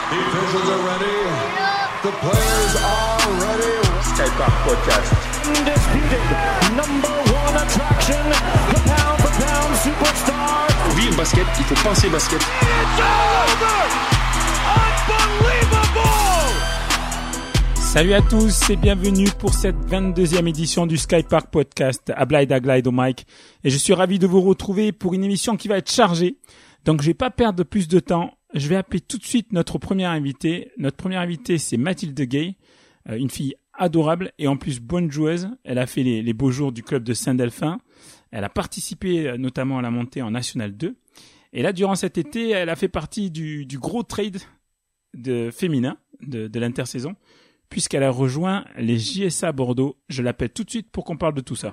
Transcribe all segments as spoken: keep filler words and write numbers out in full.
The officials are ready. The players are ready. Skypark Podcast. Undisputed number one attraction, the pound for pound superstar. Pour vivre basket, il faut penser basket. It's over! Unbelievable! Salut à tous et bienvenue pour cette vingt-deuxième édition du Skypark Podcast. Ablaïd Aglaïd au mic. Et je suis ravi de vous retrouver pour une émission qui va être chargée. Donc je vais pas perdre plus de temps. Je vais appeler tout de suite notre première invitée. Notre première invitée, c'est Mathilde Gay, euh, une fille adorable et en plus bonne joueuse. Elle a fait les, les beaux jours du club de Saint-Delphin. Elle a participé euh, notamment à la montée en National deux. Et là, durant cet été, elle a fait partie du, du gros trade de féminin de, de l'intersaison, puisqu'elle a rejoint les J S A Bordeaux. Je l'appelle tout de suite pour qu'on parle de tout ça.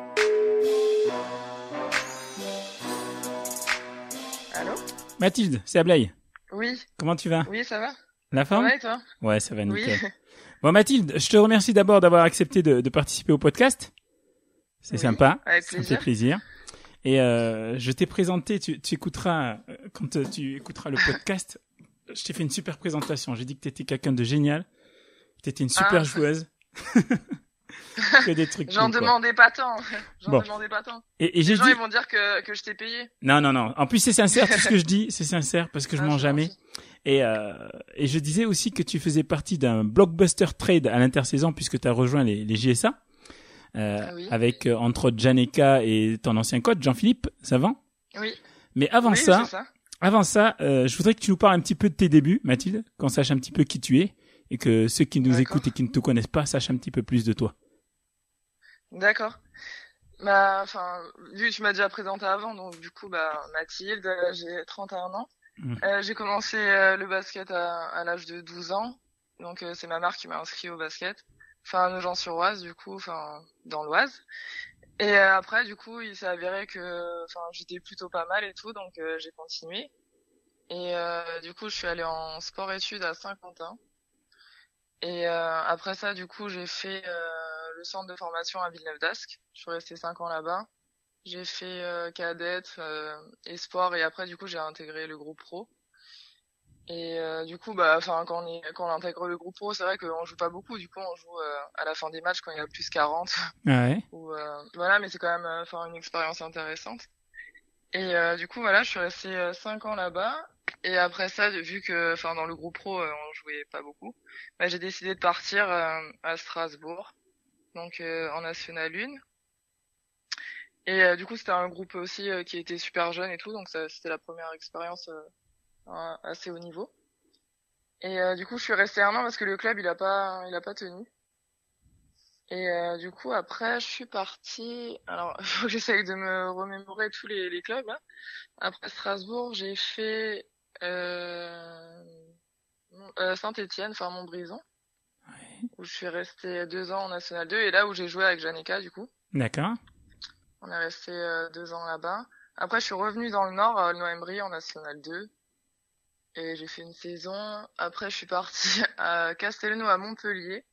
Allô ? Mathilde, c'est Ablaï. Oui. Comment tu vas ? Oui, ça va ? La forme ? Ça va et toi ? Ouais, ça va nickel. Oui. Bon, Mathilde, je te remercie d'abord d'avoir accepté de, de participer au podcast. C'est Oui, sympa. avec Ça me plaisir. fait plaisir. Et euh, je t'ai présenté, tu, tu écouteras, euh, quand euh, tu écouteras le podcast, je t'ai fait une super présentation. J'ai dit que tu étais quelqu'un de génial, que tu étais une super Ah. joueuse. Que des trucs J'en cool, quoi. demandais pas tant. J'en Bon. demandais pas tant. Et, et Les j'ai gens, dit... ils vont dire que, que je t'ai payé. Non, non, non. En plus, c'est sincère, tout ce que je dis, c'est sincère, parce que je Ah, mens c'est jamais. gentil. Et, euh, et je disais aussi que tu faisais partie d'un blockbuster trade à l'intersaison, puisque tu as rejoint les, les J S A, euh, Ah oui. avec, euh, entre autres, Janeka et ton ancien coach, Jean-Philippe Savant. Oui. Mais avant Oui, ça, c'est ça. avant ça, euh, je voudrais que tu nous parles un petit peu de tes débuts, Mathilde, qu'on sache un petit peu qui tu es, et que ceux qui nous D'accord. écoutent et qui ne te connaissent pas sachent un petit peu plus de toi. D'accord. Bah, enfin, vu que tu m'as déjà présenté avant, donc du coup, bah, Mathilde, euh, j'ai trente et un ans. Mhm. Euh, j'ai commencé euh, le basket à, à l'âge de douze ans. Donc, euh, c'est ma mère qui m'a inscrit au basket. Enfin, à Nogent-sur-Oise, du coup, enfin, dans l'Oise. Et euh, après, du coup, il s'est avéré que, enfin, j'étais plutôt pas mal et tout, donc euh, j'ai continué. Et euh, du coup, je suis allée en sport-études à Saint-Quentin. Et euh, après ça, du coup, j'ai fait euh, le centre de formation à Villeneuve-d'Ascq. Je suis restée cinq ans là-bas. J'ai fait euh, cadette, euh, espoir, et après, du coup, j'ai intégré le groupe pro. Et euh, du coup, bah, enfin, quand on est, quand on intègre le groupe pro, c'est vrai qu'on joue pas beaucoup. Du coup, on joue euh, à la fin des matchs quand il y a plus quarante. Ouais. Ou euh, voilà, mais c'est quand même, euh, enfin, une expérience intéressante. Et euh, du coup, voilà, je suis restée euh, cinq ans là-bas. Et après ça, vu que, enfin, dans le groupe pro, euh, on jouait pas beaucoup, bah, j'ai décidé de partir euh, à Strasbourg, donc euh, en National un. Et euh, du coup, c'était un groupe aussi euh, qui était super jeune et tout, donc ça, c'était la première expérience euh, à- assez haut niveau. Et euh, du coup, je suis restée un an parce que le club, il a pas, il a pas tenu. Et euh, du coup, après, je suis partie. Alors, il faut que j'essaye de me remémorer tous les, les clubs là. Après Strasbourg, j'ai fait euh, euh, Saint-Étienne, enfin Montbrison, où je suis restée deux ans en National deux, et là où j'ai joué avec Janeka, du coup. D'accord. On est resté euh, deux ans là-bas. Après, je suis revenue dans le Nord, à Noëmbry, en National deux, et j'ai fait une saison. Après, je suis partie à Castelnau, à Montpellier,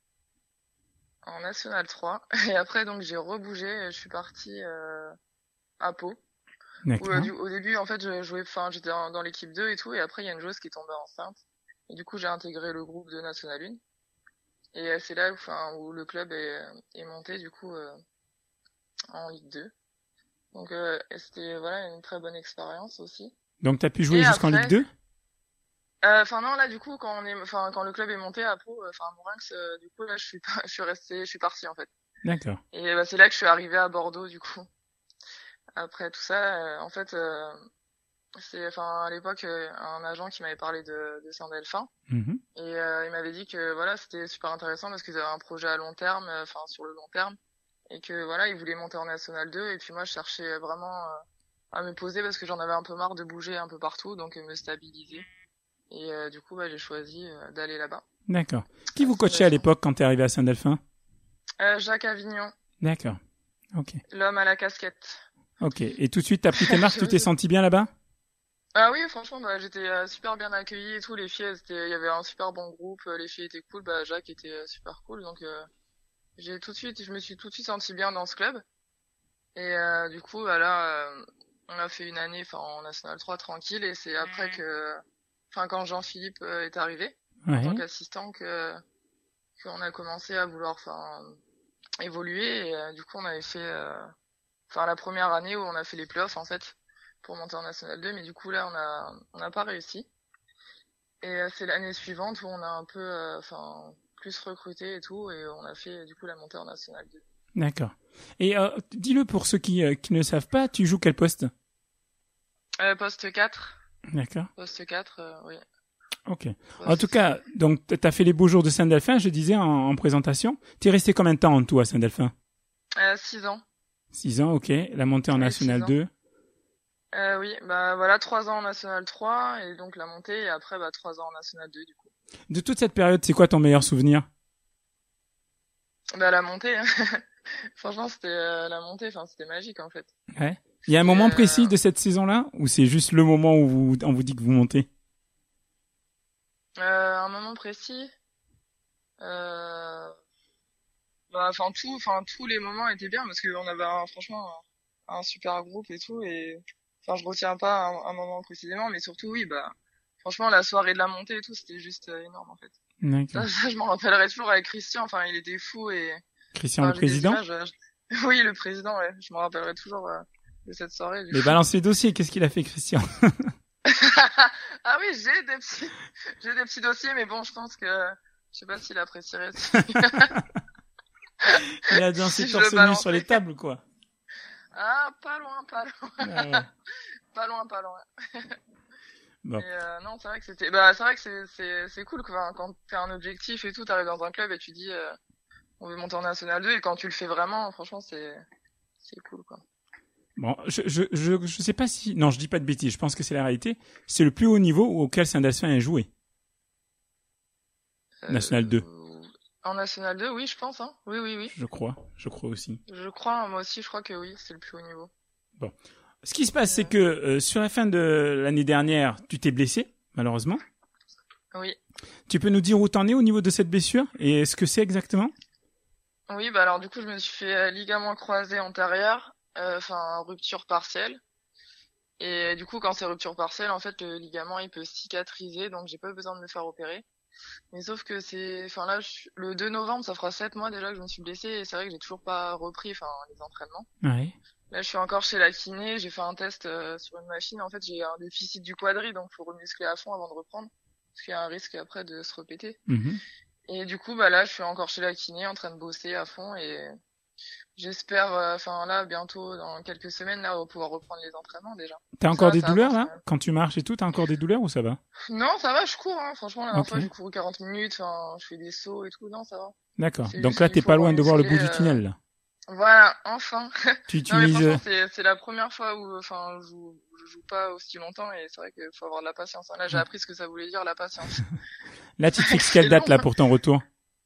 en National trois. Et après, donc, j'ai rebougé, et je suis partie euh, à Pau. Où, D'accord. euh, du, au début, en fait, je jouais, enfin, j'étais dans, dans l'équipe deux et tout, et après, il y a une joueuse qui est tombée enceinte. Et du coup, j'ai intégré le groupe de National un. Et euh, c'est là, enfin, où le club est, est monté, du coup, euh, en Ligue deux. Donc, euh, et c'était, voilà, une très bonne expérience aussi. Donc, tu as pu jouer Et jusqu'en après- Ligue deux ? Enfin, non, là, du coup, quand on est, enfin, quand le club est monté à Pau, enfin, à Mourinx, euh, du coup, là, je suis pas, je suis restée, je suis partie, en fait. D'accord. Et bah, c'est là que je suis arrivée à Bordeaux, du coup. Après tout ça, euh, en fait, euh, c'est, enfin, à l'époque, euh, un agent qui m'avait parlé de, de Saint-Delphin, Mhm. et euh, il m'avait dit que voilà, c'était super intéressant parce qu'ils avaient un projet à long terme, euh, enfin sur le long terme, et que voilà, ils voulaient monter en National deux, et puis moi, je cherchais vraiment euh, à me poser parce que j'en avais un peu marre de bouger un peu partout, donc euh, me stabiliser. Et euh, du coup, bah, j'ai choisi euh, d'aller là-bas. D'accord. Qui vous coachait à l'époque quand tu es arrivé à Saint-Delphin ? Euh, Jacques Avignon, D'accord. Ok. l'homme à la casquette. Ok. Et tout de suite, t'as pris tes marques, tu t'es senti bien là-bas ? Ah oui, franchement, bah, j'étais euh, super bien accueillie et tout. Les filles, elles étaient- il y avait un super bon groupe. euh, Les filles étaient cool. Bah, Jacques était euh, super cool. Donc, euh, j'ai tout de suite, je me suis tout de suite sentie bien dans ce club. Et euh, du coup, bah là, euh, on a fait une année, enfin, en National trois tranquille. Et c'est après que enfin quand Jean-Philippe euh, est arrivé Ouais. en tant qu'assistant que qu'on a commencé à vouloir enfin évoluer et euh, du coup on avait fait enfin euh, la première année où on a fait les playoffs en fait pour monter en National deux, mais du coup là on a on n'a pas réussi et euh, c'est l'année suivante où on a un peu enfin euh, plus recruté et tout et on a fait du coup la montée en National deux. D'accord. Et euh, dis-le pour ceux qui euh, qui ne savent pas, tu joues quel poste? Euh, poste quatre. D'accord. Poste quatre, euh, oui. Ok. En tout cas, donc t'as fait les beaux jours de Saint-Delphin, je disais en, en présentation. T'es resté combien de temps en tout à Saint-Delphin? Euh, six ans. Six ans, ok. La montée en Oui, National six ans. deux. Euh, oui, bah voilà, trois ans en National trois et donc la montée et après bah trois ans en National deux du coup. De toute cette période, c'est quoi ton meilleur souvenir? Bah la montée. Hein. Franchement, c'était euh, la montée, enfin c'était magique en fait. Ouais. Il y a un moment euh... précis de cette saison-là ou c'est juste le moment où vous, on vous dit que vous montez? Euh, un moment précis. Euh... Bah, enfin tout, enfin tous les moments étaient bien parce qu'on avait un, franchement un, un super groupe et tout et enfin je retiens pas un, un moment précisément, mais surtout oui bah franchement la soirée de la montée et tout c'était juste euh, énorme en fait. D'accord. Ça, ça je m'en rappellerai toujours avec Christian, enfin il était fou et Christian enfin, le président. Images, euh, je... Oui le président, ouais, je m'en rappellerai toujours euh, de cette soirée. Mais balance les dossiers, qu'est-ce qu'il a fait Christian? Ah oui, j'ai des petits, j'ai des petits dossiers, mais bon, je pense que, je sais pas s'il apprécierait. Il a dansé Si torse nu sur les tables, quoi. Ah, pas loin, pas loin. Ah ouais. Pas loin, pas loin. Bon. Et euh, non, c'est vrai que c'était, bah, c'est vrai que c'est, c'est, c'est cool, quoi. Quand t'as un objectif et tout, t'arrives dans un club et tu dis, euh, on veut monter en National deux, et quand tu le fais vraiment, franchement, c'est, c'est cool, quoi. Bon, je, je, je, je sais pas si, non, je dis pas de bêtises, je pense que c'est la réalité. C'est le plus haut niveau auquel Saint-Delphin a joué. Euh, National deux. En National deux, oui, je pense, hein. Oui, oui, oui. Je crois, je crois aussi. Je crois, moi aussi, je crois que oui, c'est le plus haut niveau. Bon. Ce qui se passe, c'est que euh, sur la fin de l'année dernière, tu t'es blessé, malheureusement. Oui. Tu peux nous dire où t'en es au niveau de cette blessure et ce que c'est exactement? Oui, bah alors du coup, je me suis fait euh, ligament croisé antérieur, enfin euh, rupture partielle. Et du coup, quand c'est rupture partielle, en fait, le ligament il peut cicatriser, donc j'ai pas besoin de me faire opérer. Mais sauf que c'est, enfin là, je... le deux novembre, ça fera sept mois déjà que je me suis blessée, et c'est vrai que j'ai toujours pas repris, enfin les entraînements. Ouais. Là, je suis encore chez la kiné, j'ai fait un test euh, sur une machine. En fait, j'ai un déficit du quadri, donc faut remuscler à fond avant de reprendre, parce qu'il y a un risque après de se répéter. Mm-hmm. Et du coup, bah là, je suis encore chez la kiné, en train de bosser à fond, et j'espère, enfin euh, là, bientôt, dans quelques semaines, là, on va pouvoir reprendre les entraînements déjà. T'as encore ça, des ça douleurs avance, là euh... quand tu marches et tout? T'as encore des douleurs ou ça va? Non, ça va, je cours. Hein. Franchement, la dernière okay. fois, j'ai couru quarante minutes. Enfin, je fais des sauts et tout. Non, ça va. D'accord. C'est Donc juste là, qu'il t'es pas faut loin de voir le remuscler, bout du euh... tunnel là. Voilà, enfin. Tu non, mais utilises. franchement, c'est c'est la première fois où, enfin, je joue, je joue pas aussi longtemps et c'est vrai qu'il faut avoir de la patience. Hein. Là, j'ai appris ce que ça voulait dire la patience. Là, tu te fixes quelle date là pour ton retour?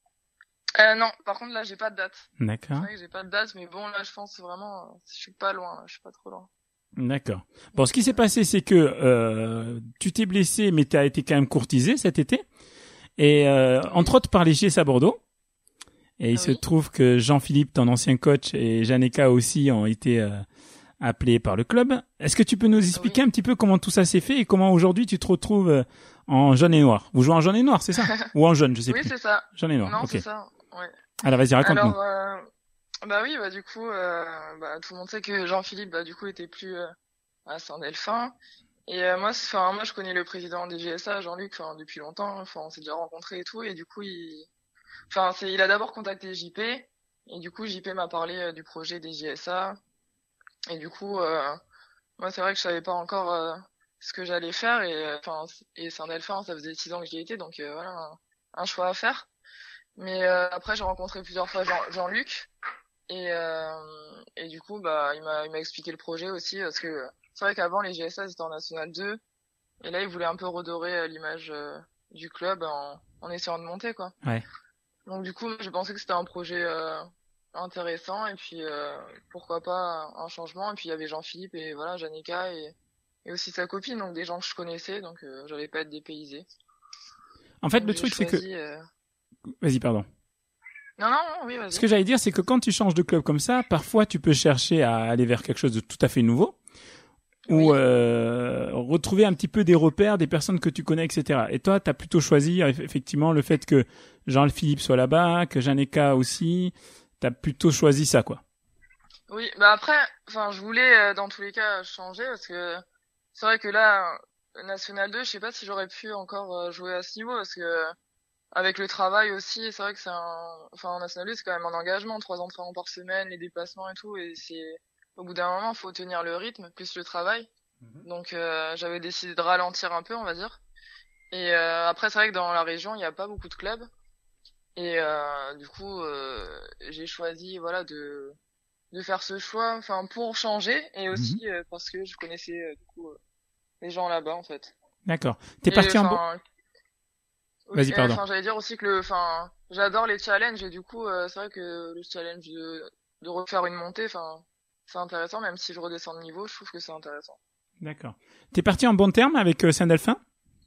Euh, non, par contre, là, j'ai pas de date. D'accord. C'est vrai que j'ai pas de date, mais bon, là, je pense vraiment, je suis pas loin, là, je suis pas trop loin. D'accord. Bon, ce qui s'est passé, c'est que euh, tu t'es blessé, mais tu as été quand même courtisé cet été, et euh, entre autres par les J S à Bordeaux. Et il ah se oui. trouve que Jean-Philippe, ton ancien coach, et Janeka aussi ont été euh, appelés par le club. Est-ce que tu peux nous expliquer oui. un petit peu comment tout ça s'est fait et comment aujourd'hui tu te retrouves en jaune et noir? Vous jouez en jaune et noir, c'est ça? Ou en jaune, je sais oui, plus. Oui, c'est ça. Jaune et noir. Non, ok. c'est ça. Ouais. Alors vas-y, raconte-nous. Alors, euh, bah oui, bah du coup, euh, bah tout le monde sait que Jean-Philippe, bah du coup, était plus euh, à Saint-Delphin. Et euh, moi, enfin moi, je connais le président des J S A, Jean-Luc, enfin depuis longtemps. Enfin, on s'est déjà rencontrés et tout. Et du coup, il, enfin, c'est, il a d'abord contacté J P. Et du coup, J P m'a parlé euh, du projet des J S A. Et du coup, euh, moi, c'est vrai que je savais pas encore euh, ce que j'allais faire. Et enfin, et Saint-Delphin, ça faisait six ans que j'y étais, donc euh, voilà, un, un choix à faire. Mais euh, après, j'ai rencontré plusieurs fois Jean, Jean-Luc. Et, euh, et du coup, bah, il m'a, il m'a expliqué le projet aussi, parce que c'est vrai qu'avant, les J S A, c'était en National deux. Et là, il voulait un peu redorer euh, l'image euh, du club en, en essayant de monter, quoi. Ouais. Donc du coup, j'ai pensé que c'était un projet euh, intéressant, et puis euh, pourquoi pas un changement. Et puis il y avait Jean-Philippe et voilà, Janeka et, et aussi sa copine, donc des gens que je connaissais, donc euh, j'allais pas être dépaysée. En fait, donc, le truc, choisi, c'est que... Euh... Vas-y, pardon. Non, non, non, oui, vas-y. Ce que j'allais dire, c'est que quand tu changes de club comme ça, parfois tu peux chercher à aller vers quelque chose de tout à fait nouveau. ou Oui. euh, retrouver un petit peu des repères, des personnes que tu connais, et cetera. Et toi, tu as plutôt choisi eff- effectivement le fait que Jean-Philippe soit là-bas, que Janeka aussi. Tu as plutôt choisi ça, quoi. Oui, bah après, enfin, je voulais euh, dans tous les cas changer parce que c'est vrai que là, National deux, je sais pas si j'aurais pu encore euh, jouer à ce niveau parce que avec le travail aussi, c'est vrai que c'est un, enfin, en National deux, c'est quand même un engagement, trois entraînements par semaine, les déplacements et tout, et c'est, au bout d'un moment, faut tenir le rythme plus le travail. Donc, euh, j'avais décidé de ralentir un peu, on va dire. Et euh, après, c'est vrai que dans la région, il n'y a pas beaucoup de clubs. Et euh, du coup, euh, j'ai choisi, voilà, de de faire ce choix, enfin, pour changer, et aussi euh, parce que je connaissais euh, du coup euh, les gens là-bas, en fait. D'accord. T'es Et, parti en bon... enfin, oui, Vas-y, et, pardon. enfin, j'allais dire aussi que le, enfin, j'adore les challenges, et du coup, euh, c'est vrai que le challenge de de refaire une montée, enfin, c'est intéressant, même si je redescends de niveau, je trouve que c'est intéressant. D'accord. T'es parti en bon terme avec euh, Saint-Delphin?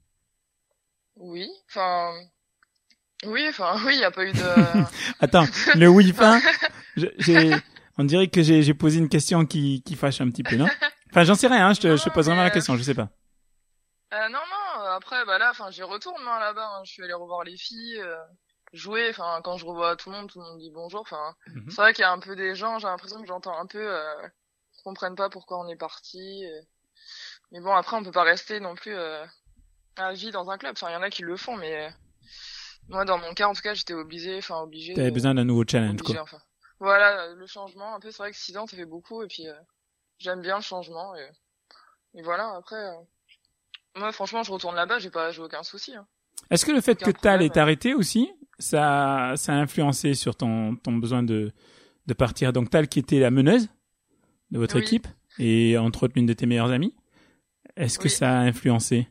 Oui, enfin, oui, enfin, oui, il n'y a pas eu de... Attends, le oui fin, je- j'ai, on dirait que j'ai, j'ai posé une question qui, qui fâche un petit peu, non? Enfin, j'en sais rien, hein, je te, Non, je te pose vraiment mais, la question, je sais pas. Euh, non, non, euh, après, bah là, enfin, j'y retourne, hein, là-bas, hein. Je suis allée revoir les filles, euh, jouer, enfin, quand je revois tout le monde, tout le monde dit bonjour, enfin, Mhm. c'est vrai qu'il y a un peu des gens, j'ai l'impression que j'entends un peu, euh, qui comprennent pas pourquoi on est parti, euh. Mais bon, après, on peut pas rester non plus, euh, à vie dans un club, enfin, il y en a qui le font, mais, euh, moi, dans mon cas, en tout cas, j'étais obligée, enfin, obligée T'avais de, besoin d'un nouveau challenge, obligée, quoi. enfin. Voilà, euh, le changement, un peu, c'est vrai que six ans, ça fait beaucoup, et puis, euh, j'aime bien le changement, et, et voilà, après, euh, moi, franchement, je retourne là-bas, j'ai pas, j'ai aucun souci, hein. Est-ce que le fait Aucun que Tal problème. ait arrêté aussi, ça, ça a influencé sur ton, ton besoin de, de partir? Donc Tal qui était la meneuse de votre Oui. équipe et entre autres l'une de tes meilleures amies. Est-ce que Oui. ça a influencé?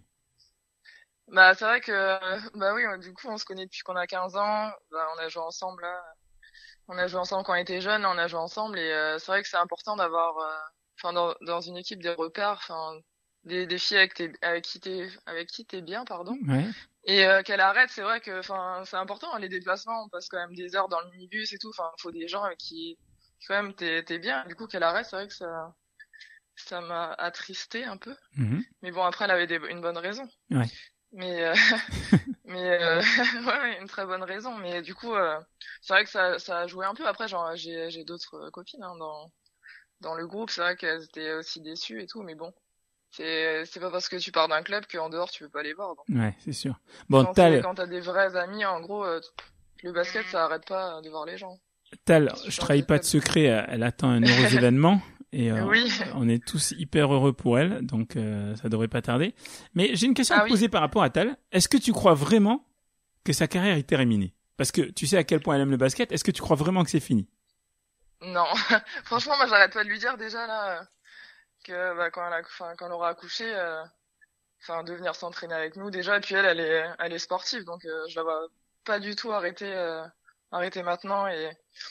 Bah, c'est vrai que, euh, bah oui, euh, du coup, on se connaît depuis qu'on a quinze ans. Bah, on a joué ensemble, là. On a joué ensemble quand on était jeunes, là, on a joué ensemble. Et euh, c'est vrai que c'est important d'avoir, euh, enfin, dans, dans une équipe des repères, enfin, des, des filles avec, t'es, avec qui t'es, avec qui t'es bien, pardon. Ouais. Et euh, qu'elle arrête, c'est vrai que, enfin, c'est important, hein, les déplacements. On passe quand même des heures dans le minibus et tout. Enfin, faut des gens avec qui, quand même, t'es, t'es bien. Du coup, qu'elle arrête, c'est vrai que ça, ça m'a attristé un peu. Mhm. Mais bon, après, elle avait des, une bonne raison. Ouais. Mais euh, mais euh, ouais, ouais, une très bonne raison. Mais du coup, euh, c'est vrai que ça ça a joué un peu. Après, genre j'ai j'ai d'autres euh, copines hein, dans dans le groupe. C'est vrai qu'elles étaient aussi déçues et tout. Mais bon, c'est c'est pas parce que tu pars d'un club qu'en dehors tu peux pas les voir. Donc, Ouais, c'est sûr. Bon, quand c'est- Tal, quand t'as des vrais amis, en gros, euh, le basket ça arrête pas de voir les gens. Tal, Tu je changes trahis de pas de club. secret, elle attend un heureux événement et euh, Oui. on est tous hyper heureux pour elle, donc euh, ça devrait pas tarder. Mais j'ai une question à Ah te oui. poser par rapport à Tal. Est-ce que tu crois vraiment que sa carrière est terminée? Parce que tu sais à quel point elle aime le basket. Est-ce que tu crois vraiment que c'est fini? Non, franchement, moi j'arrête pas de lui dire déjà là euh, que bah, quand elle a, enfin, quand elle aura accouché. Euh, enfin de venir s'entraîner avec nous déjà, et puis elle elle est elle est sportive, donc euh, je la vois pas du tout arrêter euh, arrêter maintenant, et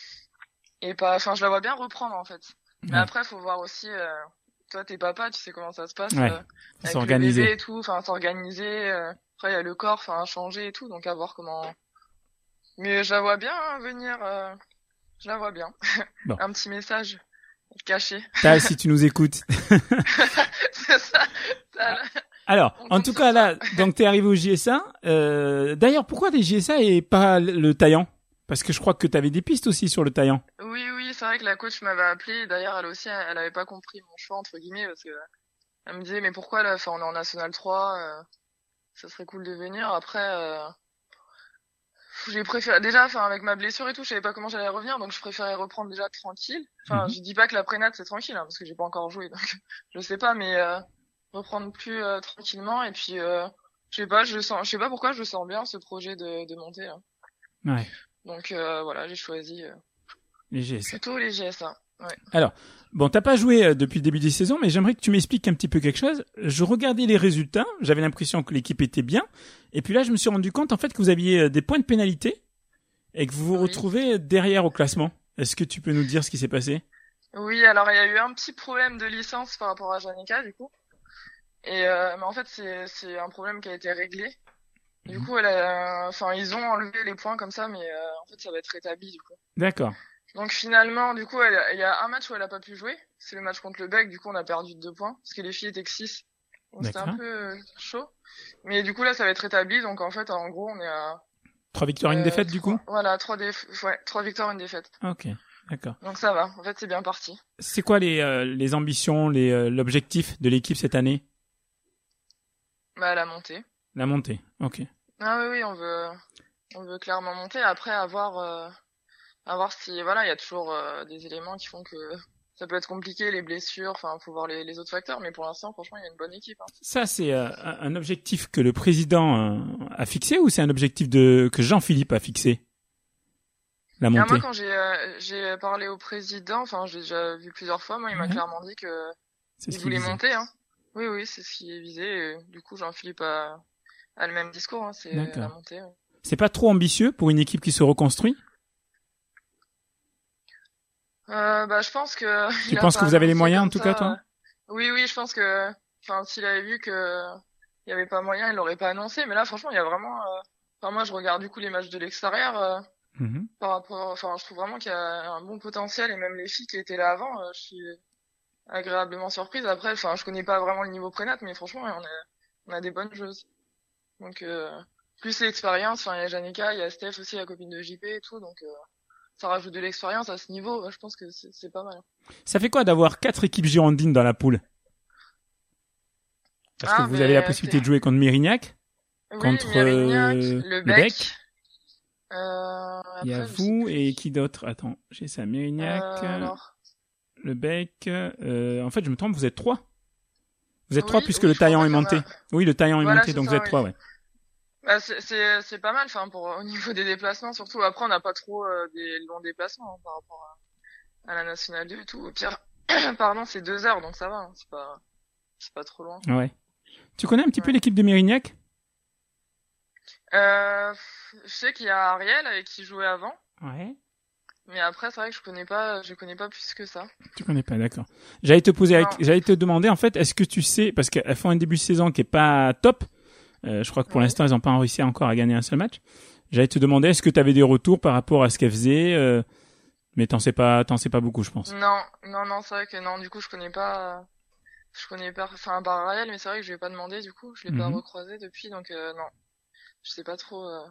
et pas, enfin je la vois bien reprendre en fait. Mais Ouais. après faut voir aussi, euh, toi t'es papa, tu sais comment ça se passe, Ouais. euh, Faut avec s'organiser. le bébé et tout, enfin s'organiser, euh, après il y a le corps, enfin changer et tout, donc à voir comment. Mais je la vois bien hein, venir, euh, je la vois bien. Bon. Un petit message caché. Tal, si tu nous écoutes. C'est ça. ça Alors, On en compte tout sur cas, toi. là, donc t'es arrivé au J S A. Euh, d'ailleurs, pourquoi des J S A et pas le taillant? Parce que je crois que t'avais des pistes aussi sur le taillant. Oui, oui, c'est vrai que la coach m'avait appelé. D'ailleurs, elle aussi, elle, elle avait pas compris mon choix, entre guillemets, parce que elle me disait, mais pourquoi là, enfin, on est en National trois, euh, ça serait cool de venir. Après, euh, j'ai préféré, déjà, enfin, avec ma blessure et tout, je savais pas comment j'allais revenir, donc je préférais reprendre déjà tranquille. Enfin, Mhm. je dis pas que la prénat c'est tranquille, hein, parce que j'ai pas encore joué, donc je sais pas, mais euh, reprendre plus euh, tranquillement, et puis, euh, je sais pas, je sens, je sais pas pourquoi je sens bien ce projet de, de monter, là. Ouais, Donc euh, voilà, j'ai choisi euh, les J S A. plutôt les G S A. Ouais. Alors, bon, t'as pas joué euh, depuis le début des saisons, mais j'aimerais que tu m'expliques un petit peu quelque chose. Je regardais les résultats, j'avais l'impression que l'équipe était bien, et puis là, je me suis rendu compte en fait que vous aviez euh, des points de pénalité et que vous vous Oui. retrouvez derrière au classement. Est-ce que tu peux nous dire ce qui s'est passé? Oui, alors il y a eu un petit problème de licence par rapport à Janika, du coup. Et euh, mais en fait, c'est c'est un problème qui a été réglé. Du coup, elle a, enfin, ils ont enlevé les points comme ça, mais euh, en fait, ça va être rétabli, du coup. D'accord. Donc finalement, du coup, elle, il y a un match où elle a pas pu jouer. C'est le match contre le Bec. Du coup, on a perdu de deux points parce que les filles étaient que six. Donc c'était un peu euh, chaud. Mais du coup, là, ça va être rétabli. Donc en fait, en gros, on est à trois victoires, euh, une défaite, du coup. Voilà, trois déf... ouais, trois victoires, une défaite. Ok, d'accord. Donc ça va. En fait, c'est bien parti. C'est quoi les euh, les ambitions, les euh, l'objectif de l'équipe cette année? Bah la montée. La montée. Ok. Ah oui, oui, on veut, on veut clairement monter. Après, avoir, euh, avoir si, voilà, il y a toujours euh, des éléments qui font que ça peut être compliqué, les blessures, enfin, faut voir les, les autres facteurs. Mais pour l'instant, franchement, il y a une bonne équipe. Hein. Ça, c'est euh, un objectif que le président euh, a fixé ou c'est un objectif de que Jean-Philippe a fixé? La montée. Et moi, quand j'ai, euh, j'ai parlé au président, enfin, j'ai déjà vu plusieurs fois, moi, il m'a ouais. clairement dit que il voulait monter. Hein. Oui, oui, c'est ce qui est visé. Et, du coup, Jean-Philippe a, a le même discours. Hein, c'est D'accord. la montée. Ouais. C'est pas trop ambitieux pour une équipe qui se reconstruit? Euh, bah, je pense que. Tu penses que vous avez les moyens, en tout ça. cas, toi? Oui, oui, je pense que, enfin, s'il avait vu que il y avait pas moyen, il l'aurait pas annoncé. Mais là, franchement, il y a vraiment. Euh... Enfin, moi, je regarde du coup les matchs de l'extérieur. Euh... Mm-hmm. Par rapport, enfin, je trouve vraiment qu'il y a un bon potentiel et même les filles qui étaient là avant, euh, je suis agréablement surprise. Après, enfin, je connais pas vraiment le niveau prénat, mais franchement, on a, on a des bonnes joueuses. Donc, euh, plus l'expérience. Enfin, il y a Janika, il y a Steph aussi, la copine de J P et tout, donc. Euh... Ça rajoute de l'expérience à ce niveau, je pense que c'est, c'est pas mal. Ça fait quoi d'avoir quatre équipes girondines dans la poule? Parce ah, que vous avez la possibilité c'est... de jouer contre Mérignac, oui, contre Mérignac, euh, le Bec. Bec. Euh, Il y a vous et qui d'autre? Attends, j'ai ça, Mérignac, euh, alors... le Bec. Euh, en fait, je me trompe, vous êtes trois. Vous êtes oui, trois puisque oui, le Taillant est monté. A... Oui, le Taillant voilà, est monté, donc ça, vous êtes oui. trois, ouais. Bah, c'est, c'est, c'est pas mal, enfin, pour, au niveau des déplacements, surtout. Après, on n'a pas trop, euh, des longs déplacements, hein, par rapport à, à la Nationale deux et tout. Au pire, pardon, c'est deux heures, donc ça va, hein, c'est pas, c'est pas trop loin. Ouais. Tu connais un petit ouais. peu l'équipe de Mérignac? Euh, je sais qu'il y a Ariel avec qui jouait avant. Ouais. Mais après, c'est vrai que je connais pas, je connais pas plus que ça. Tu connais pas, d'accord. J'allais te poser, avec, j'allais te demander, en fait, est-ce que tu sais, parce qu'elles font un début de saison qui est pas top, Euh, je crois que pour oui. l'instant, ils n'ont pas réussi encore à gagner un seul match. J'allais te demander, est-ce que tu avais des retours par rapport à ce qu'elles faisaient euh, mais t'en sais pas, t'en sais pas beaucoup, je pense. Non, non, non, c'est vrai que non. Du coup, je connais pas, je connais pas, enfin, par Ariel, mais c'est vrai que je lui ai pas demandé. Du coup, je l'ai mm-hmm. pas recroisé depuis, donc euh, non, je sais pas trop euh,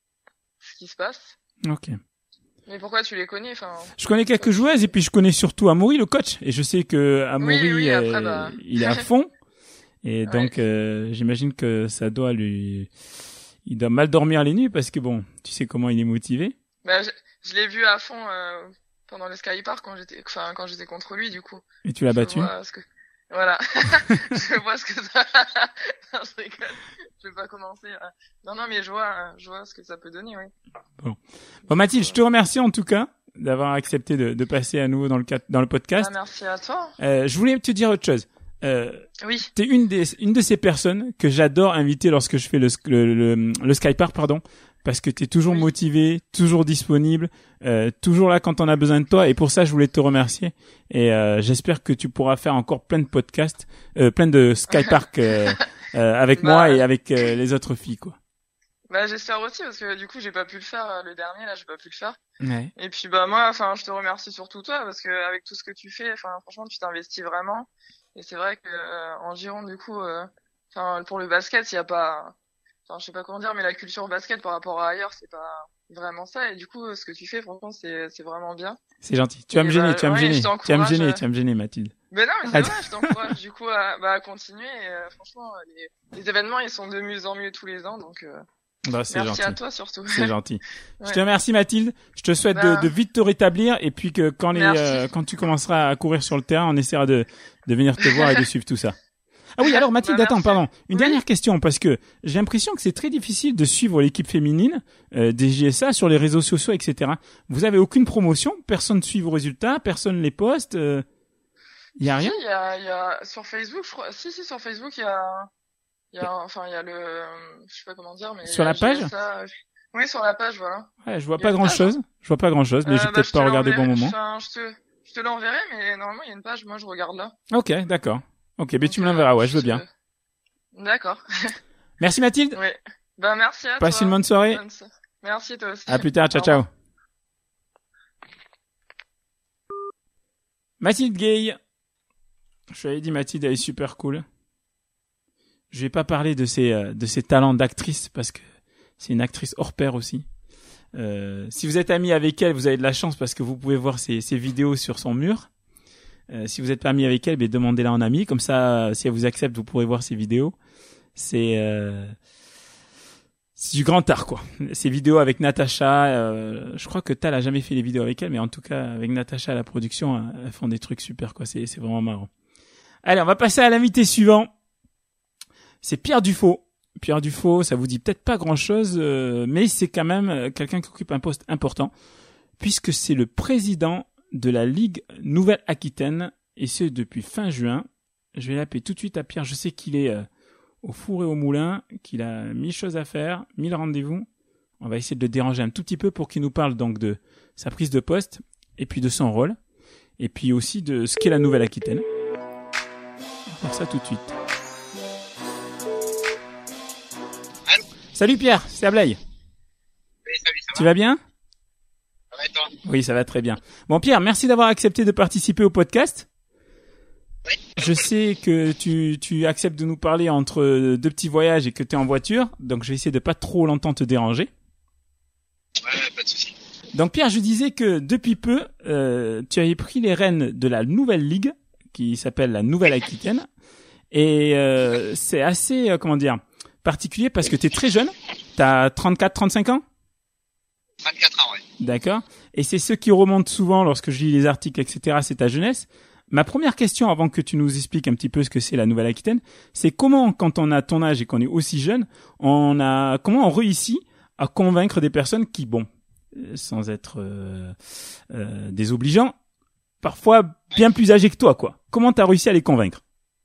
ce qui se passe. Ok. Mais pourquoi tu les connais, enfin? Je connais quelques joueuses et puis je connais surtout Amaury, le coach, et je sais que Amaury, oui, oui, après, euh, bah... il est à fond. Et ouais. donc, euh, j'imagine que ça doit lui, il doit mal dormir les nuits parce que bon, tu sais comment il est motivé. Bah, je, je l'ai vu à fond euh, pendant le Sky Park quand j'étais, enfin quand j'étais contre lui du coup. Et tu l'as je battu. Vois ce que... Voilà. Je vois ce que ça. Non, je rigole. Je vais pas commencer. À... Non, non, mais je vois, je vois ce que ça peut donner, oui. Bon, bon Mathilde, je te remercie en tout cas d'avoir accepté de, de passer à nouveau dans le dans le podcast. Ah, merci à toi. Euh, je voulais te dire autre chose. Euh, oui. T'es une des une de ces personnes que j'adore inviter lorsque je fais le le le, le Sky Park, pardon, parce que t'es toujours oui. motivé, toujours disponible, euh, toujours là quand on a besoin de toi, et pour ça je voulais te remercier et euh, j'espère que tu pourras faire encore plein de podcasts, euh, plein de Sky Park euh, euh, avec bah, moi et avec euh, les autres filles quoi. Bah j'espère aussi parce que du coup j'ai pas pu le faire le dernier là, j'ai pas pu le faire. Ouais. Et puis bah moi enfin je te remercie surtout toi parce que avec tout ce que tu fais, enfin franchement tu t'investis vraiment. Et c'est vrai que euh, en Gironde du coup, enfin euh, pour le basket, il y a pas, enfin je sais pas comment dire, mais la culture basket par rapport à ailleurs, c'est pas vraiment ça. Et du coup, ce que tu fais, franchement, c'est c'est vraiment bien. C'est gentil. Tu vas me gêner, bah, tu vas me ouais, gêner, tu vas me gêner, euh... tu vas me gêner, Mathilde. Mais non, mais c'est vrai, je t'encourage du coup à, bah, à continuer. Et, euh, franchement, les, les événements, ils sont de mieux en mieux tous les ans, donc. Euh... Bah, c'est Merci gentil. à toi surtout. C'est gentil. Ouais. Je te remercie Mathilde. Je te souhaite bah... de, de vite te rétablir et puis que quand les euh, quand tu commenceras à courir sur le terrain, on essaiera de de venir te voir et de suivre tout ça. Ah oui, alors Mathilde, bah, attends, pardon. Une oui. dernière question parce que j'ai l'impression que c'est très difficile de suivre l'équipe féminine euh, des J S A sur les réseaux sociaux, et cetera. Vous avez aucune promotion, personne ne suit vos résultats, personne les poste. Il euh, y a rien. Il y a il y a sur Facebook, je crois. Si si sur Facebook il y a Il y a, enfin, il y a le, je sais pas comment dire, mais. Sur la page? G S A... Oui, sur la page, voilà. Ouais, je vois pas grand chose. Hein. Je vois pas grand chose, mais euh, j'ai bah, peut-être pas regardé au bon moment. Enfin, je te, je te l'enverrai, mais normalement, il y a une page, moi, je regarde là. Ok, d'accord. Ok, mais tu me l'enverras, ouais, je veux bien. D'accord. Merci Mathilde. Oui. Bah, merci à toi. Passe une bonne soirée. Bonne so... Merci toi aussi. À plus tard, ciao, ciao. Mathilde Gay. Je t'avais dit, Mathilde, elle est super cool. Je vais pas parler de ses, euh, de ses talents d'actrice parce que c'est une actrice hors pair aussi. Euh, si vous êtes ami avec elle, vous avez de la chance parce que vous pouvez voir ses, ses vidéos sur son mur. Euh, si vous êtes pas ami avec elle, ben demandez-la en ami. Comme ça, si elle vous accepte, vous pourrez voir ses vidéos. C'est, euh, c'est du grand art, quoi. Ses vidéos avec Natacha, euh, je crois que Tal a jamais fait les vidéos avec elle, mais en tout cas, avec Natacha à la production, elles font des trucs super, quoi. C'est, c'est vraiment marrant. Allez, on va passer à l'invité suivant. C'est Pierre Dufaux. Pierre Dufaux, ça vous dit peut-être pas grand-chose, euh, mais c'est quand même quelqu'un qui occupe un poste important, puisque c'est le président de la Ligue Nouvelle-Aquitaine, et ce depuis fin juin. Je vais l'appeler tout de suite à Pierre. Je sais qu'il est euh, au four et au moulin, qu'il a mille choses à faire, mille rendez-vous. On va essayer de le déranger un tout petit peu pour qu'il nous parle donc de sa prise de poste, et puis de son rôle, et puis aussi de ce qu'est la Nouvelle-Aquitaine. On va faire ça tout de suite. Salut Pierre, c'est Ablaye. Oui, salut, ça va? Tu vas bien? Ça va et toi? Oui, ça va très bien. Bon Pierre, merci d'avoir accepté de participer au podcast. Oui. Je sais que tu, tu acceptes de nous parler entre deux petits voyages et que tu es en voiture, donc je vais essayer de pas trop longtemps te déranger. Ouais, pas de souci. Donc Pierre, je disais que depuis peu, euh, tu avais pris les rênes de la nouvelle ligue qui s'appelle la Nouvelle-Aquitaine, et euh, c'est assez, euh, comment dire, particulier parce que t'es très jeune. T'as trente-quatre, trente-cinq ans? trente-quatre ans, ouais. D'accord. Et c'est ce qui remonte souvent lorsque je lis les articles, et cetera. C'est ta jeunesse. Ma première question, avant que tu nous expliques un petit peu ce que c'est la Nouvelle-Aquitaine, c'est comment, quand on a ton âge et qu'on est aussi jeune, on a, comment on réussit à convaincre des personnes qui, bon, euh, sans être euh, euh, désobligeants, parfois bien plus âgées que toi, quoi. Comment t'as réussi à les convaincre?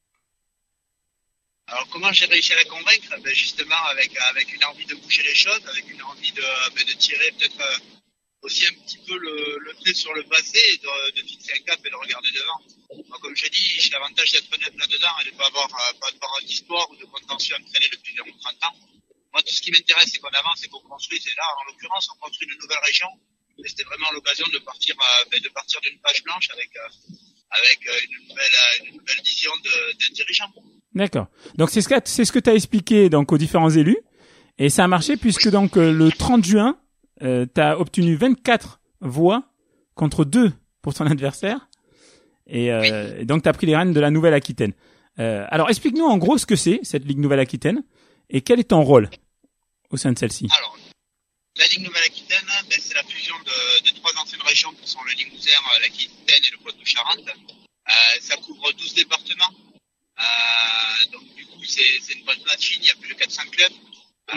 Alors comment j'ai réussi à la convaincre? Ben justement avec avec une envie de bouger les choses, avec une envie de ben, de tirer peut-être euh, aussi un petit peu le, le trait sur le passé et de, de fixer un cap et de regarder devant. Donc, comme je dis, j'ai l'avantage d'être neuf là-dedans et de pas avoir euh, pas avoir d'histoire ou de contentieux entraîné depuis trente ans. Moi, tout ce qui m'intéresse, c'est qu'on avance et qu'on construise. Et là, en l'occurrence, on construit une nouvelle région. Et c'était vraiment l'occasion de partir euh, ben, de partir d'une page blanche avec euh, avec une nouvelle une nouvelle vision de, de dirigeant. D'accord. Donc c'est ce que c'est ce que tu as expliqué donc aux différents élus et ça a marché puisque donc euh, le trente juin, euh, tu as obtenu vingt-quatre voix contre deux pour ton adversaire et, euh, et donc tu as pris les rênes de la Nouvelle-Aquitaine. Euh, alors explique-nous en gros ce que c'est cette Ligue Nouvelle-Aquitaine et quel est ton rôle au sein de celle-ci. Alors, la Ligue Nouvelle-Aquitaine, ben, c'est la fusion de, de trois anciennes régions qui sont le Limousin, l'Aquitaine et le Poitou-Charentes. Euh, ça couvre douze départements. Euh, donc du coup c'est, c'est une bonne machine, il y a plus de quatre cents clubs, euh,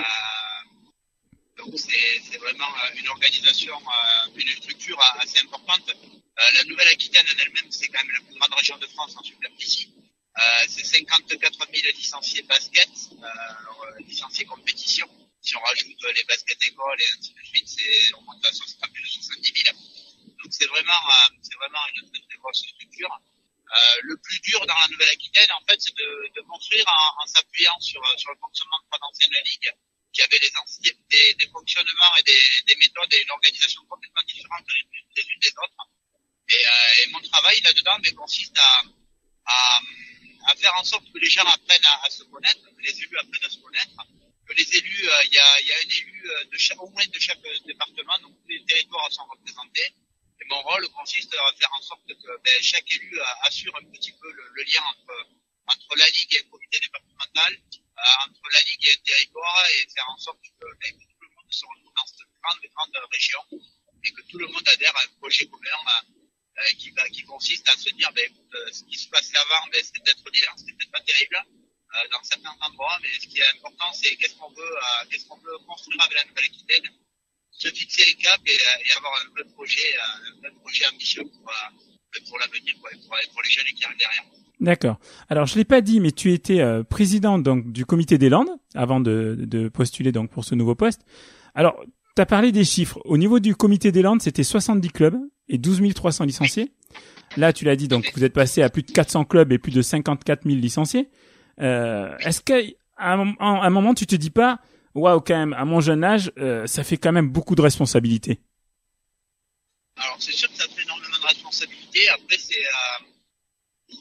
donc c'est, c'est vraiment une organisation, euh, une structure assez importante. Euh, la Nouvelle-Aquitaine en elle-même, c'est quand même la plus grande région de France en superficie. Euh, c'est cinquante-quatre mille licenciés basket, euh, licenciés compétition. Si on rajoute les baskets écoles et ainsi de suite, c'est, on monte à plus de soixante-dix mille. Donc c'est vraiment, euh, c'est vraiment une très très grosse structure. Euh, le plus dur dans la Nouvelle-Aquitaine, en fait, c'est de, de construire en, en s'appuyant sur, sur le fonctionnement de trois anciennes ligues qui avaient des, anciens, des, des fonctionnements et des, des méthodes et une organisation complètement différente des, des unes des autres. Et, euh, et mon travail là-dedans mais, consiste à, à, à faire en sorte que les gens apprennent à, à se connaître, que les élus apprennent à se connaître, que les élus, il euh, y, a, y a un élu de chaque, au moins de chaque département, donc tous les territoires sont représentés. Et mon rôle consiste à faire en sorte que ben, chaque élu assure un petit peu le, le lien entre, entre la Ligue et le comité départemental, euh, entre la Ligue et le territoire, et faire en sorte que, ben, que tout le monde se retrouve dans cette grande, grande région et que tout le monde adhère à un projet commun euh, qui, va, qui consiste à se dire ben, écoute, ce qui se passait avant, ben, c'était peut-être bien, c'était peut-être pas terrible euh, dans certains endroits, mais ce qui est important, c'est qu'est-ce qu'on veut, euh, qu'est-ce qu'on veut construire avec la Nouvelle-Aquitaine, se fixer le cap et, et avoir un vrai projet, un vrai projet ambitieux pour, pour l'avenir, pour, pour les jeunes qui arrivent derrière. D'accord. Alors je l'ai pas dit, mais tu étais euh, président donc du Comité des Landes avant de, de postuler donc pour ce nouveau poste. Alors tu as parlé des chiffres. Au niveau du Comité des Landes, c'était soixante-dix clubs et douze mille trois cents licenciés. Là, tu l'as dit, donc vous êtes passé à plus de quatre cents clubs et plus de cinquante-quatre mille licenciés. Euh, est-ce qu'à un, à un moment tu te dis pas waouh, quand même, à mon jeune âge, euh, ça fait quand même beaucoup de responsabilités. Alors, c'est sûr que ça fait énormément de responsabilités. Après, c'est, euh,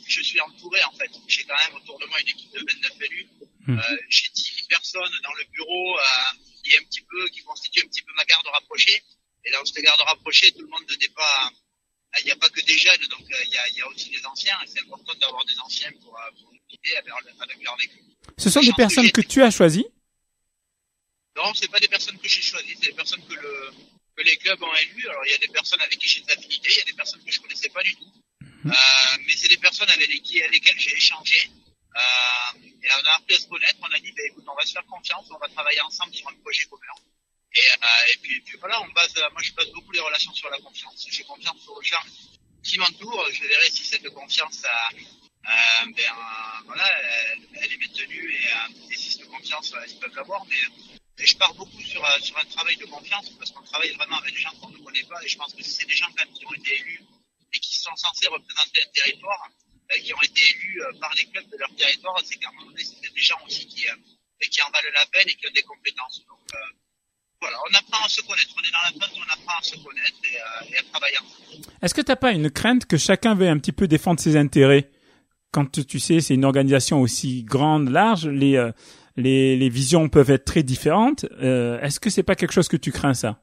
je suis entouré en fait. J'ai quand même autour de moi une équipe de vingt-neuf élus. Mmh. Euh, j'ai dix personnes dans le bureau euh, qui est un petit peu, qui constituent un petit peu ma garde rapprochée. Et dans cette garde rapprochée, tout le monde n'est pas, il n'y a pas que des jeunes, donc il y a, il y a aussi des anciens. Et c'est important d'avoir des anciens pour, pour nous guider avec, avec leur vécu. Ce sont des personnes que, que tu as choisies? Non, c'est pas des personnes que j'ai choisies, c'est des personnes que le que les clubs ont élues. Alors il y a des personnes avec qui j'ai des affinités, il y a des personnes que je connaissais pas du tout. Mmh. Euh, mais c'est des personnes avec lesquelles, avec lesquelles j'ai échangé. Euh, et on a appris à se connaître, on a dit, bah, écoute, on va se faire confiance, on va travailler ensemble sur un projet commun. Et, euh, et puis, puis voilà, on base, moi je base beaucoup les relations sur la confiance. J'ai confiance sur les gens qui m'entourent. Je verrai si cette confiance, euh, euh, ben, euh, voilà, elle, elle est maintenue et, euh, et si cette confiance, euh, ils peuvent l'avoir. Mais, mais je pars beaucoup sur, euh, sur un travail de confiance parce qu'on travaille vraiment avec des gens qu'on ne connaît pas. Et je pense que si c'est des gens quand même qui ont été élus et qui sont censés représenter un territoire, euh, qui ont été élus euh, par les clubs de leur territoire, c'est qu'à un moment donné, c'est des gens aussi qui, euh, qui en valent la peine et qui ont des compétences. Donc, euh, voilà, on apprend à se connaître. On est dans la phase où on apprend à se connaître et, euh, et à travailler ensemble. Est-ce que tu n'as pas une crainte que chacun veuille un petit peu défendre ses intérêts? Quand tu sais, c'est une organisation aussi grande, large, les, euh, les, les visions peuvent être très différentes. Euh, est-ce que c'est pas quelque chose que tu crains, ça?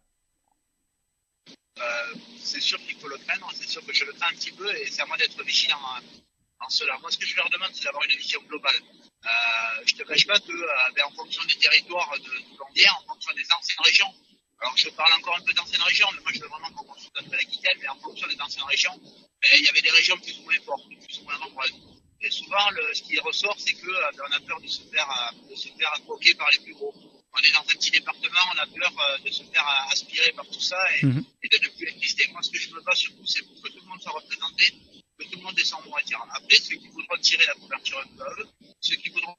euh, C'est sûr qu'il faut le craindre. C'est sûr que je le crains un petit peu et c'est à moi d'être vigilant en, en cela. Moi, ce que je leur demande, c'est d'avoir une vision globale. Euh, je te cache pas que, euh, ben, en fonction des territoires de, de l'Andière, en fonction des anciennes régions, alors je parle encore un peu d'anciennes régions, mais moi je veux vraiment qu'on consulte notre Aquitaine, mais en fonction des anciennes régions, ben, il y avait des régions plus ou moins fortes, plus ou moins nombreuses. Et souvent, le, ce qui ressort, c'est que euh, ben, on a peur de se faire, euh, de se faire croquer par les plus gros. On est dans un petit département, on a peur euh, de se faire euh, aspirer par tout ça et, mmh. et de ne plus exister. Moi, ce que je veux pas surtout, c'est pour que tout le monde soit représenté, que tout le monde ait son mot à dire. Après, ceux qui voudront tirer la couverture un peu, ceux qui voudront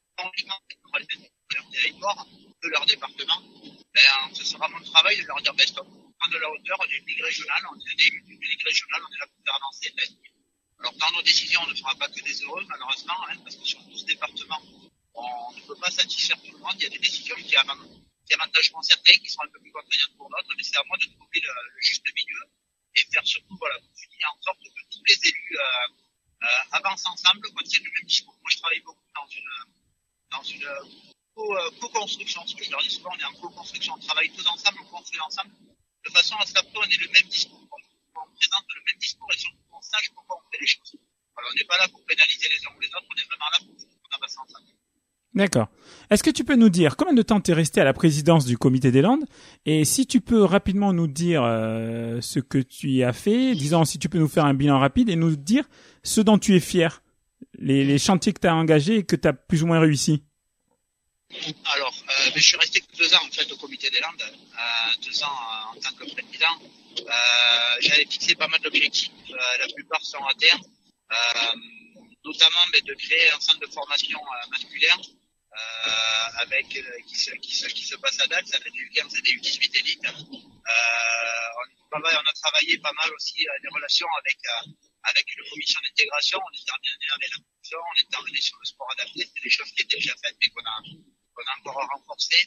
leur territoire, de leur département, ben, ce sera mon travail de leur dire, ben, stop, prendre de la hauteur, on est une ligue régionale, on est une ligue régionale, on est là pour faire avancer la ligue. Alors, dans nos décisions, on ne fera pas que des heureux, malheureusement, hein, parce que sur tout ce département, on ne peut pas satisfaire tout le monde. Il y a des décisions qui, qui avantageront certains, qui seront un peu plus contraignantes pour d'autres, mais c'est à moi de trouver le, le juste milieu et faire surtout, voilà, comme je dis, en sorte que tous les élus euh, euh, avancent ensemble, contiennent le même discours. Moi, je travaille beaucoup dans une, dans une co-construction, ce que je leur dis souvent, on est en co-construction, on travaille tous ensemble, on construit ensemble, de façon à ce qu'après on ait le même discours, on présente le même discours et surtout qu'on sache pourquoi on fait les choses. Alors, on n'est pas là pour pénaliser les uns ou les autres, on est vraiment là pour qu'on avance ensemble. D'accord. Est-ce que tu peux nous dire combien de temps tu es resté à la présidence du Comité des Landes et si tu peux rapidement nous dire euh, ce que tu y as fait, disons si tu peux nous faire un bilan rapide et nous dire ce dont tu es fier, les, les chantiers que tu as engagés et que tu as plus ou moins réussi. Alors, euh, je suis resté que deux ans en fait au Comité des Landes, euh, deux ans euh, en tant que président. Euh, j'avais fixé pas mal d'objectifs, euh, la plupart sont atteints, euh, notamment mais, de créer un centre de formation euh, masculin euh, avec euh, qui, se, qui, se, qui se passe à Dax avec les U quinze et les U dix-huit élites. Euh, on, on a travaillé pas mal aussi euh, des relations avec euh, avec une commission d'intégration. On est intervenu avec la commission, on est intervenu sur le sport adapté. C'est des choses qui étaient déjà faites mais qu'on a qu'on a encore renforcé.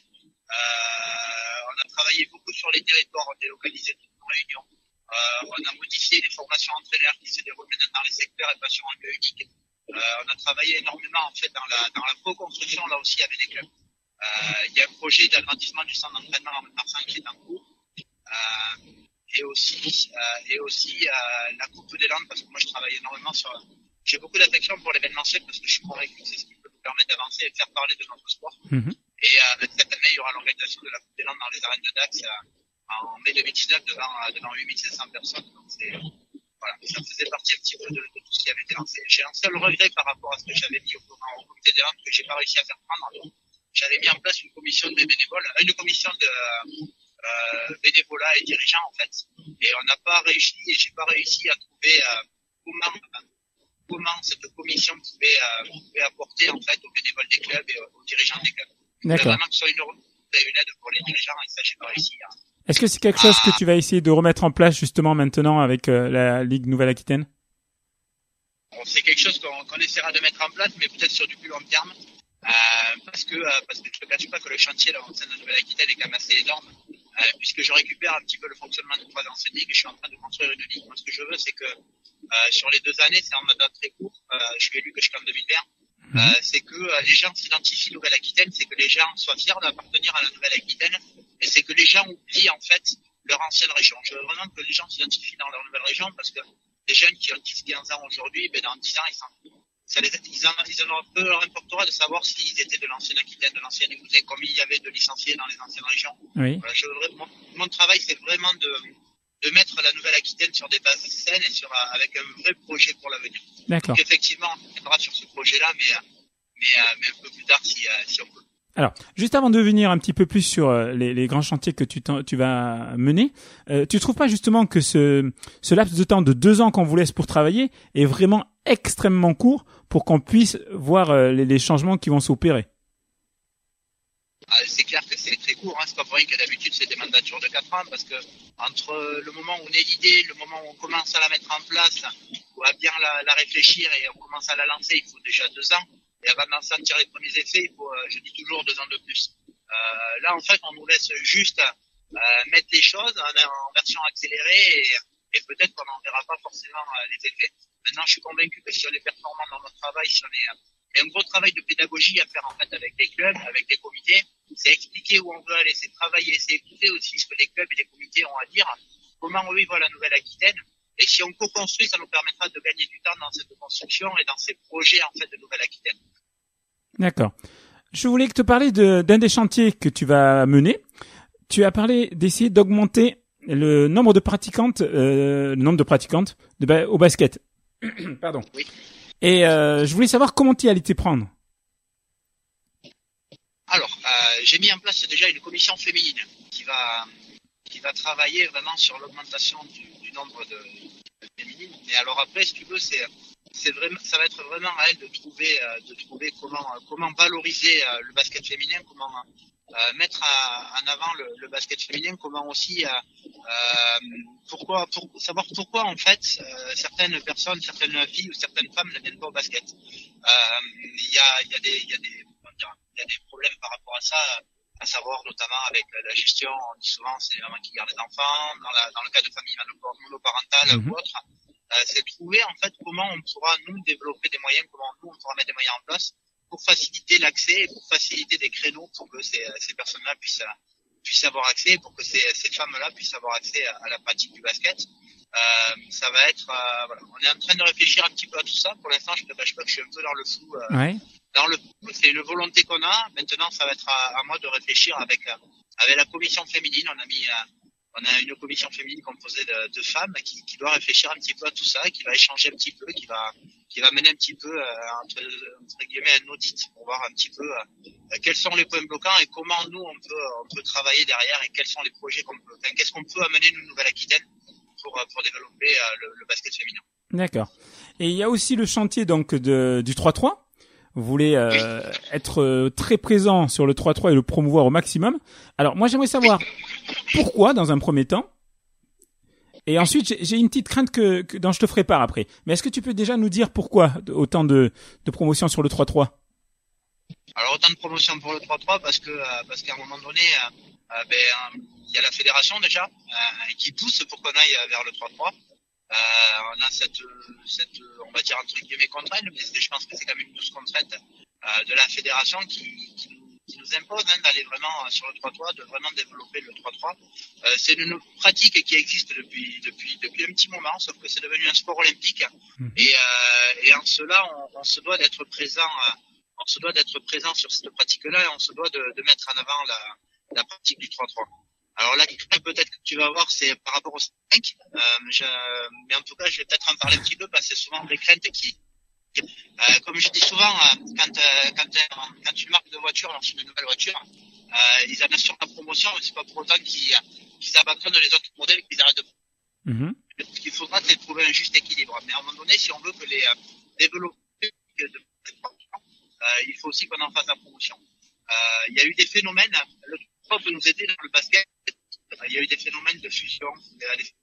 Euh, on a travaillé beaucoup sur les territoires, on a délocalisé toutes nos réunions. Euh, on a modifié les formations entraîneurs qui se déroulent maintenant dans les secteurs et pas sur un lieu unique. Euh, on a travaillé énormément en fait dans la dans la co-construction là aussi avec les clubs. Euh, il y a un projet d'agrandissement du centre d'entraînement en Marsan qui est en cours. Euh, et aussi euh, et aussi euh, la Coupe des Landes parce que moi je travaille énormément sur. J'ai beaucoup d'affection pour l'événementiel parce que je suis convaincu que c'est ce qui peut nous permettre d'avancer et de faire parler de notre sport. Mmh. Et euh, cette année, il y aura l'organisation de la Coupe des Landes dans les arènes de Dax euh, en mai deux mille dix-neuf devant, euh, devant huit mille cinq cents personnes. Donc c'est, voilà, ça faisait partie un petit peu de, de tout ce qui avait été lancé. J'ai un seul regret par rapport à ce que j'avais mis au, au Comité des Landes que j'ai pas réussi à faire prendre. J'avais mis en place une commission de bénévoles, une commission de euh, bénévolat et dirigeants en fait. Et on n'a pas réussi et j'ai pas réussi à trouver euh, comment. comment cette commission pouvait, euh, pouvait apporter en fait aux bénévoles des clubs et aux dirigeants des clubs. D'accord. Vraiment que ce soit une, une aide pour les dirigeants et ça j'ai pas réussi. Hein. Est-ce que c'est quelque chose que tu vas essayer de remettre en place justement maintenant avec euh, la Ligue Nouvelle-Aquitaine? Bon, c'est quelque chose qu'on, qu'on essaiera de mettre en place, mais peut-être sur du plus long terme, euh, parce que euh, parce que je ne cache pas que le chantier là, au sein de la Nouvelle-Aquitaine est quand même assez énorme, euh, puisque je récupère un petit peu le fonctionnement de trois anciennes ligues et je suis en train de construire une ligue. Moi, ce que je veux, c'est que Euh, sur les deux années, c'est un mandat très court. Euh, je lui ai lu que jusqu'en deux mille vingt, euh, c'est que euh, les gens s'identifient Nouvelle-Aquitaine, c'est que les gens soient fiers d'appartenir à la Nouvelle-Aquitaine, et c'est que les gens oublient en fait leur ancienne région. Je veux vraiment que les gens s'identifient dans leur nouvelle région, parce que les jeunes qui ont dix quinze ans aujourd'hui, ben dans dix ans, ils s'en ça les, ils en, ils en ont un peu leur importera de savoir s'ils étaient de l'ancienne Aquitaine, de l'ancienne Limousin, comme il y avait de licenciés dans les anciennes régions. Oui. Voilà, je voudrais, mon, mon travail, c'est vraiment de, de mettre la Nouvelle-Aquitaine sur des bases saines et sur, avec un vrai projet pour l'avenir. D'accord. Donc effectivement, on viendra sur ce projet-là, mais, mais, mais un peu plus tard si, si on peut. Alors, juste avant de venir un petit peu plus sur les, les grands chantiers que tu, tu vas mener, euh, tu trouves pas justement que ce, ce laps de temps de deux ans qu'on vous laisse pour travailler est vraiment extrêmement court pour qu'on puisse voir euh, les, les changements qui vont s'opérer? Ah, c'est clair que c'est très court, hein. C'est pas pour rien que d'habitude c'est des mandatures de quatre ans, parce que entre le moment où on a l'idée, le moment où on commence à la mettre en place, ou à bien la, la réfléchir et on commence à la lancer, il faut déjà deux ans. Et avant d'en sentir les premiers effets, il faut, euh, je dis toujours, deux ans de plus. Euh, là, en fait, on nous laisse juste euh, mettre les choses en, en version accélérée, et, et peut-être qu'on n'en verra pas forcément euh, les effets. Maintenant, je suis convaincu que si on est performant dans notre travail, si on est, euh, il y a un gros travail de pédagogie à faire en fait avec les clubs, avec les comités. C'est expliquer où on veut aller, c'est travailler, c'est écouter aussi ce que les clubs et les comités ont à dire, comment eux ils voient la Nouvelle-Aquitaine. Et si on co-construit, ça nous permettra de gagner du temps dans cette construction et dans ces projets en fait de Nouvelle-Aquitaine. D'accord. Je voulais te parler de, d'un des chantiers que tu vas mener. Tu as parlé d'essayer d'augmenter le nombre de pratiquantes, euh, le nombre de pratiquantes de ba- au basket. Pardon. Oui. Et euh, je voulais savoir comment tu allais t'y prendre. Alors, euh, j'ai mis en place déjà une commission féminine qui va qui va travailler vraiment sur l'augmentation du, du nombre de, de féminines. Et alors après, si tu veux, c'est c'est vraiment, ça va être vraiment à elle de trouver euh, de trouver comment comment valoriser euh, le basket féminin, comment euh, mettre à, en avant le, le basket féminin, comment aussi euh, euh, pourquoi pour savoir pourquoi en fait euh, certaines personnes, certaines filles ou certaines femmes ne viennent pas au basket. Euh, Il y a il y a des il y a des comment dire, il y a des problèmes par rapport à ça, à savoir notamment avec la gestion. On dit souvent c'est les mamans qui gardent les enfants, dans, la, dans le cas de famille monoparentale mmh. ou autre, euh, c'est trouver en fait comment on pourra nous développer des moyens, comment nous on pourra mettre des moyens en place pour faciliter l'accès et pour faciliter des créneaux pour que ces, ces personnes-là puissent, puissent avoir accès, pour que ces, ces femmes-là puissent avoir accès à, à la pratique du basket. Euh, ça va être, euh, voilà. On est en train de réfléchir un petit peu à tout ça. Pour l'instant, je ne te cache pas que je suis un peu dans le flou. Euh, ouais. Dans le flou, c'est une volonté qu'on a. Maintenant, ça va être à, à moi de réfléchir avec avec la commission féminine. On a mis, euh, on a une commission féminine composée de, de femmes qui, qui doit réfléchir un petit peu à tout ça, qui va échanger un petit peu, qui va, qui va mener un petit peu euh, entre, entre guillemets un audit pour voir un petit peu euh, quels sont les points bloquants et comment nous on peut, on peut travailler derrière et quels sont les projets qu'on peut, enfin, qu'est-ce qu'on peut amener nous Nouvelle-Aquitaine pour, pour développer euh, le, le basket féminin. D'accord. Et il y a aussi le chantier donc de, du trois trois. Vous voulez euh, oui. être euh, très présent sur le trois trois et le promouvoir au maximum. Alors moi j'aimerais savoir pourquoi dans un premier temps. Et ensuite j'ai, j'ai une petite crainte que, que dont je te ferai part après. Mais est-ce que tu peux déjà nous dire pourquoi autant de, de promotion sur le trois trois? Alors autant de promotion pour le trois trois parce que euh, parce qu'à un moment donné euh, euh, ben il y a la fédération déjà euh, qui pousse pour qu'on aille vers le trois trois. Euh, on a cette, cette, on va dire entre guillemets contrainte, mais c'est, je pense que c'est quand même une douce contrainte euh, de la fédération qui, qui, nous, qui nous impose hein, d'aller vraiment sur le trois trois, de vraiment développer le trois trois. Euh, c'est une pratique qui existe depuis depuis depuis un petit moment, sauf que c'est devenu un sport olympique. Mmh. Et, euh, et en cela, on, on se doit d'être présent, euh, on se doit d'être présent sur cette pratique-là, et on se doit de, de mettre en avant la, la pratique du trois trois. Alors là, peut-être que tu vas voir, c'est par rapport au cinq, euh, je, mais en tout cas, je vais peut-être en parler un petit peu parce que c'est souvent des craintes qui, qui euh, comme je dis souvent, euh, quand, euh, quand, euh, quand une marque de voiture lance une nouvelle voiture, euh, ils en assurent la promotion, mais c'est pas pour autant qu'ils, qu'ils abandonnent les autres modèles, qu'ils arrêtent de. Mm-hmm. Ce qu'il faudra, c'est trouver un juste équilibre. Mais à un moment donné, si on veut que les euh, développeurs de euh, il faut aussi qu'on en fasse la promotion. Euh, il y a eu des phénomènes. Le trois peut nous aider dans le basket. Il y a eu des phénomènes de fusion. Il y a des,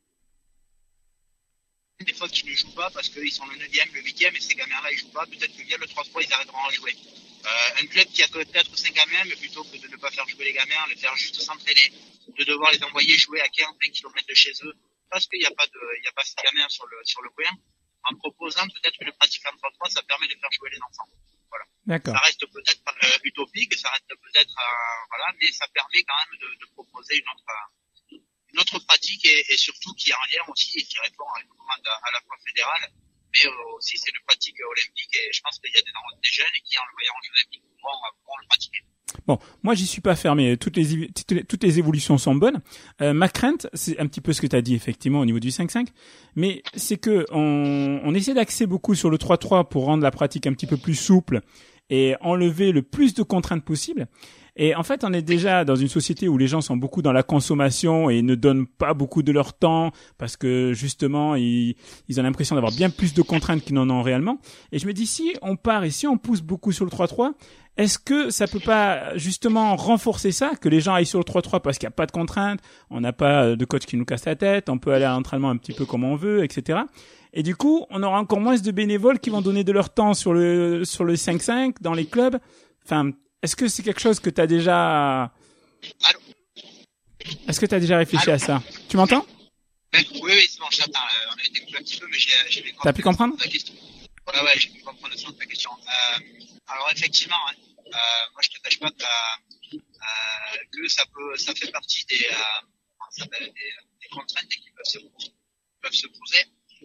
des fois qui ne jouent pas parce qu'ils sont le neuvième, le huitième et ces gamins-là ils jouent pas. Peut-être que via le trois trois ils arrêteront à jouer. Euh, un club qui a que quatre ou cinq gamins, mais plutôt que de ne pas faire jouer les gamins, les faire juste s'entraîner, de devoir les envoyer jouer à quinze à vingt kilomètres de chez eux parce qu'il n'y a pas de, il n'y a pas ces gamins sur le sur le coin. en proposant peut-être une pratique en trois trois, ça permet de faire jouer les enfants. Voilà. D'accord. Ça reste peut-être euh, utopique, ça reste peut-être euh, voilà, mais ça permet quand même de, de proposer une autre euh, une autre pratique et, et surtout qui est en lien aussi et qui répond à une demande à, à la fois fédérale, mais euh, aussi c'est une pratique olympique et je pense qu'il y a des, des jeunes qui en le voyant en Jeux olympiques pourront, pourront le pratiquer. Bon, moi j'y suis pas fermé. Toutes les toutes les, toutes les évolutions sont bonnes. Euh, ma crainte, c'est un petit peu ce que tu as dit effectivement au niveau du cinq cinq, mais c'est que on, on essaie d'axer beaucoup sur le trois trois pour rendre la pratique un petit peu plus souple et enlever le plus de contraintes possible. Et en fait, on est déjà dans une société où les gens sont beaucoup dans la consommation et ne donnent pas beaucoup de leur temps parce que justement, ils, ils ont l'impression d'avoir bien plus de contraintes qu'ils n'en ont réellement. Et je me dis, si on part et si on pousse beaucoup sur le trois trois, est-ce que ça peut pas justement renforcer ça, que les gens aillent sur le trois trois parce qu'il n'y a pas de contraintes, on n'a pas de coach qui nous casse la tête, on peut aller à l'entraînement un petit peu comme on veut, et cetera. Et du coup, on aura encore moins de bénévoles qui vont donner de leur temps sur le sur le cinq cinq dans les clubs. Enfin, est-ce que c'est quelque chose que tu as déjà Allô Est-ce que tu as déjà réfléchi Allô à ça? Tu m'entends? Oui, oui, c'est bon, j'attends. Euh, on a été coupé un petit peu, mais j'ai, j'ai pu comprendre. T'as pu comprendre? Ta question. Ouais, ouais, j'ai pu comprendre le sens de ta question. Euh, alors effectivement, hein, euh, moi je te cache pas que, euh, que ça peut, ça fait partie des, euh, ça s'appelle des, des contraintes qui peuvent se, peuvent se poser.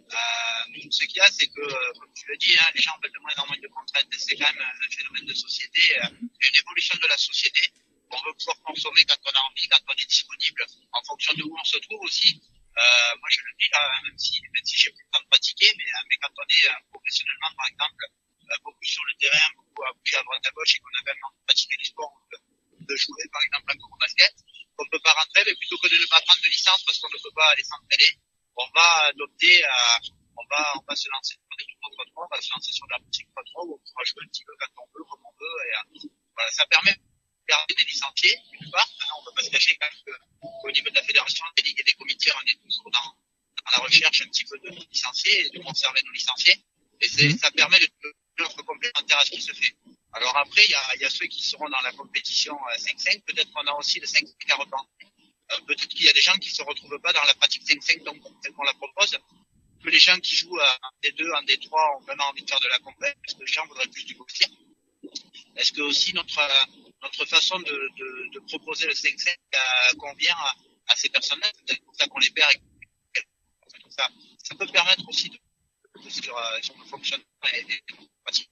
Euh, ce qu'il y a, c'est que, comme tu le dis, hein, les gens veulent de moins en moins de contraintes. C'est quand même un phénomène de société, euh, une évolution de la société. On veut pouvoir consommer quand on a envie, quand on est disponible, en fonction de où on se trouve aussi. Euh, moi, je le dis là, même si, même si j'ai plus le temps de pratiquer, mais, mais quand on est euh, professionnellement, par exemple, euh, beaucoup sur le terrain, beaucoup à bouger à droite à gauche et qu'on a quand même envie de pratiquer du sport, de, de jouer par exemple un cours de basket, on ne peut pas rentrer, mais plutôt que de ne pas prendre de licence parce qu'on ne peut pas aller s'entraîner, on va adopter, euh, on va, on va se lancer sur des tours trois trois, on va se lancer sur de la pratique trois trois où on pourra jouer un petit peu quand on veut, comme on veut, et euh, voilà, ça permet garder des licenciés, d'une part. Hein, on ne peut pas se cacher quand même qu'au niveau de la fédération, des ligues et des comités, on est toujours dans, dans la recherche un petit peu de licenciés et de conserver nos licenciés. Et c'est, mmh. ça permet de d'offres complémentaires à ce qui se fait. Alors après, il y a, y a ceux qui seront dans la compétition cinq cinq. Peut-être qu'on a aussi le cinq cinq à reprendre. Euh, peut-être qu'il y a des gens qui se retrouvent pas dans la pratique cinq cinq donc telle qu'on la propose. Que les gens qui jouent en D deux, en D trois ont vraiment envie de faire de la compète, parce que les gens voudraient plus du loisir. Est-ce que aussi notre notre façon de, de, de proposer le cinq cinq euh, convient à, à ces personnes-là? C'est peut-être pour ça qu'on les perd. Et ça, ça peut permettre aussi de, de sur, sur le fonctionnement et des pratiques.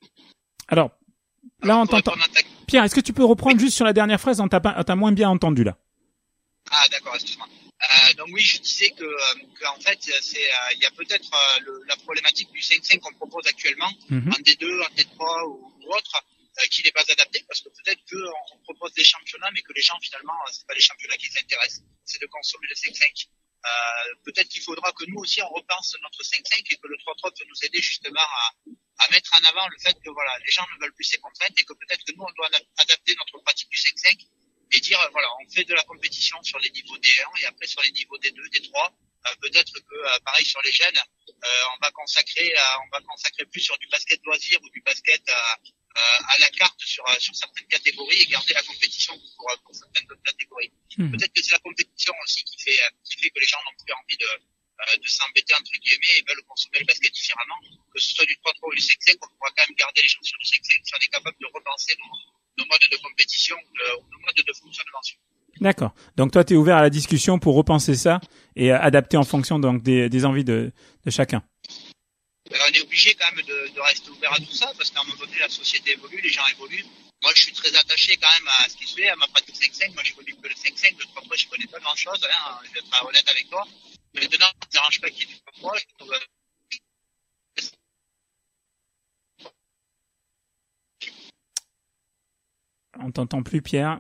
Alors, là, on t'entend. Pierre, est-ce que tu peux reprendre juste sur la dernière phrase? On t'a pas, on t'a moins bien entendu là. Ah, d'accord, excuse-moi. Euh, donc oui, je disais que, que en fait, c'est, il euh, y a peut-être euh, le, la problématique du cinq cinq qu'on propose actuellement, mm-hmm. en D deux, en D trois ou, ou autre, euh, qui n'est pas adapté, parce que peut-être qu'on propose des championnats, mais que les gens finalement, c'est pas les championnats qui les intéressent, c'est de consommer le cinq cinq. Euh, peut-être qu'il faudra que nous aussi on repense notre cinq cinq et que le trois trois peut nous aider justement à, à mettre en avant le fait que voilà, les gens ne veulent plus ces contraintes et que peut-être que nous on doit adapter notre pratique du cinq cinq et dire voilà, on fait de la compétition sur les niveaux D un et après sur les niveaux D deux, D trois. Euh, peut-être que euh, pareil sur les jeunes, euh, on va consacrer, euh, on va consacrer plus sur du basket loisir ou du basket euh, euh, à la carte sur euh, sur certaines catégories et garder la compétition pour, pour certaines autres catégories. Mmh. Peut-être que c'est la compétition aussi qui fait qui fait que les gens n'ont plus envie de euh, de s'embêter entre guillemets et veulent consommer le basket différemment. Que ce soit du trois trois ou du cinq cinq, on pourra quand même garder les gens sur du cinq cinq si on est capable de repenser nos, nos modes de compétition, de, nos modes de fonctionnement. D'accord. Donc toi, tu es ouvert à la discussion pour repenser ça et adapter en fonction donc des, des envies de, de chacun. Euh, on est obligé quand même de, de rester ouvert à tout ça parce qu'à un moment donné, la société évolue, les gens évoluent. Moi, je suis très attaché quand même à ce qui se fait, à ma pratique cinq cinq. Moi, je connais que le cinq cinq, le trois trois, je connais pas grand-chose. Hein, je vais être honnête avec toi. Maintenant, ça ne me dérange pas qu'il y ait du trois trois. Je trouve... On t'entend plus, Pierre.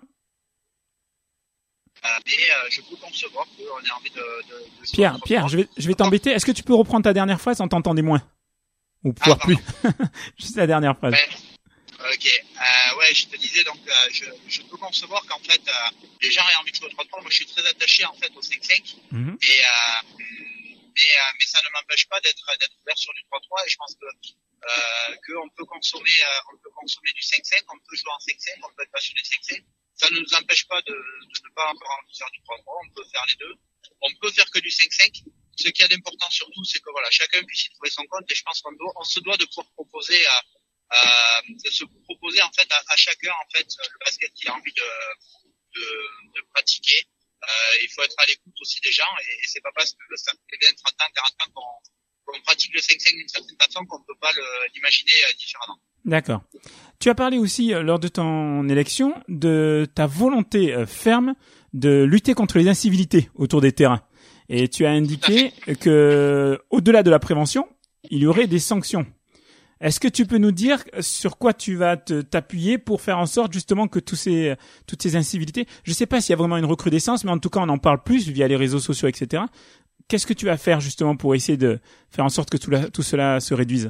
Mais euh, je peux concevoir qu'on ait envie de... de, de Pierre, Pierre, je vais, je vais t'embêter. Est-ce que tu peux reprendre ta dernière phrase? On t'entendait moins. Ou pouvoir ah, plus. Juste la dernière phrase. Ouais. Ok. Euh, ouais, je te disais, donc, euh, je, je peux concevoir qu'en fait, euh, les gens aient envie de jouer au trois trois. Moi, je suis très attaché, en fait, au cinq cinq. Mm-hmm. Et, euh, mais, euh, mais ça ne m'empêche pas d'être, d'être ouvert sur du trois trois. Et je pense que, euh, qu'on peut consommer, euh, on peut consommer du cinq cinq, on peut jouer en cinq cinq, on peut être passionné de cinq cinq. Ça ne nous empêche pas de, de ne pas encore en faire du trois trois, on peut faire les deux. On peut faire que du cinq cinq. ce qu'il y a d'important surtout, c'est que voilà, chacun puisse y trouver son compte, et je pense qu'on doit, on se doit de pouvoir proposer à, à de se proposer en fait à, à chacun en fait le basket qu'il a envie de, de, de pratiquer. Euh, il faut être à l'écoute aussi des gens, et, et c'est pas parce que ça fait vingt, trente ans, quarante ans qu'on, qu'on pratique le cinq cinq d'une certaine façon qu'on peut pas le, l'imaginer euh, différemment. D'accord. Tu as parlé aussi, euh, lors de ton élection, de ta volonté euh, ferme de lutter contre les incivilités autour des terrains. Et tu as indiqué que, au-delà de la prévention, il y aurait des sanctions. Est-ce que tu peux nous dire sur quoi tu vas te, t'appuyer pour faire en sorte justement que tous ces, toutes ces incivilités, je ne sais pas s'il y a vraiment une recrudescence, mais en tout cas on en parle plus via les réseaux sociaux, et cetera. Qu'est-ce que tu vas faire justement pour essayer de faire en sorte que tout, la, tout cela se réduise?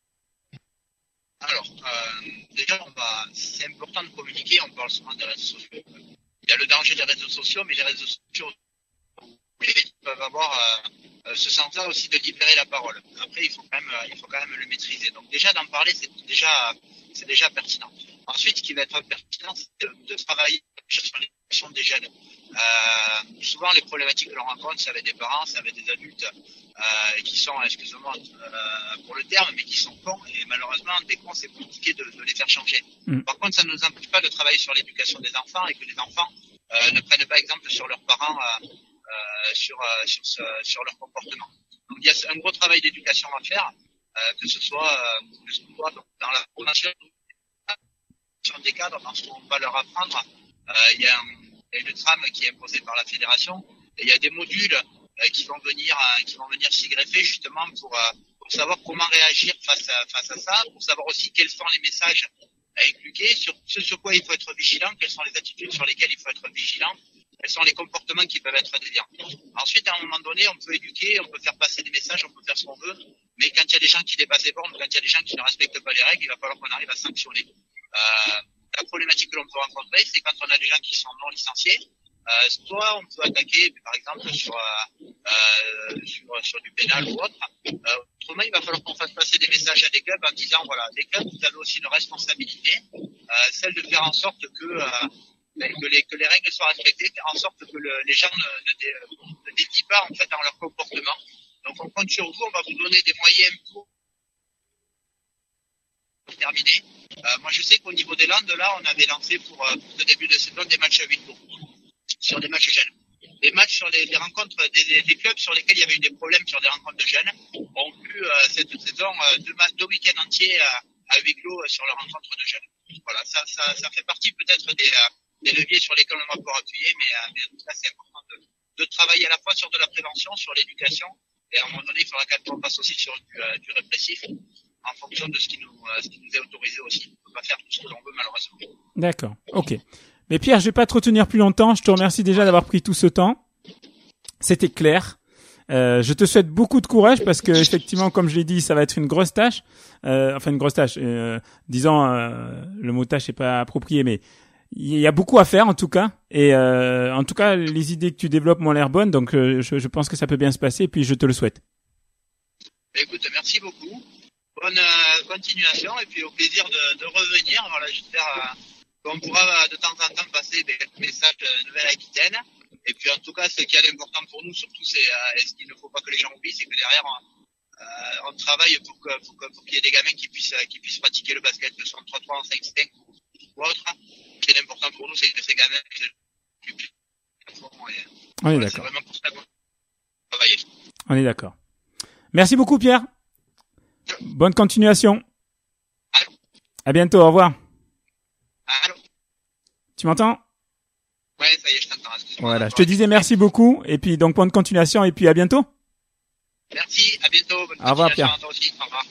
Alors, euh, déjà, on va, c'est important de communiquer, on parle souvent des réseaux sociaux. Il y a le danger des réseaux sociaux, mais les réseaux sociaux peuvent avoir euh, ce sens-là aussi de libérer la parole. Après, il faut quand même, il faut quand même le maîtriser. Donc déjà d'en parler, c'est déjà, c'est déjà pertinent. Ensuite, ce qui va être pertinent, c'est de, de travailler sur l'éducation des jeunes. Euh, souvent, les problématiques que l'on rencontre, c'est avec des parents, c'est avec des adultes euh, qui sont, excusez-moi euh, pour le terme, mais qui sont cons. Et malheureusement, des cons, c'est compliqué de, de les faire changer. Mmh. Par contre, ça ne nous empêche pas de travailler sur l'éducation des enfants et que les enfants euh, ne prennent pas exemple sur leurs parents. Euh, Euh, sur euh, sur ce, sur leur comportement. Donc il y a un gros travail d'éducation à faire, euh, que ce soit euh, que ce soit dans la formation des cadres, dans ce qu'on va leur apprendre. Euh, il y a un, il y a une trame qui est imposée par la fédération, et il y a des modules euh, qui vont venir euh, qui vont venir s'y greffer justement pour euh, pour savoir comment réagir face à face à ça, pour savoir aussi quels sont les messages à inculquer, sur ce sur quoi il faut être vigilant, quelles sont les attitudes sur lesquelles il faut être vigilant. Quels sont les comportements qui peuvent être déviants. Ensuite, à un moment donné, on peut éduquer, on peut faire passer des messages, on peut faire ce qu'on veut, mais quand il y a des gens qui dépassent les bornes, quand il y a des gens qui ne respectent pas les règles, il va falloir qu'on arrive à sanctionner. Euh, la problématique que l'on peut rencontrer, c'est quand on a des gens qui sont non licenciés, euh, soit on peut attaquer, par exemple, sur, euh, euh, sur, sur du pénal ou autre. Euh, autrement, il va falloir qu'on fasse passer des messages à des clubs en disant, voilà, les clubs, vous avez aussi une responsabilité, euh, celle de faire en sorte que... Euh, Que les, que les règles soient respectées, faire en sorte que le, les gens ne, ne, dé, ne dévient pas en fait dans leur comportement. Donc on compte sur vous, on va vous donner des moyens pour terminer. Euh, moi je sais qu'au niveau des Landes, là, on avait lancé pour, pour le début de saison des matchs à huis clos, sur des matchs jeunes. Les matchs sur les, les rencontres des, des, des clubs sur lesquels il y avait eu des problèmes sur des rencontres de jeunes ont eu euh, cette saison euh, deux, deux week-ends entiers à, à huis clos euh, sur leurs rencontres de jeunes. Voilà, ça, ça, ça fait partie peut-être des euh, des leviers sur lesquels on va pouvoir appuyer, mais, euh, mais en tout cas, c'est important de, de travailler à la fois sur de la prévention, sur l'éducation, et à un moment donné, il faudra qu'on passe aussi sur du, euh, du répressif, en fonction de ce qui nous, euh, ce qui nous est autorisé aussi. On ne peut pas faire tout ce que l'on veut, malheureusement. D'accord, ok. Mais Pierre, je vais pas te retenir plus longtemps. Je te remercie déjà d'avoir pris tout ce temps. C'était clair. Euh, je te souhaite beaucoup de courage parce que effectivement, comme je l'ai dit, ça va être une grosse tâche. Euh, enfin, une grosse tâche. Euh, disons, euh, le mot tâche n'est pas approprié, mais il y a beaucoup à faire en tout cas, et euh, en tout cas les idées que tu développes m'ont l'air bonnes, donc euh, je, je pense que ça peut bien se passer, et puis je te le souhaite. Écoute, merci beaucoup, bonne euh, continuation, et puis au plaisir de, de revenir. Voilà, j'espère euh, qu'on pourra euh, de temps en temps passer des messages de Nouvelle-Aquitaine, et puis en tout cas ce qui est important pour nous surtout, c'est euh, ce qu'il ne faut pas que les gens oublient, c'est que derrière on, euh, on travaille pour que pour, que, pour qu'il y ait des gamins qui puissent qui puissent pratiquer le basket, que ce soit en trois trois, en cinq cinq ou autre. Ce qui est important pour nous, c'est que ces gamins puissent. On est d'accord. C'est vraiment pour ça qu'on travaille. On est d'accord. Merci beaucoup, Pierre. Bonne continuation. Allô. À bientôt. Au revoir. Allô. Tu m'entends? Ouais, ça y est, je t'entends. Excuse-moi. Voilà. Je te disais merci beaucoup. Et puis, donc, bonne continuation. Et puis, à bientôt. Merci. À bientôt. Bonne Au revoir, Pierre. Aussi. Au revoir.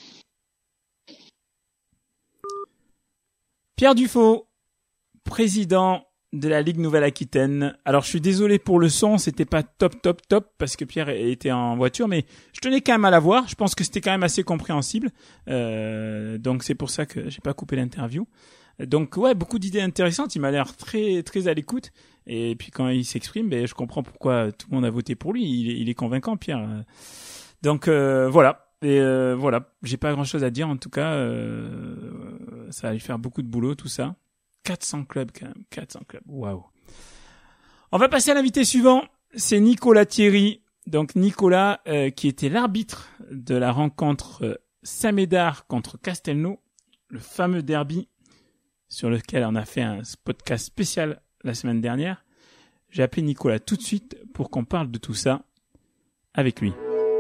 Pierre Dufaux, président de la Ligue Nouvelle-Aquitaine. Alors, je suis désolé pour le son, c'était pas top, top, top, parce que Pierre était en voiture, mais je tenais quand même à l'avoir. Je pense que c'était quand même assez compréhensible. Euh, donc, c'est pour ça que j'ai pas coupé l'interview. Donc, ouais, beaucoup d'idées intéressantes. Il m'a l'air très, très à l'écoute. Et puis, quand il s'exprime, ben, je comprends pourquoi tout le monde a voté pour lui. Il est, il est convaincant, Pierre. Donc, euh, voilà. Et euh, voilà, j'ai pas grand chose à dire en tout cas, euh, ça va lui faire beaucoup de boulot tout ça. quatre cents clubs quand même, quatre cents clubs, waouh. On va passer à l'invité suivant, c'est Nicolas Thierry. Donc Nicolas, euh, qui était l'arbitre de la rencontre euh, Saint-Médard contre Castelnau, le fameux derby sur lequel on a fait un podcast spécial la semaine dernière. J'ai appelé Nicolas tout de suite pour qu'on parle de tout ça avec lui.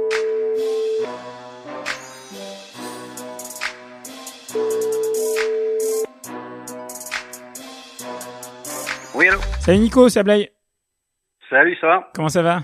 Oui, allô? Salut Nico, c'est Ablaye. Salut, ça va? Comment ça va?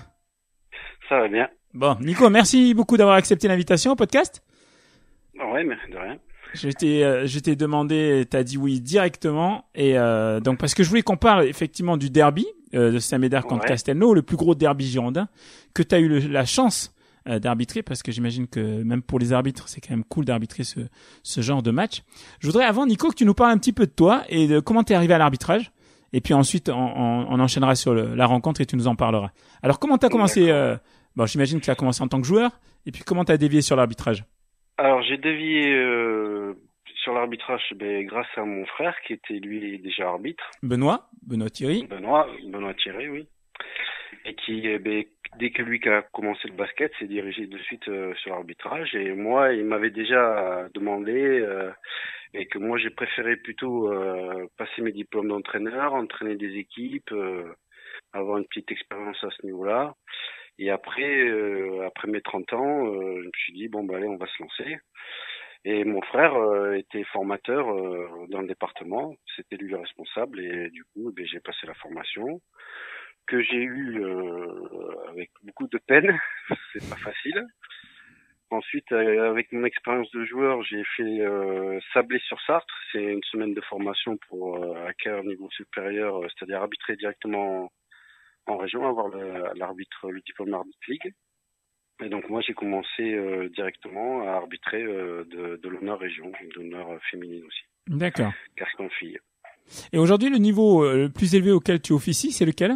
Ça va bien. Bon, Nico, merci beaucoup d'avoir accepté l'invitation au podcast. Ouais, mais de rien. Je t'ai, euh, je t'ai demandé, t'as dit oui directement, et euh, donc parce que je voulais qu'on parle effectivement du derby euh, de Saint-Médard contre Ouais. Castelnau, le plus gros derby girondin, que t'as eu le, la chance euh, d'arbitrer, parce que j'imagine que même pour les arbitres, c'est quand même cool d'arbitrer ce, ce genre de match. Je voudrais avant, Nico, que tu nous parles un petit peu de toi et de comment t'es arrivé à l'arbitrage, et puis ensuite on, on, on enchaînera sur le, la rencontre et tu nous en parleras. Alors comment t'as commencé euh, Bon, j'imagine que tu as commencé en tant que joueur, et puis comment t'as dévié sur l'arbitrage? Alors, j'ai dévié euh, sur l'arbitrage ben, grâce à mon frère qui était lui déjà arbitre, Benoît, Benoît Thierry. Benoît, Benoît Thierry, oui. Et qui, eh ben, dès que lui qui a commencé le basket, s'est dirigé de suite euh, sur l'arbitrage. Et moi, il m'avait déjà demandé, euh, et que moi, j'ai préféré plutôt euh, passer mes diplômes d'entraîneur, entraîner des équipes, euh, avoir une petite expérience à ce niveau-là. Et après, euh, après mes trente ans, euh, je me suis dit, bon, bah, allez, on va se lancer. Et mon frère euh, était formateur euh, dans le département. C'était lui le responsable. Et du coup, eh bien, j'ai passé la formation que j'ai eue euh, avec beaucoup de peine. C'est pas facile. Ensuite, euh, avec mon expérience de joueur, j'ai fait euh, Sablé-sur-Sarthe. C'est une semaine de formation pour euh, acquérir un niveau supérieur, euh, c'est-à-dire arbitrer directement en région, avoir le, l'arbitre, le diplôme d'arbitre ligue. Et donc moi j'ai commencé euh, directement à arbitrer euh, de, de l'honneur région, de l'honneur féminine aussi. D'accord. Garçon-fille. Et aujourd'hui, le niveau euh, le plus élevé auquel tu officies, c'est lequel?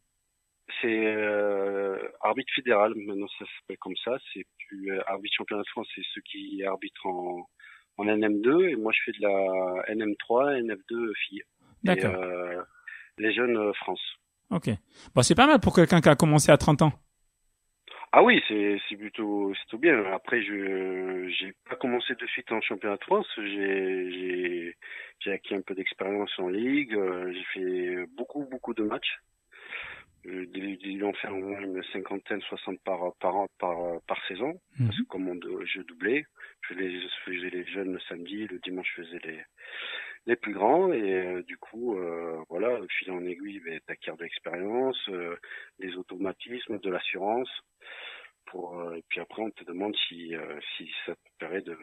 C'est euh, arbitre fédéral, maintenant ça s'appelle comme ça. C'est plus euh, arbitre championnat de France, c'est ceux qui arbitrent en, en N M deux, et moi je fais de la N M trois, N F deux filles. D'accord. Et euh, les jeunes euh, France. Ok. Bon, c'est pas mal pour quelqu'un qui a commencé à trente ans. Ah oui, c'est c'est plutôt c'est plutôt bien. Après, je j'ai pas commencé de suite en championnat de France. J'ai j'ai j'ai acquis un peu d'expérience en ligue. Euh, j'ai fait beaucoup beaucoup de matchs. Euh, J'ai dû en faire au moins une cinquantaine, soixante par par an par par saison. Mhm. Parce que comme on, je doublais, je faisais, je faisais les jeunes le samedi, le dimanche je faisais les les plus grands, et euh, du coup euh, voilà, fil en aiguille, ben, t'acquiers de l'expérience, euh, des automatismes, de l'assurance. Pour, euh, et puis après on te demande si euh, si ça te permet de,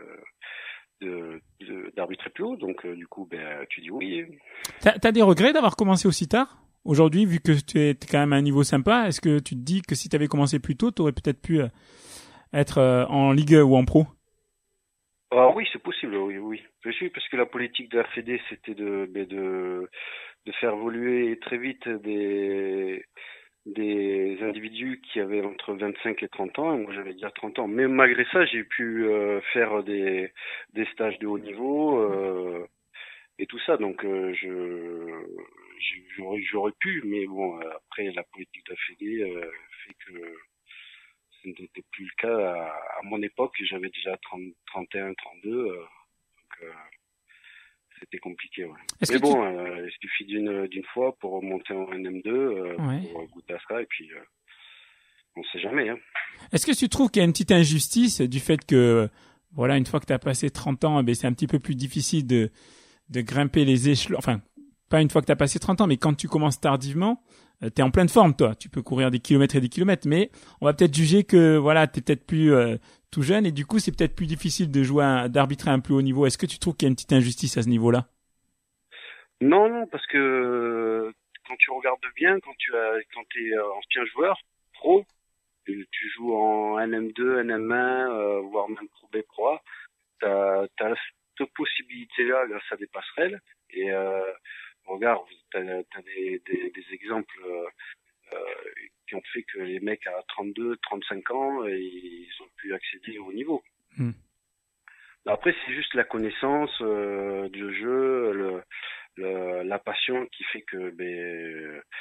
de, de d'arbitrer plus haut, donc euh, du coup ben tu dis oui. T'as, t'as des regrets d'avoir commencé aussi tard? Aujourd'hui, vu que tu es t'es quand même à un niveau sympa, est-ce que tu te dis que si t'avais commencé plus tôt, t'aurais peut-être pu euh, être euh, en Ligue ou en Pro? Ah oui, c'est possible, oui, oui. Je suis, parce que la politique de la Fédé, c'était de ben, de de faire évoluer très vite des des individus qui avaient entre vingt-cinq et trente ans, et moi j'avais déjà trente ans. Mais malgré ça, j'ai pu euh, faire des des stages de haut niveau euh, et tout ça. Donc euh, je j'aurais, j'aurais pu, mais bon, après la politique de la Fédé euh, fait que ce n'était plus le cas à, à mon époque. J'avais déjà trente, trente et un, trente-deux, euh, donc euh, c'était compliqué, ouais. Est-ce Mais que bon, tu- euh, il suffit d'une d'une fois pour monter en N M deux, euh, Ouais. pour goûter à ça, et puis euh, on sait jamais, hein. Est-ce que tu trouves qu'il y a une petite injustice du fait que, voilà, une fois que tu as passé trente ans, eh ben, c'est un petit peu plus difficile de, de grimper les échelons, enfin, pas une fois que tu as passé trente ans, mais quand tu commences tardivement, tu es en pleine forme, toi. Tu peux courir des kilomètres et des kilomètres, mais on va peut-être juger que, voilà, tu es peut-être plus euh, tout jeune, et du coup, c'est peut-être plus difficile de jouer, un- d'arbitrer à un plus haut niveau. Est-ce que tu trouves qu'il y a une petite injustice à ce niveau-là? Non, non, parce que euh, quand tu regardes bien, quand tu as, quand t'es euh, ancien joueur, pro, tu, tu joues en N M deux, N M un, euh, voire même Pro B, Pro A, t'as, t'as cette possibilité-là grâce à des passerelles, et euh, regarde, t'as, t'as des, des, des exemples euh, euh, qui ont fait que les mecs à trente-deux, trente-cinq ans, euh, ils ont pu accéder au niveau. Hmm. Après, c'est juste la connaissance euh, du jeu, le, le, la passion qui fait que, ben, euh, voilà. Et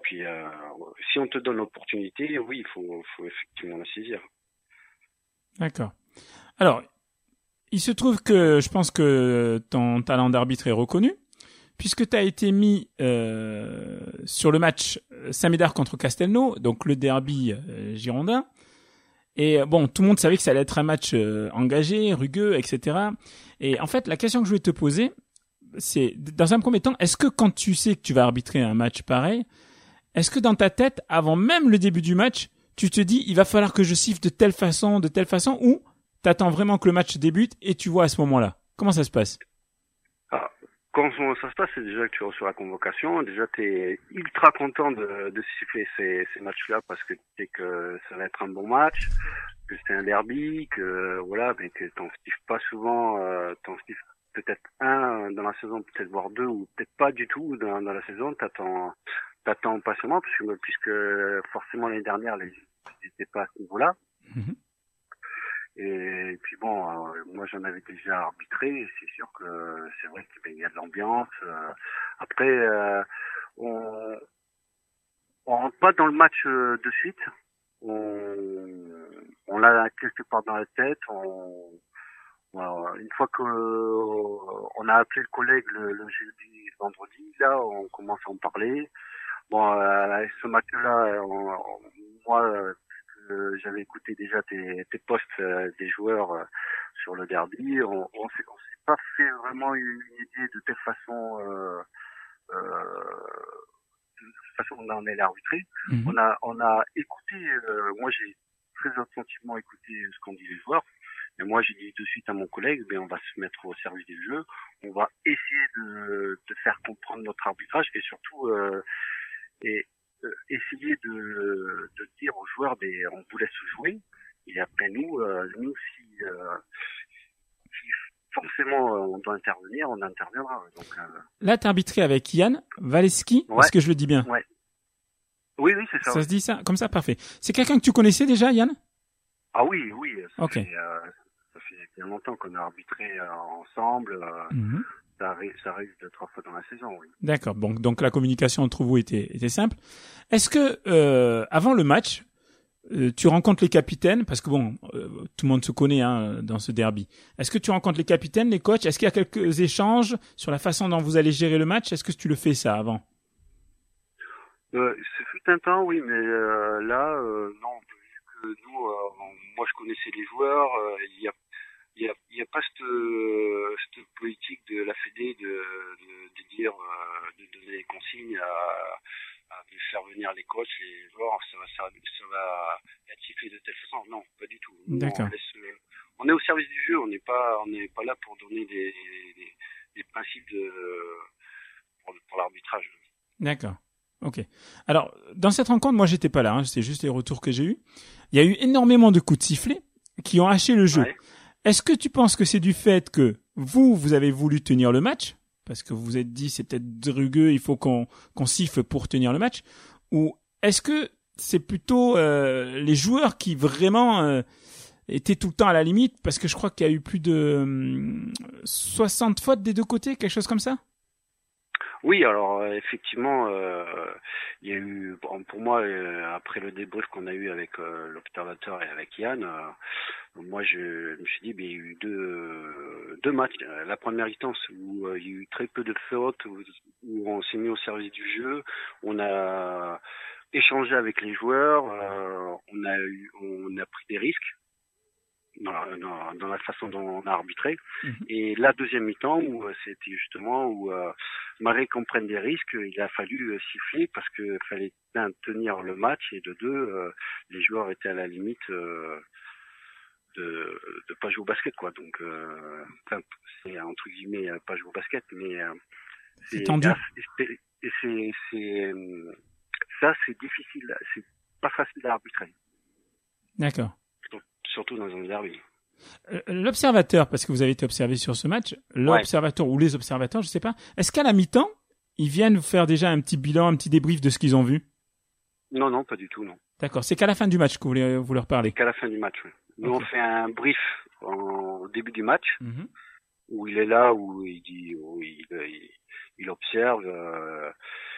puis, euh, si on te donne l'opportunité, oui, il faut, faut effectivement la saisir. D'accord. Alors, il se trouve que je pense que ton talent d'arbitre est reconnu, puisque tu as été mis euh, sur le match Saint-Médard contre Castelnau, donc le derby euh, girondin. Et bon, tout le monde savait que ça allait être un match euh, engagé, rugueux, et cetera. Et en fait, la question que je voulais te poser, c'est, dans un premier temps, est-ce que quand tu sais que tu vas arbitrer un match pareil, est-ce que dans ta tête, avant même le début du match, tu te dis, il va falloir que je siffle de telle façon, de telle façon, ou t'attends vraiment que le match débute et tu vois à ce moment-là? Comment ça se passe? Ah, quand ça se passe, c'est déjà que tu reçois la convocation. Déjà, tu es ultra content de, de siffler ces, ces matchs-là parce que tu sais que ça va être un bon match, que c'est un derby, que voilà, mais que t'en siffles pas souvent, euh, t'en siffles peut-être un dans la saison, peut-être voire deux, ou peut-être pas du tout dans, dans la saison. T'attends, t'attends patiemment parce que puisque forcément l'année dernière, les n'étaient pas à ce niveau-là. Mmh. Et puis bon, euh, moi j'en avais déjà arbitré, c'est sûr que c'est vrai qu'il y a de l'ambiance. Euh, après, euh, on on rentre pas dans le match euh, de suite. On, on l'a quelque part dans la tête. On, voilà, une fois que euh, on a appelé le collègue le, le jeudi, le vendredi, là, on commence à en parler. Bon, euh, ce match-là, on, on, moi. Euh, j'avais écouté déjà tes, tes posts euh, des joueurs euh, sur le derby. On, on s'est, on s'est pas fait vraiment une, une idée de telle façon, euh, euh, de façon on en allait arbitrer. Mm-hmm. On a, on a écouté. Euh, moi, j'ai très attentivement écouté ce qu'ont dit les joueurs. Et moi, j'ai dit de suite à mon collègue, ben on va se mettre au service du jeu. On va essayer de, de faire comprendre notre arbitrage et surtout euh, et Euh, essayer de, de dire aux joueurs, ben, on vous laisse jouer, et après nous, euh, nous si, euh, si forcément euh, on doit intervenir, on interviendra. Donc, euh... Là, tu as arbitré avec Yann Waleski, ouais. Est-ce que je le dis bien? Ouais. Oui, oui, c'est ça. Ça ouais. se dit ça? Comme ça, parfait. C'est quelqu'un que tu connaissais déjà, Yann? Ah oui, oui. Ça, okay. fait, euh, ça fait bien longtemps qu'on a arbitré euh, ensemble. Euh, mm-hmm. Ça arrive, ça arrive deux, trois fois dans la saison, oui. D'accord. Bon, donc la communication entre vous était, était simple. Est-ce que euh, avant le match, euh, tu rencontres les capitaines, parce que bon, euh, tout le monde se connaît hein, dans ce derby. Est-ce que tu rencontres les capitaines, les coachs? Est-ce qu'il y a quelques échanges sur la façon dont vous allez gérer le match? Est-ce que tu le fais ça avant? euh, Ce fut un temps, oui, mais euh, là, euh, non. Vu que nous, euh, moi, je connaissais les joueurs. Euh, il y a Il n'y a, il y a pas cette, cette politique de la Fédé de, de, de dire, euh, de donner des consignes à, à de faire venir les coachs, les joueurs, ça va, ça, ça va être sifflé de telle façon. Non, pas du tout. Nous, D'accord. On, laisse, on est au service du jeu, on n'est pas, on n'est pas là pour donner des, des, des principes de, pour, pour l'arbitrage. D'accord. Ok. Alors, dans cette rencontre, moi, j'étais pas là, hein, c'est juste les retours que j'ai eus. Il y a eu énormément de coups de sifflet qui ont haché le jeu. Ouais. Est-ce que tu penses que c'est du fait que vous, vous avez voulu tenir le match, parce que vous vous êtes dit c'est peut-être rugueux, il faut qu'on, qu'on siffle pour tenir le match, ou est-ce que c'est plutôt euh, les joueurs qui vraiment euh, étaient tout le temps à la limite, parce que je crois qu'il y a eu plus de euh, soixante fautes des deux côtés, quelque chose comme ça? Oui, alors euh, effectivement, euh, il y a eu, bon, pour moi, euh, après le débrief qu'on a eu avec euh, l'observateur et avec Yann, euh, moi je, je me suis dit, ben, il y a eu deux, deux matchs. La première instance où euh, il y a eu très peu de fautes, où, où on s'est mis au service du jeu, on a échangé avec les joueurs, euh, on a eu, on a pris des risques. Dans la, dans, dans la façon dont on a arbitré. Mmh. Et la deuxième mi-temps, où euh, c'était justement où, euh, malgré qu'on prenne des risques, il a fallu euh, siffler parce qu'il fallait d'un tenir le match et de deux, euh, les joueurs étaient à la limite euh, de de pas jouer au basket, quoi. Donc, euh, c'est entre guillemets pas jouer au basket, mais euh, c'est, c'est tendu. Et c'est, c'est ça, c'est difficile, c'est pas facile à arbitrer. D'accord. Surtout dans un derby. L'observateur, parce que vous avez été observé sur ce match, l'observateur ouais. ou les observateurs, je sais pas, est-ce qu'à la mi-temps, ils viennent vous faire déjà un petit bilan, un petit débrief de ce qu'ils ont vu? Non, non, pas du tout, non. D'accord, c'est qu'à la fin du match que vous, voulez, vous leur parlez? C'est qu'à la fin du match, oui. Nous, okay. On fait un brief en, au début du match, mm-hmm. où il est là, où il dit, où il, il, il observe, euh,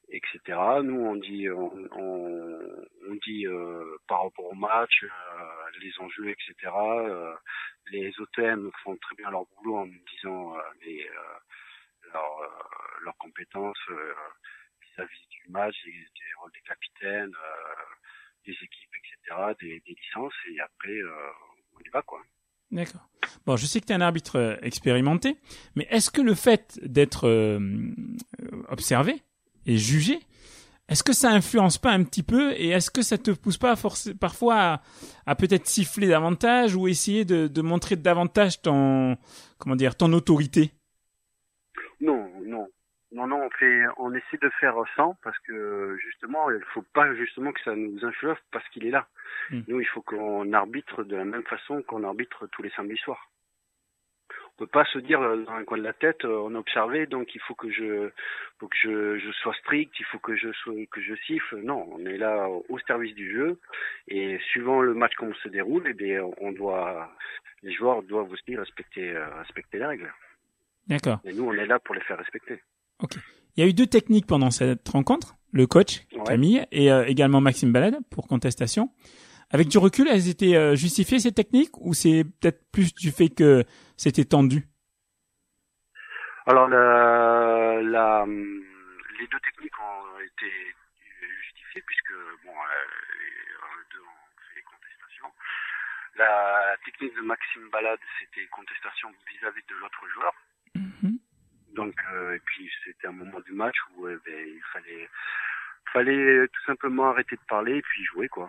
et cetera. Nous, on dit, on, on, on dit euh, par rapport au match, euh, les enjeux, et cetera. Euh, les O T M font très bien leur boulot en nous disant euh, les, euh, leurs euh, leurs compétences euh, vis-à-vis du match, des, des rôles des capitaines, euh, des équipes, et cetera, des, des licences, et après, euh, on y va, quoi. D'accord. Bon, je sais que tu es un arbitre expérimenté, mais est-ce que le fait d'être euh, observé et jugé, est-ce que ça influence pas un petit peu et est-ce que ça te pousse pas forc- parfois à, à peut-être siffler davantage ou essayer de, de montrer davantage ton, comment dire, ton autorité? Non, non. Non, non, on fait, on essaie de faire sans parce que justement, il faut pas justement que ça nous influence parce qu'il est là. Mm. Nous, il faut qu'on arbitre de la même façon qu'on arbitre tous les samedis soirs. On peut pas se dire dans un coin de la tête, on a observé, donc il faut que je, faut que je, je sois strict, il faut que je sois, que je siffle. Non, on est là au service du jeu et suivant le match comment se déroule, eh bien, on doit, les joueurs doivent aussi respecter, respecter les règles. D'accord. Et nous, on est là pour les faire respecter. Ok. Il y a eu deux techniques pendant cette rencontre. Le coach, ouais. Camille, et euh, également Maxime Balade pour contestation. Avec du recul, elles étaient euh, justifiées ces techniques ou c'est peut-être plus du fait que c'était tendu? Alors, la, la, les deux techniques ont été justifiées puisque, bon, euh, deux ont fait contestation. La technique de Maxime Balade, c'était contestation vis-à-vis de l'autre joueur. Mm-hmm. Donc, euh, et puis c'était un moment du match où euh, ben, il fallait, fallait tout simplement arrêter de parler et puis jouer, quoi.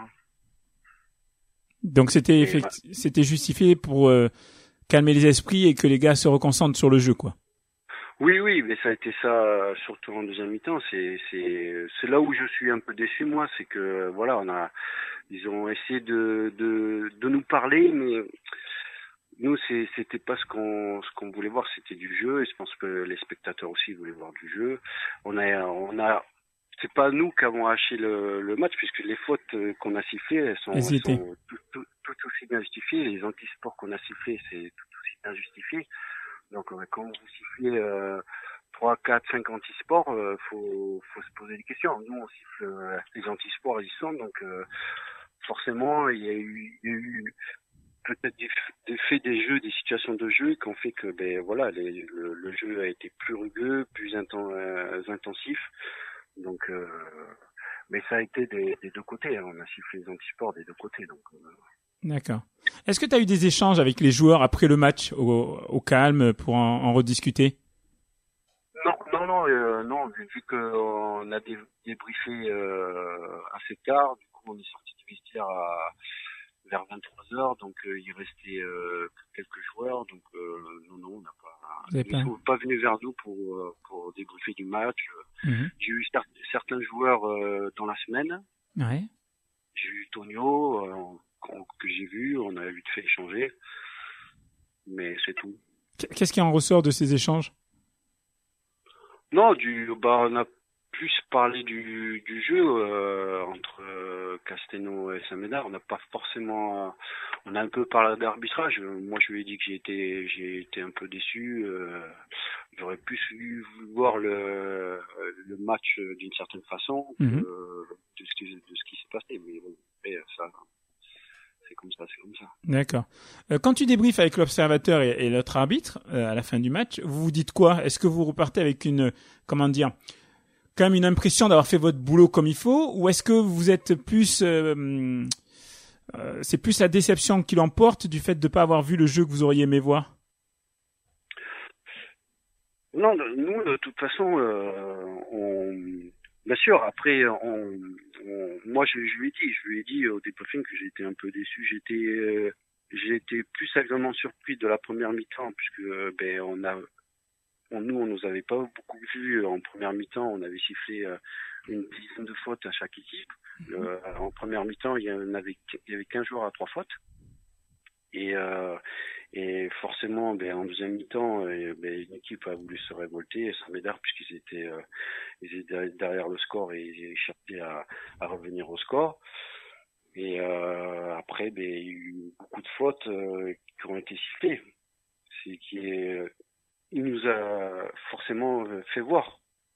Donc c'était effect... bah... c'était justifié pour euh, calmer les esprits et que les gars se reconcentrent sur le jeu, quoi. Oui, oui, mais ça a été ça surtout en deuxième mi-temps. C'est, c'est, c'est là où je suis un peu déçu, moi, c'est que voilà, on a, ils ont essayé de, de, de nous parler, mais nous, c'est, c'était pas ce qu'on, ce qu'on voulait voir, c'était du jeu, et je pense que les spectateurs aussi voulaient voir du jeu. On a, on a, c'est pas nous qui avons haché le, le match, puisque les fautes qu'on a sifflées, elles sont, elles sont tout, tout, tout aussi bien justifiées. Les antisports qu'on a sifflés, c'est tout aussi bien justifié. Donc, quand vous sifflez euh, trois, quatre, cinq antisports, euh, faut, faut se poser des questions. Nous, on siffle euh, les antisports, ils y sont, donc euh, forcément, il y a eu, il y a eu peut-être des, des faits des jeux, des situations de jeu qui ont fait que, ben voilà, les, le, le jeu a été plus rugueux, plus inten, euh, intensif. Donc, euh, mais ça a été des, des deux côtés. Hein. On a sifflé les antisports des deux côtés. Donc. Euh, D'accord. Est-ce que tu as eu des échanges avec les joueurs après le match au, au calme pour en, en rediscuter? Non, non, non, euh, non. Vu, vu qu'on a dé, débriefé euh, assez tard, du coup on est sorti du vestiaire à, vers vingt-trois heures, donc euh, il restait euh, quelques joueurs, donc euh, non, non, on n'a pas. Ils ne sont pas venus vers nous pour pour débriefer du match. Mm-hmm. J'ai eu certains joueurs euh, dans la semaine. Ouais. J'ai eu Tonio. Euh, que j'ai vu, on a vite fait échanger, mais c'est tout. Qu'est-ce qui en ressort de ces échanges? Non, du, bah, on a plus parlé du, du jeu euh, entre euh, Castelnau et Saint-Médard. On n'a pas forcément, on a un peu parlé d'arbitrage. Moi, je lui ai dit que j'ai été, j'ai été un peu déçu. Euh, j'aurais plus voulu voir le, le match d'une certaine façon mm-hmm. euh, de ce qui, de ce qui s'est passé, mais bon, après, ça. C'est comme ça, c'est comme ça. D'accord. Euh, quand tu débriefes avec l'observateur et, et l'autre arbitre euh, à la fin du match, vous vous dites quoi? Est-ce que vous repartez avec une, comment dire, quand même une impression d'avoir fait votre boulot comme il faut, ou est-ce que vous êtes plus, euh, euh, c'est plus la déception qui l'emporte du fait de ne pas avoir vu le jeu que vous auriez aimé voir? Non, nous, de toute façon, euh, on, bien sûr, après, on, on, moi, je, je lui ai dit, je lui ai dit au débriefing que j'étais un peu déçu. J'étais, euh, j'ai été plus agréablement surpris de la première mi-temps, puisque ben on a, on, nous, on nous avait pas beaucoup vu en première mi-temps. On avait sifflé euh, une dizaine de fautes à chaque équipe. Euh, en première mi-temps, il y en avait, il y avait quinze joueurs à trois fautes. Et euh, Et forcément, ben, en deuxième mi-temps, euh, ben, une équipe a voulu se révolter, Saint-Médard, puisqu'ils étaient, euh, ils étaient derrière le score et ils cherchaient à, à revenir au score. Et euh, après, ben, il y a eu beaucoup de fautes euh, qui ont été sifflées. C'est qui est, il nous a forcément fait voir.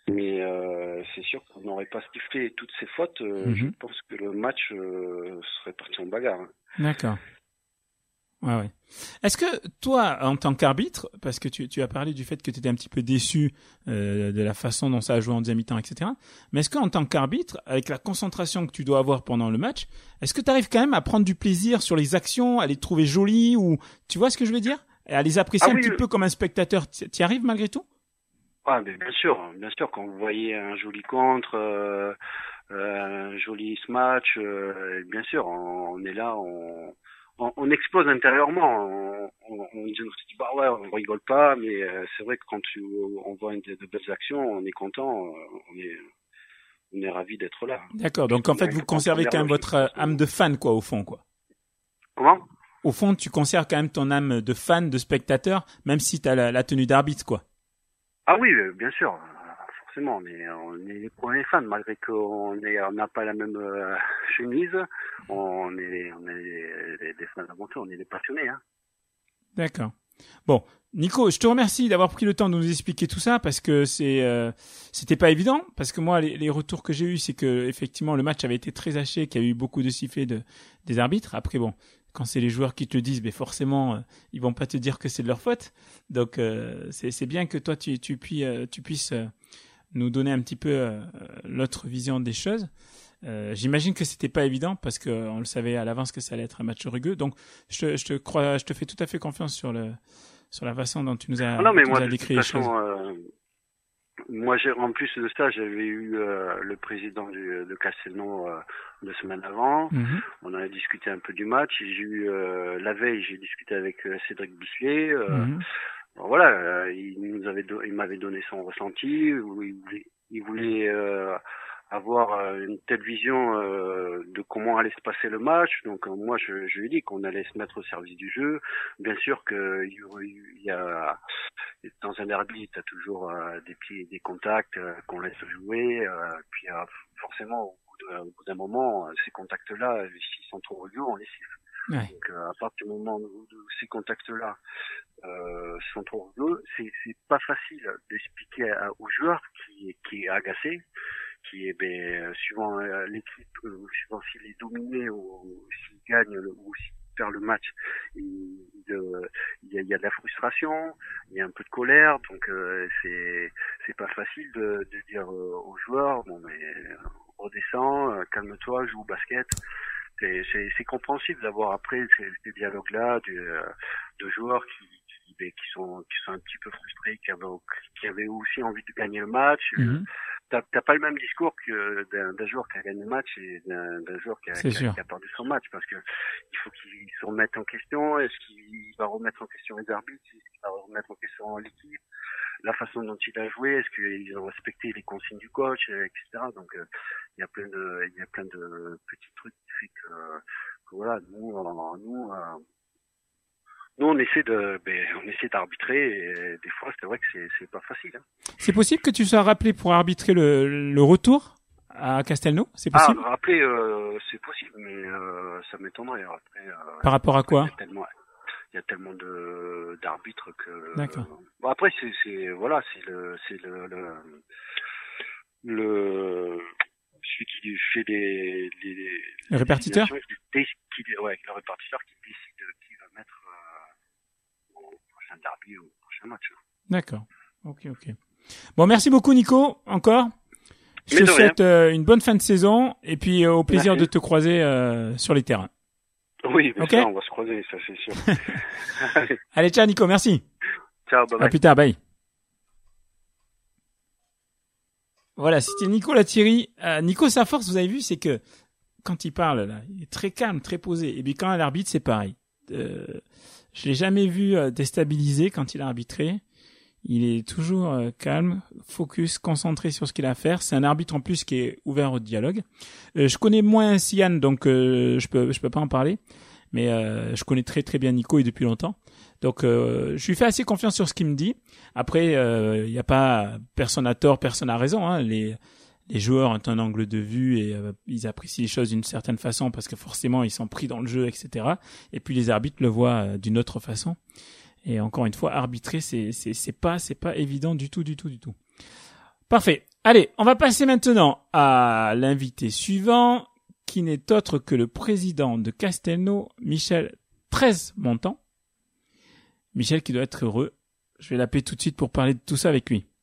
Mais euh, c'est sûr qu'on n'aurait pas sifflé toutes ces fautes. Euh, Mhm. Je pense que le match euh, serait parti en bagarre. hein. D'accord. Ouais, ouais. Est-ce que toi, en tant qu'arbitre, parce que tu, tu as parlé du fait que tu étais un petit peu déçu euh, de la façon dont ça a joué en deuxième mi-temps, et cetera. Mais est-ce qu'en tant qu'arbitre, avec la concentration que tu dois avoir pendant le match, est-ce que tu arrives quand même à prendre du plaisir sur les actions, à les trouver jolies, ou tu vois ce que je veux dire, et à les apprécier Ah un oui, petit euh. peu comme un spectateur. Tu y arrives malgré tout? Ah, mais bien sûr, bien sûr, quand vous voyez un joli contre, euh, euh, un joli smash, euh, bien sûr, on, on est là, on, on, on explose intérieurement. On, on, on se dit, bah ouais, on rigole pas, mais euh, c'est vrai que quand tu, on voit une, de, de belles actions, on est content, euh, on est, on est ravi d'être là. D'accord. Donc en fait, vous conservez quand même votre euh, âme de fan, quoi, au fond, quoi. Comment? Au fond, tu conserves quand même ton âme de fan, de spectateur, même si tu as la, la tenue d'arbitre, quoi. Ah oui, euh, bien sûr, euh, forcément, mais on est les premiers fans, malgré qu'on est, on n'a pas la même euh, chemise, on est, on est des, des fans d'aventure, on est des passionnés, hein. D'accord. Bon, Nico, je te remercie d'avoir pris le temps de nous expliquer tout ça parce que c'est, euh, c'était pas évident. Parce que moi, les, les retours que j'ai eus, c'est que effectivement le match avait été très haché, qu'il y a eu beaucoup de sifflets de des arbitres. Après, bon, quand c'est les joueurs qui te le disent, mais forcément, euh, ils vont pas te dire que c'est de leur faute. Donc, euh, c'est, c'est bien que toi, tu, tu, puis, euh, tu puisses euh, nous donner un petit peu euh, l'autre vision des choses. Euh, j'imagine que c'était pas évident parce que on le savait à l'avance que ça allait être un match rugueux. Donc, je te, je te crois, je te fais tout à fait confiance sur le, sur la façon dont tu nous as, Ah non, mais tu moi, nous as de décrit toute les choses. façon, euh, moi, j'ai, en plus de ça, j'avais eu euh, le président du, de Castelnau euh, deux semaines avant. Mhm. On a discuté un peu du match. Et j'ai eu euh, la veille, j'ai discuté avec euh, Cédric Bisselet. Euh, Mhm. bon, voilà, euh, il nous avait, do- il m'avait donné son ressenti. Où il voulait, il voulait euh, avoir euh, une telle vision euh, de comment allait se passer le match. Donc euh, moi, je, je lui ai dit qu'on allait se mettre au service du jeu. Bien sûr que il y, aurait eu- il y a dans un derby, tu as toujours euh, des pieds et des contacts euh, qu'on laisse jouer. Euh, puis euh, forcément, au bout, de, au bout d'un moment, ces contacts-là, s'ils sont trop rugueux, on les siffle. Ouais. Donc euh, à partir du moment où, où ces contacts-là euh, sont trop rugueux, c'est, c'est pas facile d'expliquer à, aux joueurs qui, qui est agacé, qui est ben, suivant euh, l'équipe, euh, suivant s'il est dominé ou, ou s'il gagne le, ou s'il perd le match, il, il, euh, il, y a, il y a de la frustration, il y a un peu de colère, donc euh, c'est c'est pas facile de, de dire euh, aux joueurs bon mais euh, redescends, euh, calme-toi, joue au basket. C'est, c'est, c'est compréhensible d'avoir après ces, ces dialogues-là de, euh, de joueurs qui qui, ben, qui sont qui sont un petit peu frustrés, qui avaient qui avaient aussi envie de gagner le match. Mhm. T'as, t'as pas le même discours que d'un, d'un joueur qui a gagné le match et d'un, d'un joueur qui a, C'est qui, a, sûr. qui a perdu son match, parce que il faut qu'il se remette en question. Est-ce qu'il va remettre en question les arbitres? Est-ce qu'il va remettre en question l'équipe? La façon dont il a joué? Est-ce qu'ils ont respecté les consignes du coach, et cetera. Donc euh, il y a plein de il y a plein de petits trucs qui fait que, que voilà, nous euh, nous euh, nous on essaie de ben, on essaie d'arbitrer et des fois c'est vrai que c'est c'est pas facile, hein. C'est possible que tu sois rappelé pour arbitrer le, le retour à Castelnau? C'est Ah, possible? rappeler, euh, c'est possible, mais euh, ça m'étonnerait. Après, euh, Par rapport à quoi? il y a tellement, il y a tellement de d'arbitres que. D'accord. Euh, bon, après, c'est, c'est voilà, c'est le, c'est le, le, le celui qui fait les, les, Le répartiteur? Qui, qui, ouais, le répartiteur qui décide qui va mettre euh, au prochain derby ou au prochain match. D'accord. Ok, ok. Bon, merci beaucoup, Nico, encore. Je Mais te de souhaite euh, une bonne fin de saison et puis euh, au plaisir Merci. de te croiser euh, sur les terrains. Oui, bien Ok. sûr, on va se croiser, ça c'est sûr. Allez, ciao, Nico, merci. Ciao, bye bye. À plus tard, bye. Voilà, c'était Nico Lethierry. Euh, Nico, sa force, vous avez vu, c'est que quand il parle, là, il est très calme, très posé. Et puis quand il arbitre, c'est pareil. Euh, je l'ai jamais vu euh, déstabilisé quand il a arbitré. Il est toujours euh, calme, focus, concentré sur ce qu'il a à faire. C'est un arbitre en plus qui est ouvert au dialogue. Euh, je connais moins Sian, donc euh, je peux je peux pas en parler. Mais euh, je connais très très bien Nico et depuis longtemps. Donc euh, je lui fais assez confiance sur ce qu'il me dit. Après, il euh, y a pas personne a tort, personne a raison. Hein. Les les joueurs ont un angle de vue et euh, ils apprécient les choses d'une certaine façon parce que forcément ils sont pris dans le jeu, et cetera. Et puis les arbitres le voient euh, d'une autre façon. Et encore une fois, arbitrer, c'est c'est c'est pas c'est pas évident du tout, du tout, du tout. Parfait. Allez, on va passer maintenant à l'invité suivant, qui n'est autre que le président de Castelnau, Michel Trezemontant. Michel qui doit être heureux. Je vais l'appeler tout de suite pour parler de tout ça avec lui.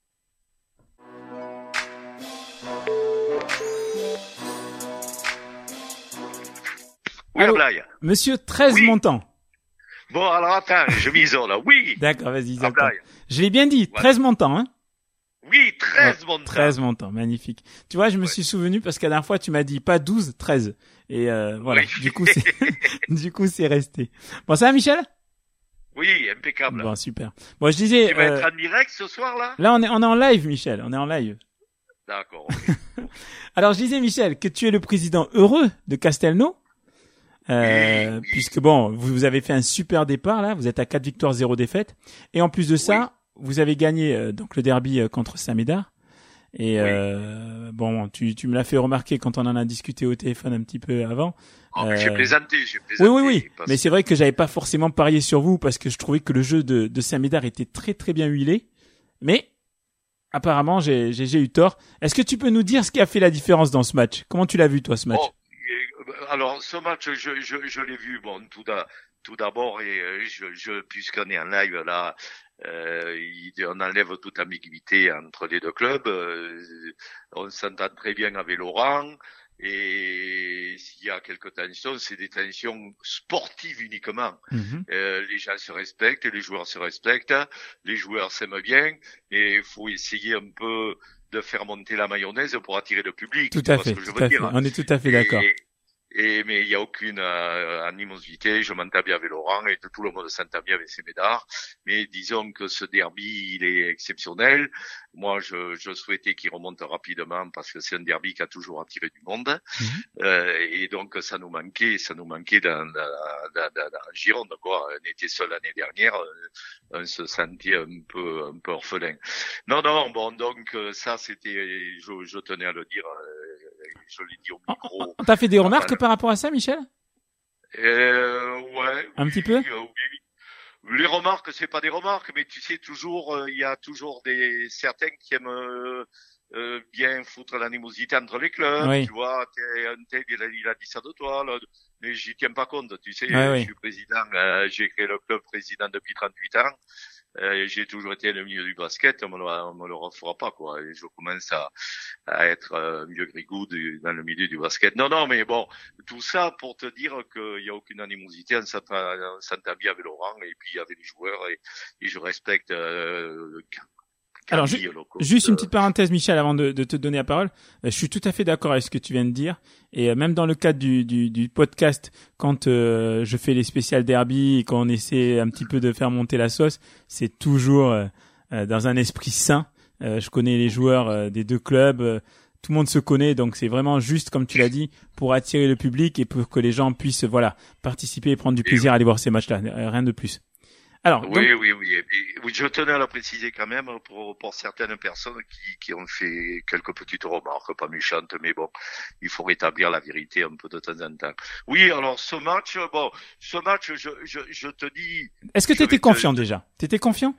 Oui, Allô, Ablaye. Monsieur Trezemontant. Bon, alors attends, je m'isole là. Oui. D'accord, vas-y, isole. Ablaye. Je l'ai bien dit, Ouais. Trezemontant, hein. Oui, treize montants. treize montants, magnifique. Tu vois, je me Ouais. suis souvenu parce qu'à la dernière fois, tu m'as dit pas douze, treize. Et euh, voilà, Oui. du coup, c'est du coup, c'est resté. Bon, ça va, Michel? Oui, impeccable. Bon, super. Bon, je disais, Tu vas euh, être en direct ce soir là? là, on est, on est en live, Michel. On est en live. D'accord. ok. Alors, je disais, Michel, que tu es le président heureux de Castelnau. Euh, Oui, oui. puisque bon, vous, vous avez fait un super départ, là. Vous êtes à quatre victoires, zéro défaite. Et en plus de ça, vous avez gagné, euh, donc, le derby euh, contre Saint-Médard. Et, Oui. euh, bon, tu, tu me l'as fait remarquer quand on en a discuté au téléphone un petit peu avant. Oh, mais J'ai Euh, plaisanté, j'ai Oui, plaisanté. oui, oui. parce- Mais c'est vrai que j'avais pas forcément parié sur vous parce que je trouvais que le jeu de, de Saint-Médard était très, très bien huilé. Mais, apparemment, j'ai, j'ai, j'ai eu tort. Est-ce que tu peux nous dire ce qui a fait la différence dans ce match? Comment tu l'as vu, toi, ce match? Oh, euh, alors, ce match, je, je, je l'ai vu, bon, tout, d'a- tout d'abord, et euh, je, je, puisqu'on est en live là, euh, il- on enlève toute ambiguïté entre les deux clubs. euh, on s'entend très bien avec Laurent. Et s'il y a quelques tensions, c'est des tensions sportives uniquement. Mhm. Euh, les gens se respectent, les joueurs se respectent, les joueurs s'aiment bien, et il faut essayer un peu de faire monter la mayonnaise pour attirer le public. Tout tu à vois fait, ce que je tout veux à fait. dire. On est tout à fait d'accord. Et, et mais il y a aucune euh, animosité. Je m'entends bien avec Laurent et tout le monde s'entend bien avec Saint-Médard. Mais disons que ce derby, il est exceptionnel. Moi, je, je souhaitais qu'il remonte rapidement parce que c'est un derby qui a toujours attiré du monde. Mhm. Euh, et donc, ça nous manquait, ça nous manquait dans, dans, dans, dans, dans Gironde, quoi. On était seul l'année dernière. On se sentait un peu, un peu orphelin. Non, non, bon, donc, ça, c'était, je, je tenais à le dire, je l'ai dit au micro. On t'a fait des Enfin, remarques par rapport à ça, Michel? Euh, ouais. Un oui, petit peu euh, oui. Les remarques, c'est pas des remarques, mais tu sais, toujours, euh, il y a toujours des certains qui aiment euh, euh, bien foutre l'animosité entre les clubs. Oui. Tu vois, t'es un tel, il a, il a dit ça de toi, là, mais j'y tiens pas compte. Tu sais, Ouais, je oui. suis président, euh, j'ai créé le club président depuis trente-huit ans. Euh, j'ai toujours été le milieu du basket, on me le, on me le refera pas, quoi. Et je commence à, à être euh, vieux grigou du- dans le milieu du basket. Non, non, mais bon, tout ça pour te dire qu'il y a aucune animosité, on s'entend on s'entend bien avec Laurent et puis avec les joueurs et, et je respecte euh, Alors, Camille, ju- le coach, Juste une euh, petite parenthèse, Michel, avant de, de te donner la parole. Euh, je suis tout à fait d'accord avec ce que tu viens de dire. Et euh, même dans le cadre du, du, du podcast, quand euh, je fais les spéciales derby et qu'on essaie un petit peu de faire monter la sauce, c'est toujours euh, euh, dans un esprit sain. Euh, je connais les joueurs euh, des deux clubs. euh, tout le monde se connaît, donc c'est vraiment juste, comme tu l'as dit, pour attirer le public et pour que les gens puissent, voilà, participer et prendre du plaisir à aller voir ces matchs-là. Euh, Rien de plus. Alors, donc, Oui, oui, oui. Et puis, oui, je tenais à le préciser quand même pour, pour certaines personnes qui, qui ont fait quelques petites remarques, pas méchantes, mais bon, il faut rétablir la vérité un peu de temps en temps. Oui, alors ce match, bon, ce match, je, je, je te dis. est-ce que je tu vais étais te- confiant déjà? T'étais confiant?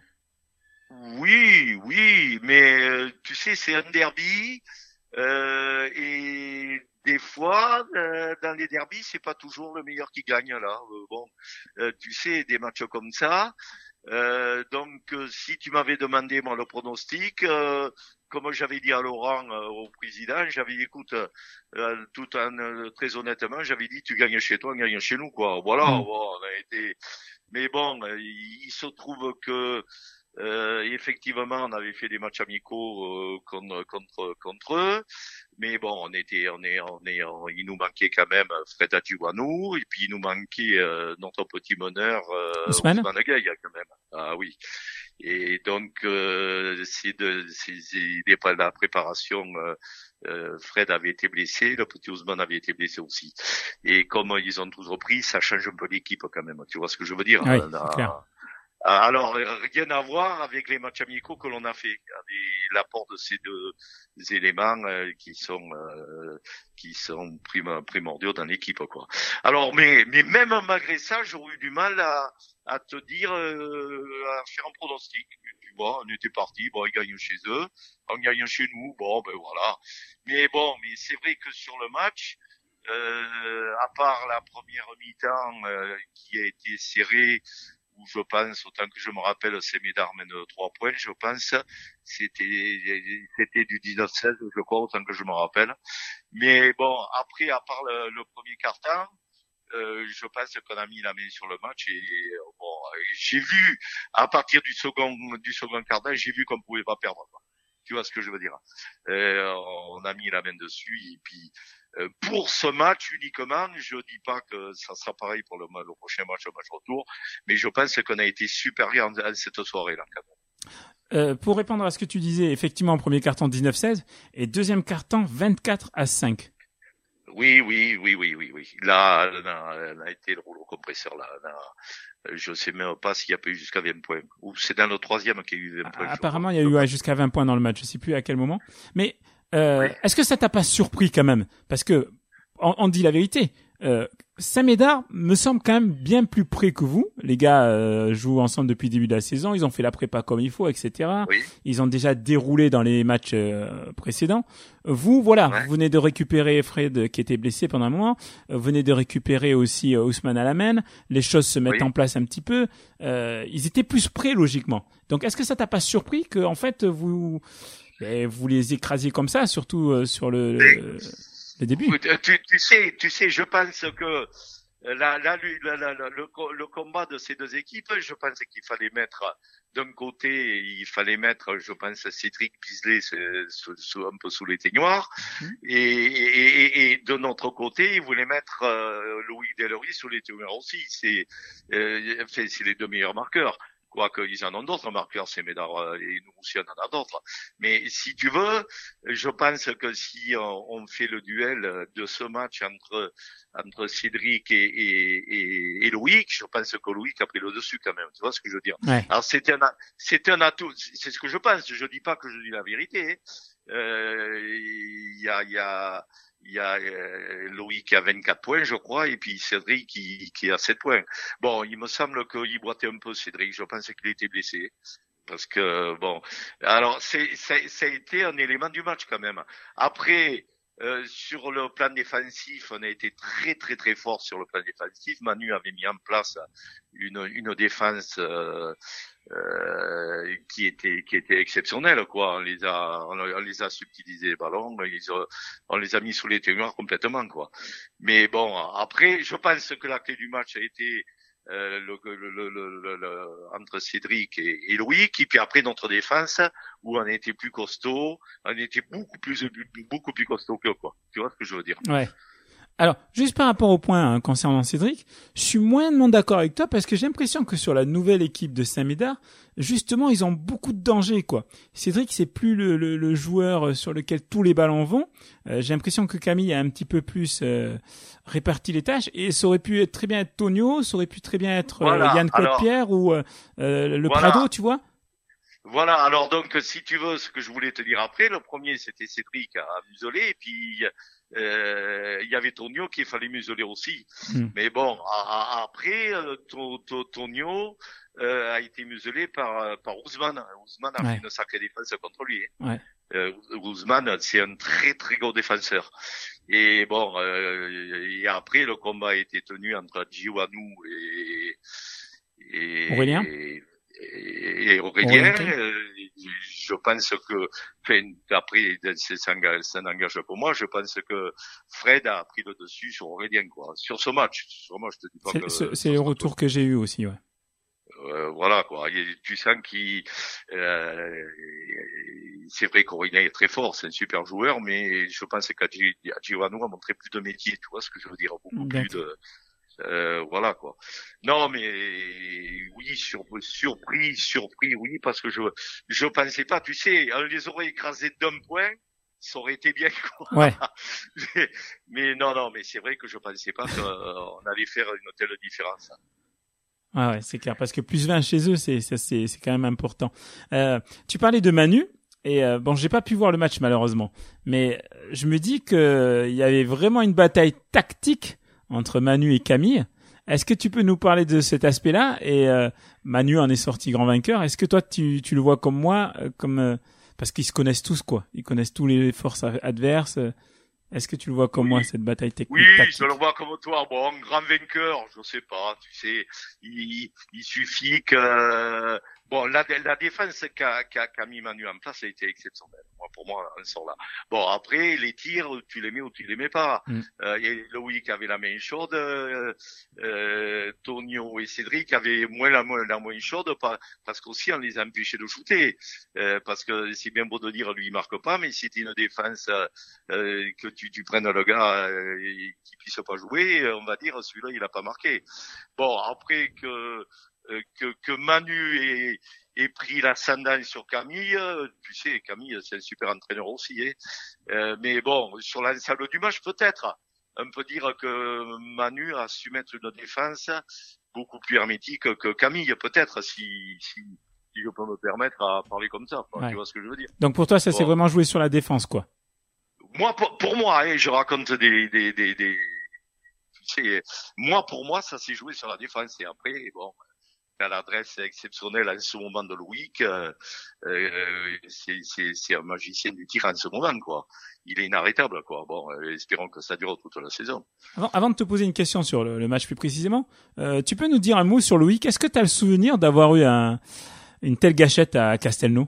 Oui, oui, mais euh, tu sais, c'est un derby euh, et des fois, euh, dans les derbys, c'est pas toujours le meilleur qui gagne là. Euh, bon, euh, tu sais, des matchs comme ça. Euh, donc, euh, si tu m'avais demandé moi le pronostic, euh, comme j'avais dit à Laurent, euh, au président, j'avais dit, écoute, euh, tout en euh, très honnêtement, j'avais dit, tu gagnes chez toi, on gagne chez nous, quoi. Voilà, Mm. bon, on a été. Mais bon, euh, il, il se trouve que euh, effectivement, on avait fait des matchs amicaux euh, contre contre contre eux, mais bon, on était, on est, on est, on- il nous manquait quand même Fred Adjiwanou, et puis il nous manquait euh, notre petit meneur euh, Ousmane Ousmane Gueye, quand même. Ah oui. Et donc euh, c'est de, c'est, c'est des- la préparation. Euh, euh, Fred avait été blessé, le petit Ousmane avait été blessé aussi. Et comme ils ont tous repris, ça change un peu l'équipe quand même. Tu vois ce que je veux dire? Oui, Euh, là, c'est clair. alors, rien à voir avec les matchs amicaux que l'on a fait, avec l'apport de ces deux éléments euh, qui sont euh, qui sont prim- primordiaux dans l'équipe, quoi. Alors, mais mais même malgré ça, j'aurais eu du mal à à te dire, euh, à faire un pronostic. Tu puis bon, on était parti, bon, ils gagnent chez eux, on gagne chez nous, bon, ben voilà. Mais bon, mais c'est vrai que sur le match, euh, à part la première mi-temps euh, qui a été serrée, où je pense, autant que je me rappelle, Saint-Médard mène trois points, je pense, c'était c'était du dix-neuf seize, je crois, autant que je me rappelle. Mais bon, après, à part le, le premier quart-temps, euh, je pense qu'on a mis la main sur le match et bon, j'ai vu, à partir du second du second quart-temps, j'ai vu qu'on pouvait pas perdre, quoi. Tu vois ce que je veux dire? euh, On a mis la main dessus et puis euh, pour ce match uniquement, je dis pas que ça sera pareil pour le, le prochain match, le match retour, mais je pense qu'on a été supérieur en, en cette soirée-là quand même. Euh, pour répondre à ce que tu disais, effectivement, premier carton dix-neuf seize et deuxième carton vingt-quatre à cinq. Oui, oui, oui, oui, oui, oui. Là, là, là a été le rouleau compresseur. Là, là, je sais même pas s'il y a pas eu jusqu'à vingt points. Ou c'est dans le troisième qu'il y a eu vingt points. Apparemment, il y a eu ouais, jusqu'à vingt points dans le match. Je sais plus à quel moment. Mais euh, oui. Est-ce que ça t'a pas surpris quand même? Parce que on, on dit la vérité. Euh, Saint-Médard me semble quand même bien plus près que vous. Les gars euh, jouent ensemble depuis le début de la saison. Ils ont fait la prépa comme il faut, et cetera. Oui. Ils ont déjà déroulé dans les matchs euh, précédents. Vous, voilà, ouais. Vous venez de récupérer Fred qui était blessé pendant un moment. Vous venez de récupérer aussi euh, Ousmane Alamène. Les choses se mettent oui. en place un petit peu. Euh, ils étaient plus près logiquement. Donc, est-ce que ça t'a pas surpris que en fait vous eh, vous les écrasiez comme ça, surtout euh, sur le, le début? Tu, tu sais, tu sais, je pense que la, la, la, la, la, le, le combat de ces deux équipes, je pense qu'il fallait mettre d'un côté, il fallait mettre, je pense, Cédric Bisley sous, sous, un peu sous l'éteignoir, mmh. et, et, et de notre côté, il voulait mettre euh, Loïc Delory sous l'éteignoir aussi. C'est, euh, c'est les deux meilleurs marqueurs. Quoique ils en ont d'autres marqueurs, c'est Médard et nous aussi on en a d'autres. Mais si tu veux, je pense que si on, on fait le duel de ce match entre entre Cédric et, et, et, et Loïc, je pense que Loïc a pris le dessus quand même. Tu vois ce que je veux dire? Ouais. Alors c'est un c'est un atout, c'est ce que je pense. Je dis pas que je dis la vérité. Euh, il y a il y a Il y a euh, Loïc qui a vingt-quatre points, je crois, et puis Cédric qui, qui a sept points. Bon, il me semble qu'il boitait un peu, Cédric. Je pense qu'il était blessé. Parce que, bon... Alors, c'est, c'est, ça a été un élément du match, quand même. Après, euh, sur le plan défensif, on a été très, très, très fort sur le plan défensif. Manu avait mis en place une, une défense... Euh, Euh, qui était qui était exceptionnel, quoi. On les a on, on les a subtilisés les ballons, ils ont, on les a mis sous les témoins complètement, quoi. Mais bon, après, je pense que la clé du match a été euh, le, le, le, le, le, entre Cédric et, et Loïc, et puis après notre défense où on était plus costaud, on était beaucoup plus beaucoup plus costaud que quoi. Tu vois ce que je veux dire? Ouais. Alors, juste par rapport au point hein, concernant Cédric, je suis moyennement d'accord avec toi parce que j'ai l'impression que sur la nouvelle équipe de Saint-Médard, justement, ils ont beaucoup de danger, quoi. Cédric, c'est plus le, le, le joueur sur lequel tous les ballons vont. Euh, j'ai l'impression que Camille a un petit peu plus euh, réparti les tâches et ça aurait pu être très bien être Tonio, ça aurait pu très bien être voilà, euh, Yann Claude-Pierre ou euh, euh, le voilà. Prado, tu vois. Voilà, alors donc, si tu veux, ce que je voulais te dire après, le premier, c'était Cédric à museler, et puis euh, il y avait Tonio qu'il fallait museler aussi. Mm. Mais bon, à, à, après, euh, to, to, Tonio euh, a été muselé par, par Ousmane. Ousmane a ouais. fait une sacrée défense contre lui. Hein. Ouais. Euh, Ousmane, c'est un très très gros défenseur. Et bon, euh, et après, le combat a été tenu entre Djiwanou et... et Aurélien et, et Aurélien, euh, je pense que, enfin, après, ça n'engage pas moi, je pense que Fred a pris le dessus sur Aurélien, quoi, sur ce match. Sur moi, je te dis pas c'est, que, c'est, c'est le retour que j'ai eu aussi, ouais. Euh, voilà, quoi. Et tu sens qu'il, euh, c'est vrai qu'Aurélien est très fort, c'est un super joueur, mais je pense qu'Adjiwanou a montré plus de métier, tu vois ce que je veux dire, beaucoup Bien plus fait. de, Euh, voilà quoi. Non mais oui, sur, surpris, surpris, oui, parce que je je pensais pas, tu sais, on les aurait écrasés d'un point, ça aurait été bien quoi. Ouais. mais, mais non non, mais c'est vrai que je pensais pas qu'on allait faire une telle différence. Ah ouais, c'est clair, parce que plus vingt chez eux, c'est c'est c'est, c'est quand même important. Euh, tu parlais de Manu. Et euh, bon, j'ai pas pu voir le match malheureusement, mais je me dis que il y avait vraiment une bataille tactique entre Manu et Camille. Est-ce que tu peux nous parler de cet aspect-là? Et euh, Manu en est sorti grand vainqueur. Est-ce que toi, tu, tu le vois comme moi, euh, comme euh, parce qu'ils se connaissent tous, quoi. Ils connaissent tous les forces adverses. Est-ce que tu le vois comme oui. moi, cette bataille technique? Oui, tactique? je le vois comme toi. Bon, grand vainqueur, je sais pas. Tu sais, il, il suffit que... Bon, la, la défense qu'a, qu'a, qu'a mis Manu en place a été exceptionnelle. Moi, pour moi, on sort là. Bon, après, les tirs, tu les mets ou tu les mets pas. Mm. Euh, et Loïc avait la main chaude, euh, euh, Tonio et Cédric avaient moins la, la main chaude, pas, parce qu'aussi on les a empêchés de shooter. Euh, parce que c'est bien beau de dire lui il marque pas, mais si c'était une défense euh, que tu, tu prennes le gars euh, qui puisse pas jouer, on va dire celui-là il a pas marqué. Bon, après que que, que Manu ait, ait pris l'ascendant sur Camille, tu sais, Camille, c'est un super entraîneur aussi, hein. Euh, mais bon, sur l'ensemble du match, peut-être, on peut dire que Manu a su mettre une défense beaucoup plus hermétique que Camille, peut-être, si, si, si je peux me permettre à parler comme ça, quoi. Ouais. Tu vois ce que je veux dire. Donc pour toi, ça bon. s'est vraiment joué sur la défense, quoi. Moi, pour, pour moi, hein, je raconte des, des, des, des, tu sais, moi, pour moi, ça s'est joué sur la défense, et après, bon, à l'adresse exceptionnelle en ce moment de Loïc, euh, euh, c'est, c'est, c'est un magicien du tir en ce moment, quoi. Il est inarrêtable, quoi. Bon, euh, espérons que ça dure toute la saison. Avant, avant de te poser une question sur le, le match plus précisément, euh, tu peux nous dire un mot sur Loïc? Est-ce que tu as le souvenir d'avoir eu un, une telle gâchette à Castelnau?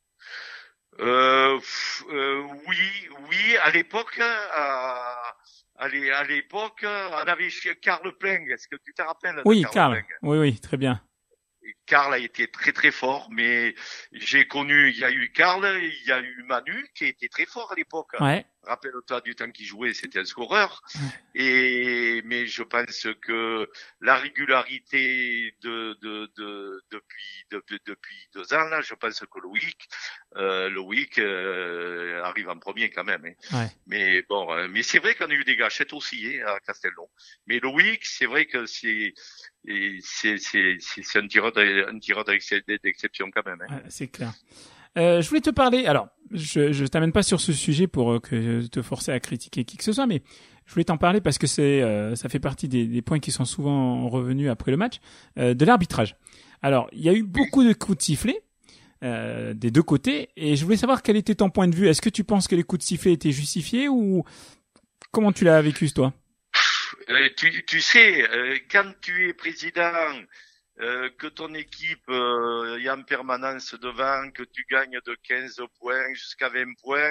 Euh, euh, oui, oui, à l'époque, à, à l'époque, on avait Karl Pleng. Est-ce que tu te rappelles? Oui, Karl. Oui, oui, très bien. Karl a été très très fort, mais j'ai connu, il y a eu Karl, il y a eu Manu qui était très fort à l'époque. Ouais. Rappelle-toi du temps qu'il jouait, c'était un scoreur. Et mais je pense que la régularité de de de depuis de, de, depuis deux ans là, je pense que Loïc euh, Loïc euh, arrive en premier quand même. Hein. Ouais. Mais bon, euh, mais c'est vrai qu'on a eu des gâchettes aussi hein, à Castelnau. Mais Loïc, c'est vrai que c'est et c'est c'est c'est, c'est un tireur un tireur d'exception quand même. Hein. Ouais, c'est clair. Euh, je voulais te parler. Alors, je je t'amène pas sur ce sujet pour euh, que te forcer à critiquer qui que ce soit, mais je voulais t'en parler parce que c'est euh, ça fait partie des, des points qui sont souvent revenus après le match, euh, de l'arbitrage. Alors, il y a eu beaucoup de coups de sifflet euh, des deux côtés, et je voulais savoir quel était ton point de vue. Est-ce que tu penses que les coups de sifflet étaient justifiés ou comment tu l'as vécu toi? Euh, tu, tu sais, euh, quand tu es président, euh, que ton équipe euh, est en permanence devant, que tu gagnes de quinze points jusqu'à vingt points,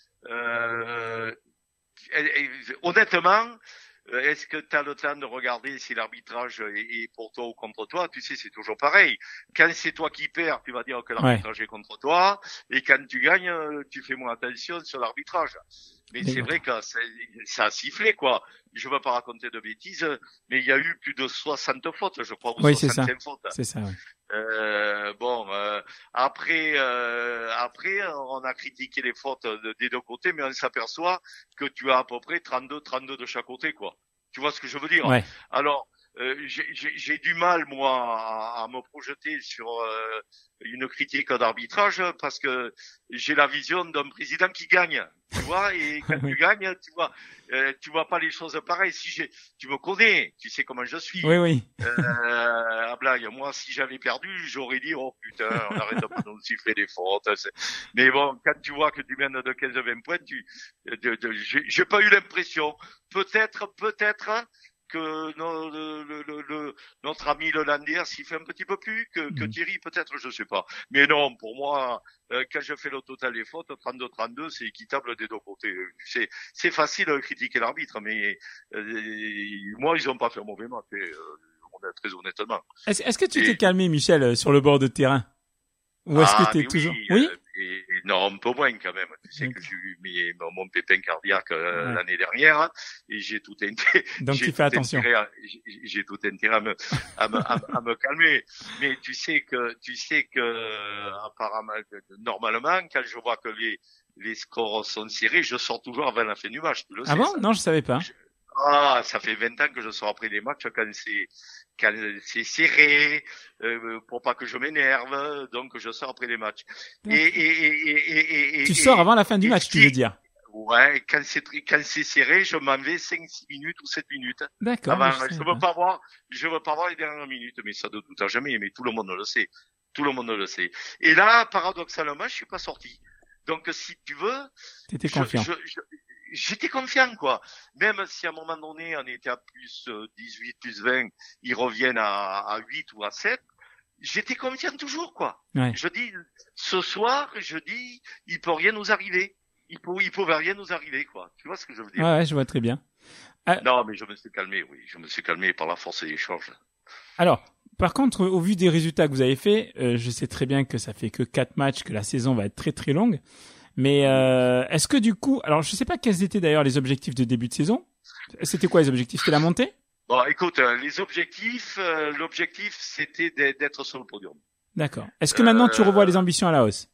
euh, et, et, honnêtement, est-ce que tu as le temps de regarder si l'arbitrage est, est pour toi ou contre toi? Tu sais, c'est toujours pareil. Quand c'est toi qui perds, tu vas dire que l'arbitrage ouais. est contre toi, et quand tu gagnes, tu fais moins attention sur l'arbitrage. Mais c'est vrai que ça, ça a sifflé, quoi. Je ne veux pas raconter de bêtises, mais il y a eu plus de soixante fautes, je crois, ou oui, soixante-cinq c'est ça. fautes. C'est ça, oui. Euh, bon, euh, après, euh, après, on a critiqué les fautes de, des deux côtés, mais on s'aperçoit que tu as à peu près trente-deux, trente-deux de chaque côté, quoi. Tu vois ce que je veux dire? Ouais. Alors, euh, j'ai, j'ai, j'ai du mal, moi, à, à me projeter sur euh, une critique d'arbitrage parce que j'ai la vision d'un président qui gagne, tu vois, et quand tu gagnes, tu vois, euh, tu vois pas les choses pareilles. Si j'ai, tu me connais, tu sais comment je suis. Oui, oui. Euh, à blague, moi, si j'avais perdu, j'aurais dit, oh putain, on arrête pas de nous siffler des fautes. Mais bon, quand tu vois que tu mènes de quinze à vingt points, tu, de, de, j'ai, j'ai pas eu l'impression. Peut-être, peut-être, que no, le, le, le, notre ami Lelandier s'y fait un petit peu plus que, que Thierry, peut-être, je sais pas. Mais non, pour moi, euh, quand je fais le total des fautes, trente-deux trente-deux, c'est équitable des deux côtés. C'est, c'est facile de critiquer l'arbitre, mais euh, moi, ils ont pas fait un mauvais match, euh, on est très honnêtement. Est-ce, est-ce que tu et... t'es calmé, Michel, sur le bord de terrain? Ou est-ce ah, que t'es toujours... Oui, oui euh, et, non, un peu moins quand même. Tu sais okay. que j'ai eu mes, mon pépin cardiaque euh, ouais. l'année dernière hein, et j'ai tout intérêt. Donc j'ai tu fais attention. À, j'ai, j'ai tout intérêt à me, à me, à, à me calmer. Mais tu sais que, tu sais que, apparemment, normalement, quand je vois que les, les scores sont serrés, je sors toujours avant la fin du match. Tu le ah sais, bon? Ça. Non, je savais pas. Je, Ah, ça fait vingt ans que je sors après les matchs quand c'est quand c'est serré, euh, pour pas que je m'énerve, donc je sors après les matchs. Et, et, et, et, et, tu et, sors avant la fin du et, match, et, tu veux dire? Ouais, quand c'est quand c'est serré, je m'en vais cinq six minutes ou sept minutes. D'accord. Avant, je je sais veux pas. pas voir, je veux pas voir les dernières minutes, mais ça ne doute à jamais, mais tout le monde le sait. Tout le monde le sait. Et là, paradoxalement, je suis pas sorti. Donc, si tu veux, T'étais je- confiant. je- je- j'étais confiant, quoi. Même si à un moment donné, on était à plus euh, dix-huit, plus vingt, ils reviennent à, à huit ou à sept, j'étais confiant toujours, quoi. Ouais. Je dis, ce soir, je dis, il peut rien nous arriver. Il peut, il peut rien nous arriver, quoi. Tu vois ce que je veux dire? Ouais, ouais, je vois très bien. Non, mais je me suis calmé, oui. Je me suis calmé par la force des échanges. Alors, par contre, au vu des résultats que vous avez faits, euh, je sais très bien que ça fait que quatre matchs, que la saison va être très très longue. Mais euh, est-ce que du coup, alors je sais pas quels étaient d'ailleurs les objectifs de début de saison. C'était quoi les objectifs? C'était la montée? Bon, écoute, euh, les objectifs, euh, l'objectif, c'était d'être d'être sur le podium. D'accord. Est-ce que maintenant tu Euh, revois les ambitions à la hausse?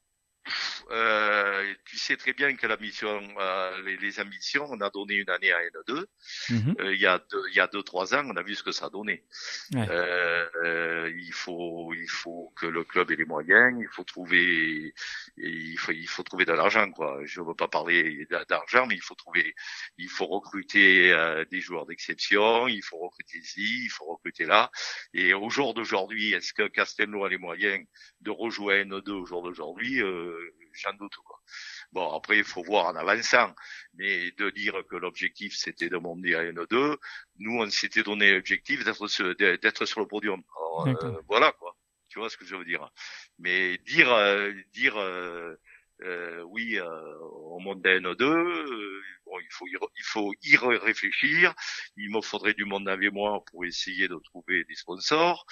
Euh, tu sais très bien que la mission, euh, les, les ambitions, on a donné une année à N deux. Mhm. Euh, il y a deux, il y a deux, trois ans, on a vu ce que ça a donné. Ouais. Euh, euh, il faut, il faut que le club ait les moyens. Il faut trouver, il faut, il faut trouver de l'argent, quoi. Je veux pas parler d'argent, mais il faut trouver, il faut recruter euh, des joueurs d'exception. Il faut recruter ici, il faut recruter là. Et au jour d'aujourd'hui, est-ce que Castelnau a les moyens de rejouer à N deux au jour d'aujourd'hui? Euh, J'en doute, quoi. Bon, après, il faut voir en avançant. Mais de dire que l'objectif, c'était de monter à N deux, nous, on s'était donné l'objectif d'être sur, d'être sur le podium. Alors, euh, voilà, quoi. Tu vois ce que je veux dire. Mais dire, euh, dire, euh, euh, oui, euh, on monte à N deux, euh, bon, il faut y, il faut y réfléchir. Il me faudrait du monde avec moi pour essayer de trouver des sponsors.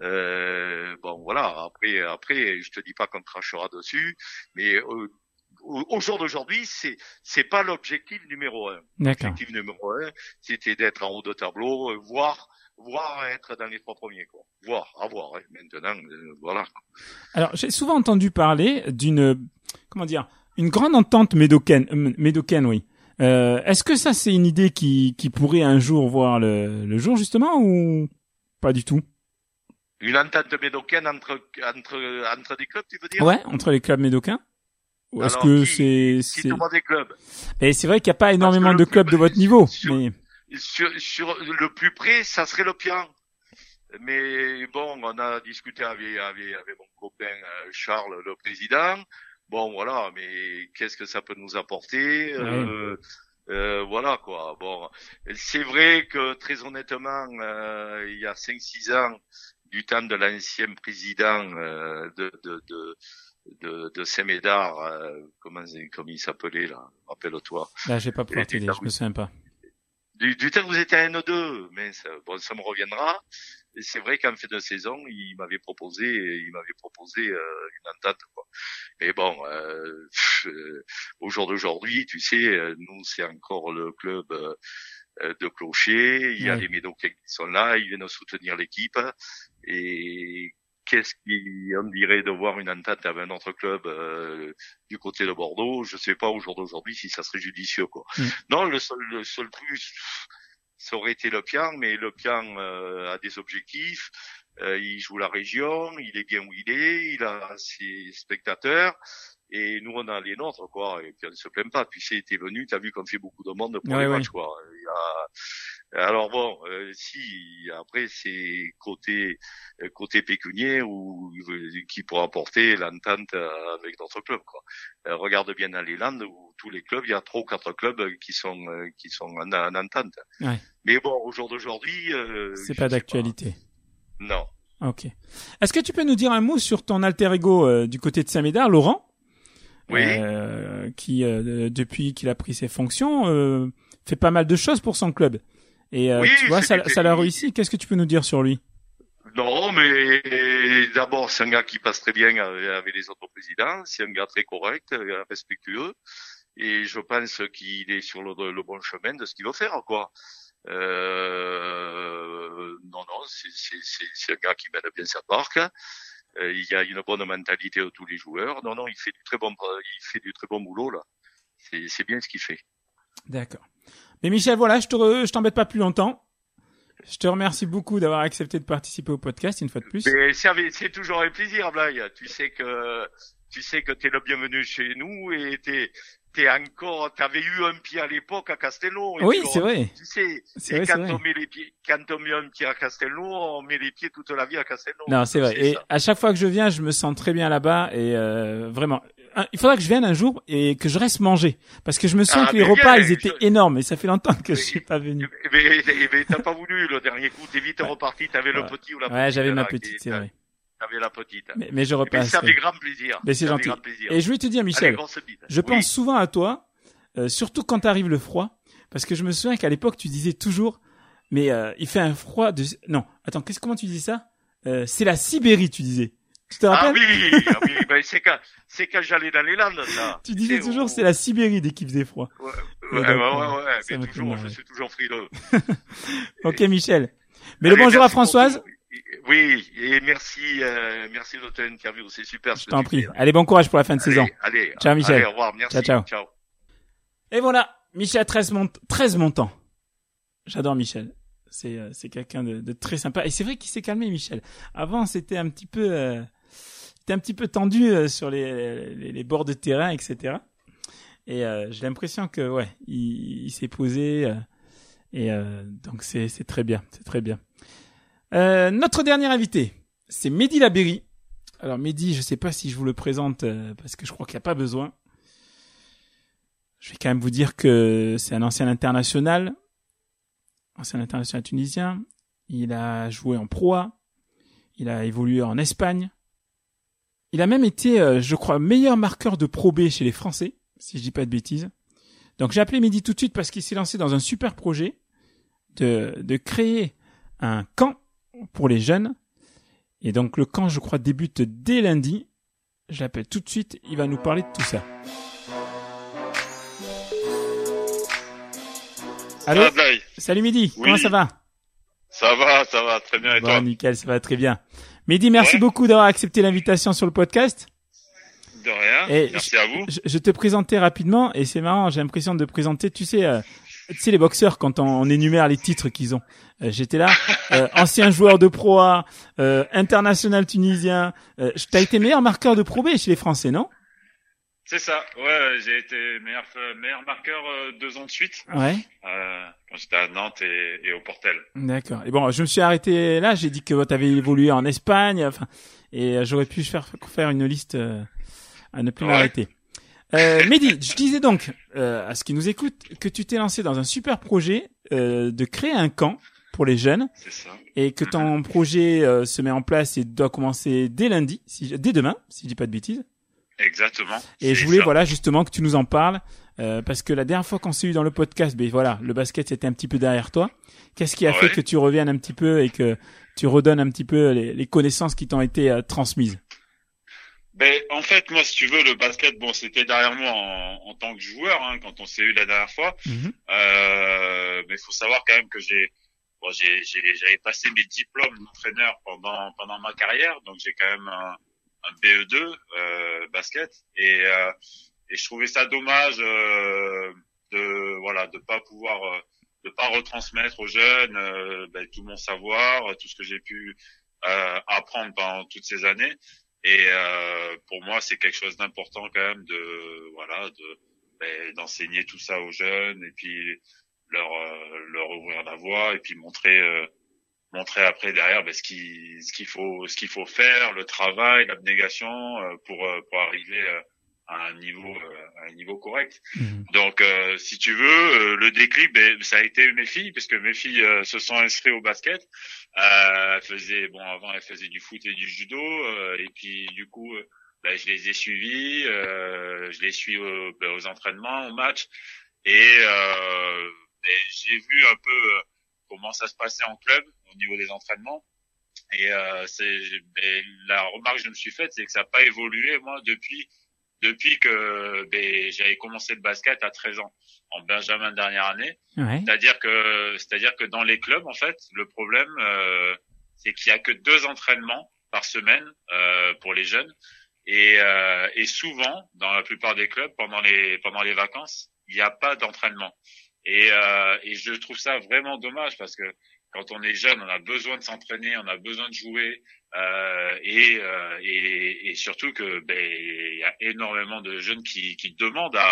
Euh, bon, voilà. Après, après, je te dis pas qu'on crachera dessus, mais euh, au, au jour d'aujourd'hui, c'est c'est pas l'objectif numéro un. D'accord. L'objectif numéro un, c'était d'être en haut de tableau, euh, voire voire être dans les trois premiers, quoi. Voir, à voir. Hein. Maintenant, euh, voilà. Alors, j'ai souvent entendu parler d'une, comment dire, une grande entente médocaine, euh, médocaine, oui. Euh, est-ce que ça, c'est une idée qui, qui pourrait un jour voir le, le jour, justement, ou pas du tout? Une entente médocaine entre, entre, entre des clubs, tu veux dire? Ouais, entre les clubs médocains. Ou est-ce Alors, que qui, c'est, qui c'est... demande des clubs? Et c'est vrai qu'il n'y a pas énormément Parce de que le clubs plus- de votre niveau, sur- mais Sur, sur le plus près, ça serait le Pian. Mais bon, on a discuté avec, avec, avec mon copain euh, Charles, le président. Bon, voilà, mais qu'est-ce que ça peut nous apporter? euh, euh, Voilà, quoi. Bon, c'est vrai que très honnêtement, euh, il y a cinq six ans, du temps de l'ancien président euh, de, de, de de, de Saint-Médard, euh, comment, comment il s'appelait là, rappelle-toi. là, je vais pas pouvoir Et- t'aider, et- je me souviens pas. Du, du temps que vous étiez à N deux, mais ça, bon, ça me reviendra. Et c'est vrai qu'en fin de saison, il m'avait proposé, il m'avait proposé euh, une entente, quoi. Mais bon, euh, pff, euh, au jour d'aujourd'hui, tu sais, euh, nous c'est encore le club euh, de Clocher. Il y a Ouais. les Médocains qui sont là, ils viennent soutenir l'équipe. Et qu'est-ce qu'on dirait de voir une entente avec un autre club euh, du côté de Bordeaux? Je sais pas au jour d'aujourd'hui si ça serait judicieux, quoi. Mm. Non, le seul, le seul truc, ça aurait été le Pian, mais le Pian euh, a des objectifs. Euh, il joue la région, il est bien où il est, il a ses spectateurs. Et nous, on a les nôtres, quoi. Et puis, on ne se plaint pas. Tu sais, t'es venu, t'as vu qu'on fait beaucoup de monde pour Ouais, les ouais. matchs, quoi. Il y a... Alors bon, euh, si, après, c'est côté euh, côté pécunier ou euh, qui pourra apporter l'entente euh, avec d'autres clubs, quoi. Euh, regarde bien dans les Landes où tous les clubs, il y a trois ou quatre clubs qui sont euh, qui sont en, en entente. Ouais. Mais bon, au jour d'aujourd'hui, euh, C'est je pas sais d'actualité. Non. Ok. Est-ce que tu peux nous dire un mot sur ton alter ego euh, du côté de Saint-Médard, Laurent? Oui. Euh, qui, euh, depuis qu'il a pris ses fonctions, euh, fait pas mal de choses pour son club. Et euh, Oui, tu vois, ça, c'était- ça l'a réussi. Qu'est-ce que tu peux nous dire sur lui? Non, mais d'abord, c'est un gars qui passe très bien avec avec les autres présidents. C'est un gars très correct, euh, respectueux. Et je pense qu'il est sur le, le bon chemin de ce qu'il veut faire, quoi. Euh, non, non, c'est, c'est, c'est, c'est un gars qui mène bien sa barque. Euh, il y a une bonne mentalité de tous les joueurs. Non, non, il fait du très bon, il fait du très bon boulot, là. C'est, c'est bien ce qu'il fait. D'accord. Mais Michel, voilà, je te, re- je t'embête pas plus longtemps. Je te remercie beaucoup d'avoir accepté de participer au podcast une fois de plus. Mais c'est, avec- c'est toujours un plaisir, Blague. Tu sais que, tu sais que t'es le bienvenu chez nous et t'es, t'étais encore, t'avais eu un pied à l'époque à Castelnau. Et Oui, puis, c'est on- vrai. Tu sais, C'est et vrai, quand c'est vrai. on met les pieds, quand on met un pied à Castelnau, on met les pieds toute la vie à Castelnau. Non, c'est vrai. Et ça. à chaque fois que je viens, je me sens très bien là-bas et euh, vraiment. Un- Il faudra que je vienne un jour et que je reste manger parce que je me sens Ah, que les mais repas viens, ils étaient je- énormes et ça fait longtemps que je Mais- suis pas venu. Eh ben, eh ben, t'as pas voulu le dernier coup, t'es vite Ouais. reparti, t'avais le Ouais. petit ou la petite. Ouais, j'avais ma là, petite, qui- c'est vrai. T'avais la petite. Mais, mais je Eh ben, repasse. ça fait grand plaisir. Mais c'est Ça fait gentil. grand plaisir. Et je voulais te dire, Allez, Michel, grosse bite. je Oui. pense souvent à toi, euh, surtout quand arrive le froid, parce que je me souviens qu'à l'époque tu disais toujours, mais euh, il fait un froid de. Non, attends, qu'est-ce comment tu disais ça euh, C'est la Sibérie, tu disais. Tu te Ah rappelles oui, ah oui, ben c'est quand, c'est quand j'allais dans les Landes, ça. Tu disais sais, toujours on- c'est la Sibérie dès qu'il faisait froid. Ouais, Ouais, ouais, ouais, d'accord. ouais, ouais, Ça mais me fait toujours, marrer. je suis toujours frileux. Ok, Michel. Mais Allez, le bonjour à merci pour Françoise. tout. Oui, et merci, euh, merci de ton interview, c'est super. Je t'en prie. Allez, bon courage pour la fin de saison. Allez, Ciao, Michel. Allez, au revoir, merci. Ciao, ciao. Ciao. Et voilà, Michel treize Mont- treize Montant. J'adore Michel. C'est euh, c'est quelqu'un de, de très sympa. Et c'est vrai qu'il s'est calmé, Michel. Avant, c'était un petit peu, euh, c'était un petit peu tendu euh, sur les, les, les bords de terrain, et cetera. Et euh, j'ai l'impression que ouais, il, il s'est posé. Euh, et euh, donc c'est c'est très bien, c'est très bien. Euh, notre dernier invité, c'est Mehdi Labéry. Alors Mehdi, je sais pas si je vous le présente euh, parce que je crois qu'il n'y a pas besoin. Je vais quand même vous dire que c'est un ancien international, ancien international tunisien. Il a joué en Pro A, il a évolué en Espagne. Il a même été, euh, je crois, meilleur marqueur de Pro B chez les Français, si je dis pas de bêtises. Donc j'ai appelé Mehdi tout de suite parce qu'il s'est lancé dans un super projet de, de créer un camp pour les jeunes. Et donc le camp, je crois, débute dès lundi. Je l'appelle tout de suite, il va nous parler de tout ça. Allô? Ça va, Blaye? Salut Mehdi, Oui. comment ça va? Ça va, ça va, très bien, et Bon, toi? nickel, ça va très bien. Mehdi, merci Ouais. beaucoup d'avoir accepté l'invitation sur le podcast. De rien, Et merci à vous. Je, je te présentais rapidement, et c'est marrant, j'ai l'impression de présenter, tu sais, euh, tu sais les boxeurs quand on, on énumère les titres qu'ils ont. Euh, j'étais là, euh, ancien joueur de Pro A, euh, international tunisien. Euh, t'as été meilleur marqueur de Pro B chez les Français, non? C'est ça, ouais, j'ai été meilleur, meilleur marqueur euh, deux ans de suite, Ouais. euh, quand j'étais à Nantes et, et au Portel. D'accord. Et bon, je me suis arrêté là. J'ai dit que tu avais évolué en Espagne. Enfin, et euh, j'aurais pu faire faire une liste euh, à ne plus Ouais. m'arrêter. Euh, Mehdi, je disais donc euh, à ce qui nous écoute que tu t'es lancé dans un super projet euh, de créer un camp pour les jeunes C'est ça. et que ton projet euh, se met en place et doit commencer dès lundi, si, dès demain, si je dis pas de bêtises. Exactement. Et c'est je voulais ça. voilà justement que tu nous en parles euh, parce que la dernière fois qu'on s'est eu dans le podcast, ben voilà, le basket c'était un petit peu derrière toi. Qu'est-ce qui a Ouais. fait que tu reviennes un petit peu et que tu redonnes un petit peu les, les connaissances qui t'ont été euh, transmises? Ben, en fait, moi, si tu veux, le basket, bon, c'était derrière moi en, en tant que joueur, hein, quand on s'est eu la dernière fois. Mhm. Euh, mais il faut savoir quand même que j'ai, bon, j'ai, j'ai, j'avais passé mes diplômes d'entraîneur pendant pendant ma carrière, donc j'ai quand même un, un B E deux euh, basket, et euh, et je trouvais ça dommage euh, de voilà de pas pouvoir euh, de pas retransmettre aux jeunes euh, ben, tout mon savoir, tout ce que j'ai pu euh, apprendre pendant toutes ces années. Et euh, pour moi, c'est quelque chose d'important quand même de voilà de ben, d'enseigner tout ça aux jeunes et puis leur euh, leur ouvrir la voie et puis montrer euh, montrer après derrière ben, ce qui ce qu'il faut ce qu'il faut faire, le travail, l'abnégation euh, pour euh, pour arriver euh, à un niveau euh, à un niveau correct. Mhm. Donc euh, si tu veux euh, le déclic ben, ça a été mes filles parce que mes filles euh, se sont inscrites au basket. Euh, elles faisaient bon avant elles faisaient du foot et du judo euh, et puis du coup euh, ben, je les ai suivies, euh, je les suis aux, ben, aux entraînements, aux matchs et euh, ben, j'ai vu un peu euh, comment ça se passait en club au niveau des entraînements et euh, c'est ben, la remarque que je me suis faite c'est que ça n'a pas évolué moi depuis depuis que ben, j'avais commencé le basket à treize ans en Benjamin de dernière année. Ouais. C'est-à-dire que, c'est-à-dire que dans les clubs, en fait, le problème, euh, c'est qu'il y a que deux entraînements par semaine euh, pour les jeunes, et, euh, et souvent, dans la plupart des clubs, pendant les pendant les vacances, il n'y a pas d'entraînement. Et, euh, et je trouve ça vraiment dommage parce que quand on est jeune, on a besoin de s'entraîner, on a besoin de jouer, euh, et, euh, et et surtout que ben il y a énormément de jeunes qui qui demandent à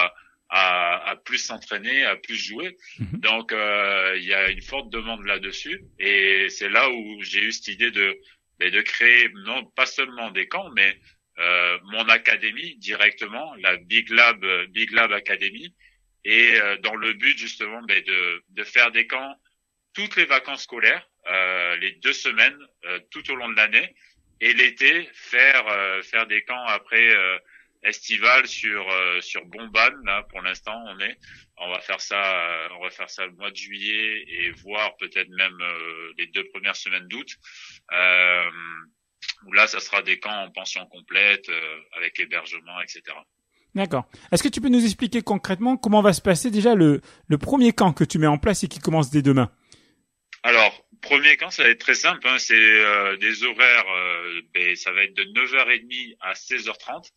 à, à plus s'entraîner, à plus jouer. Mmh. Donc euh, il y a une forte demande là-dessus, et c'est là où j'ai eu cette idée de de créer non pas seulement des camps, mais euh, mon académie directement, la Big Lab Big Lab Academy, et euh, dans le but justement ben, de de faire des camps toutes les vacances scolaires, euh, les deux semaines euh, tout au long de l'année, et l'été faire euh, faire des camps après euh, estival sur euh, sur Bombane. Là pour l'instant on est on va faire ça euh, on va faire ça le mois de juillet, et voir peut-être même euh, les deux premières semaines d'août, euh, où là ça sera des camps en pension complète euh, avec hébergement, etc. D'accord. Est-ce que tu peux nous expliquer concrètement comment va se passer déjà le le premier camp que tu mets en place et qui commence dès demain? Alors, premier camp, ça va être très simple, hein, c'est euh, des horaires, euh, ben, ça va être de neuf heures trente à seize heures trente.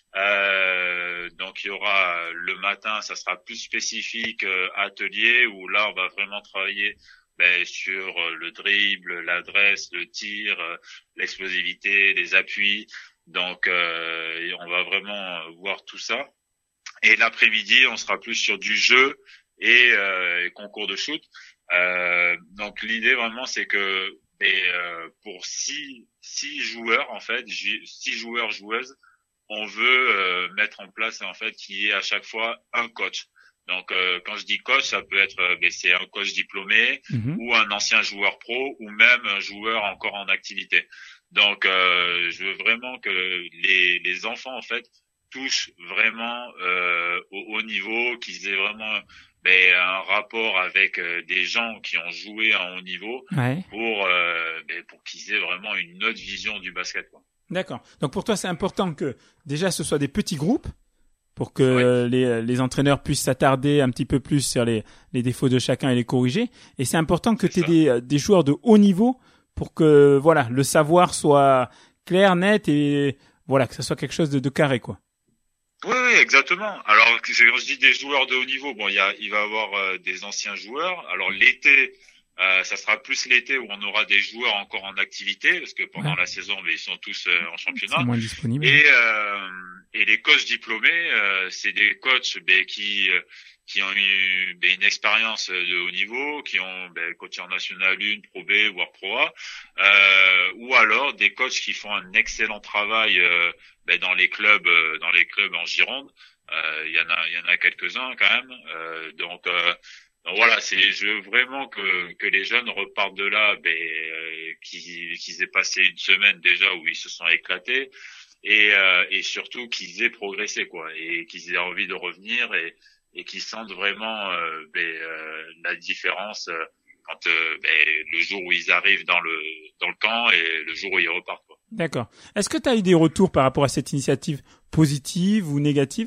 Euh, donc il y aura le matin, ça sera plus spécifique euh, atelier, où là on va vraiment travailler ben, sur euh, le dribble, l'adresse, le tir, euh, l'explosivité, les appuis. Donc euh, on va vraiment voir tout ça. Et l'après-midi, on sera plus sur du jeu et, euh, et concours de shoot. Euh, donc l'idée vraiment, c'est que et, euh, pour six six joueurs en fait, six joueurs joueuses, on veut euh, mettre en place en fait qu'il y ait à chaque fois un coach. Donc euh, quand je dis coach, ça peut être euh, c'est un coach diplômé, mmh. ou un ancien joueur pro, ou même un joueur encore en activité. Donc euh, je veux vraiment que les les enfants en fait touchent vraiment euh, au haut niveau, qu'ils aient vraiment ben, un rapport avec euh, des gens qui ont joué à haut niveau, ouais. pour euh, ben, pour qu'ils aient vraiment une autre vision du basket, quoi. D'accord. Donc pour toi, c'est important que déjà ce soit des petits groupes pour que oui. les les entraîneurs puissent s'attarder un petit peu plus sur les les défauts de chacun et les corriger. Et c'est important que tu aies des des joueurs de haut niveau pour que voilà, le savoir soit clair, net, et voilà, que ça soit quelque chose de, de carré, quoi. Oui, oui, exactement. Alors quand je dis des joueurs de haut niveau, bon, il y a il va y avoir euh, des anciens joueurs. Alors l'été, Euh, ça sera plus l'été où on aura des joueurs encore en activité, parce que pendant ouais. la saison, mais ils sont tous euh, en championnat. C'est moins disponible. Et euh, et les coachs diplômés, euh, c'est des coachs ben, qui qui ont eu ben, une expérience de haut niveau, qui ont ben, coaché en National un, Pro B, voire Pro A, euh, ou alors des coachs qui font un excellent travail euh, ben, dans les clubs, euh, dans les clubs en Gironde. Il euh, y en a, il y en a quelques-uns quand même. Euh, donc euh, Donc voilà, c'est je veux vraiment que que les jeunes repartent de là, ben euh, qu'ils qu'ils aient passé une semaine déjà où ils se sont éclatés, et euh, et surtout qu'ils aient progressé, quoi, et qu'ils aient envie de revenir, et et qu'ils sentent vraiment euh, ben, euh, la différence euh, quand euh, ben, le jour où ils arrivent dans le dans le camp et le jour où ils repartent, quoi. D'accord. Est-ce que tu as eu des retours par rapport à cette initiative, positive ou négative?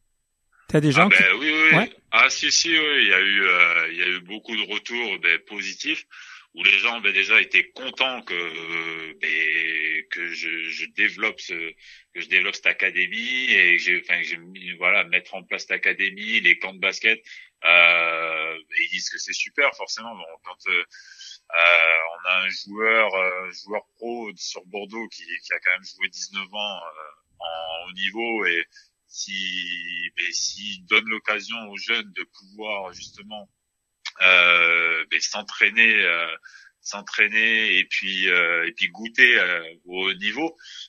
T'as des gens ah ben, qui... oui, oui. Ouais. Ah si, si, oui. Il y a eu, euh, il y a eu beaucoup de retours ben, positifs, où les gens ben, déjà étaient contents que euh, ben, que je, je développe ce, que je développe cette académie, et que j'ai, enfin, que j'ai mis, voilà, mettre en place cette académie, les camps de basket. Euh, ils disent que c'est super, forcément. Bon, quand euh, euh, on a un joueur, euh, joueur pro sur Bordeaux qui, qui a quand même joué dix-neuf ans euh, en haut niveau, et si ben, s'il donne l'occasion aux jeunes de pouvoir justement euh, ben, s'entraîner euh, s'entraîner et puis euh, et puis goûter euh, au haut niveau,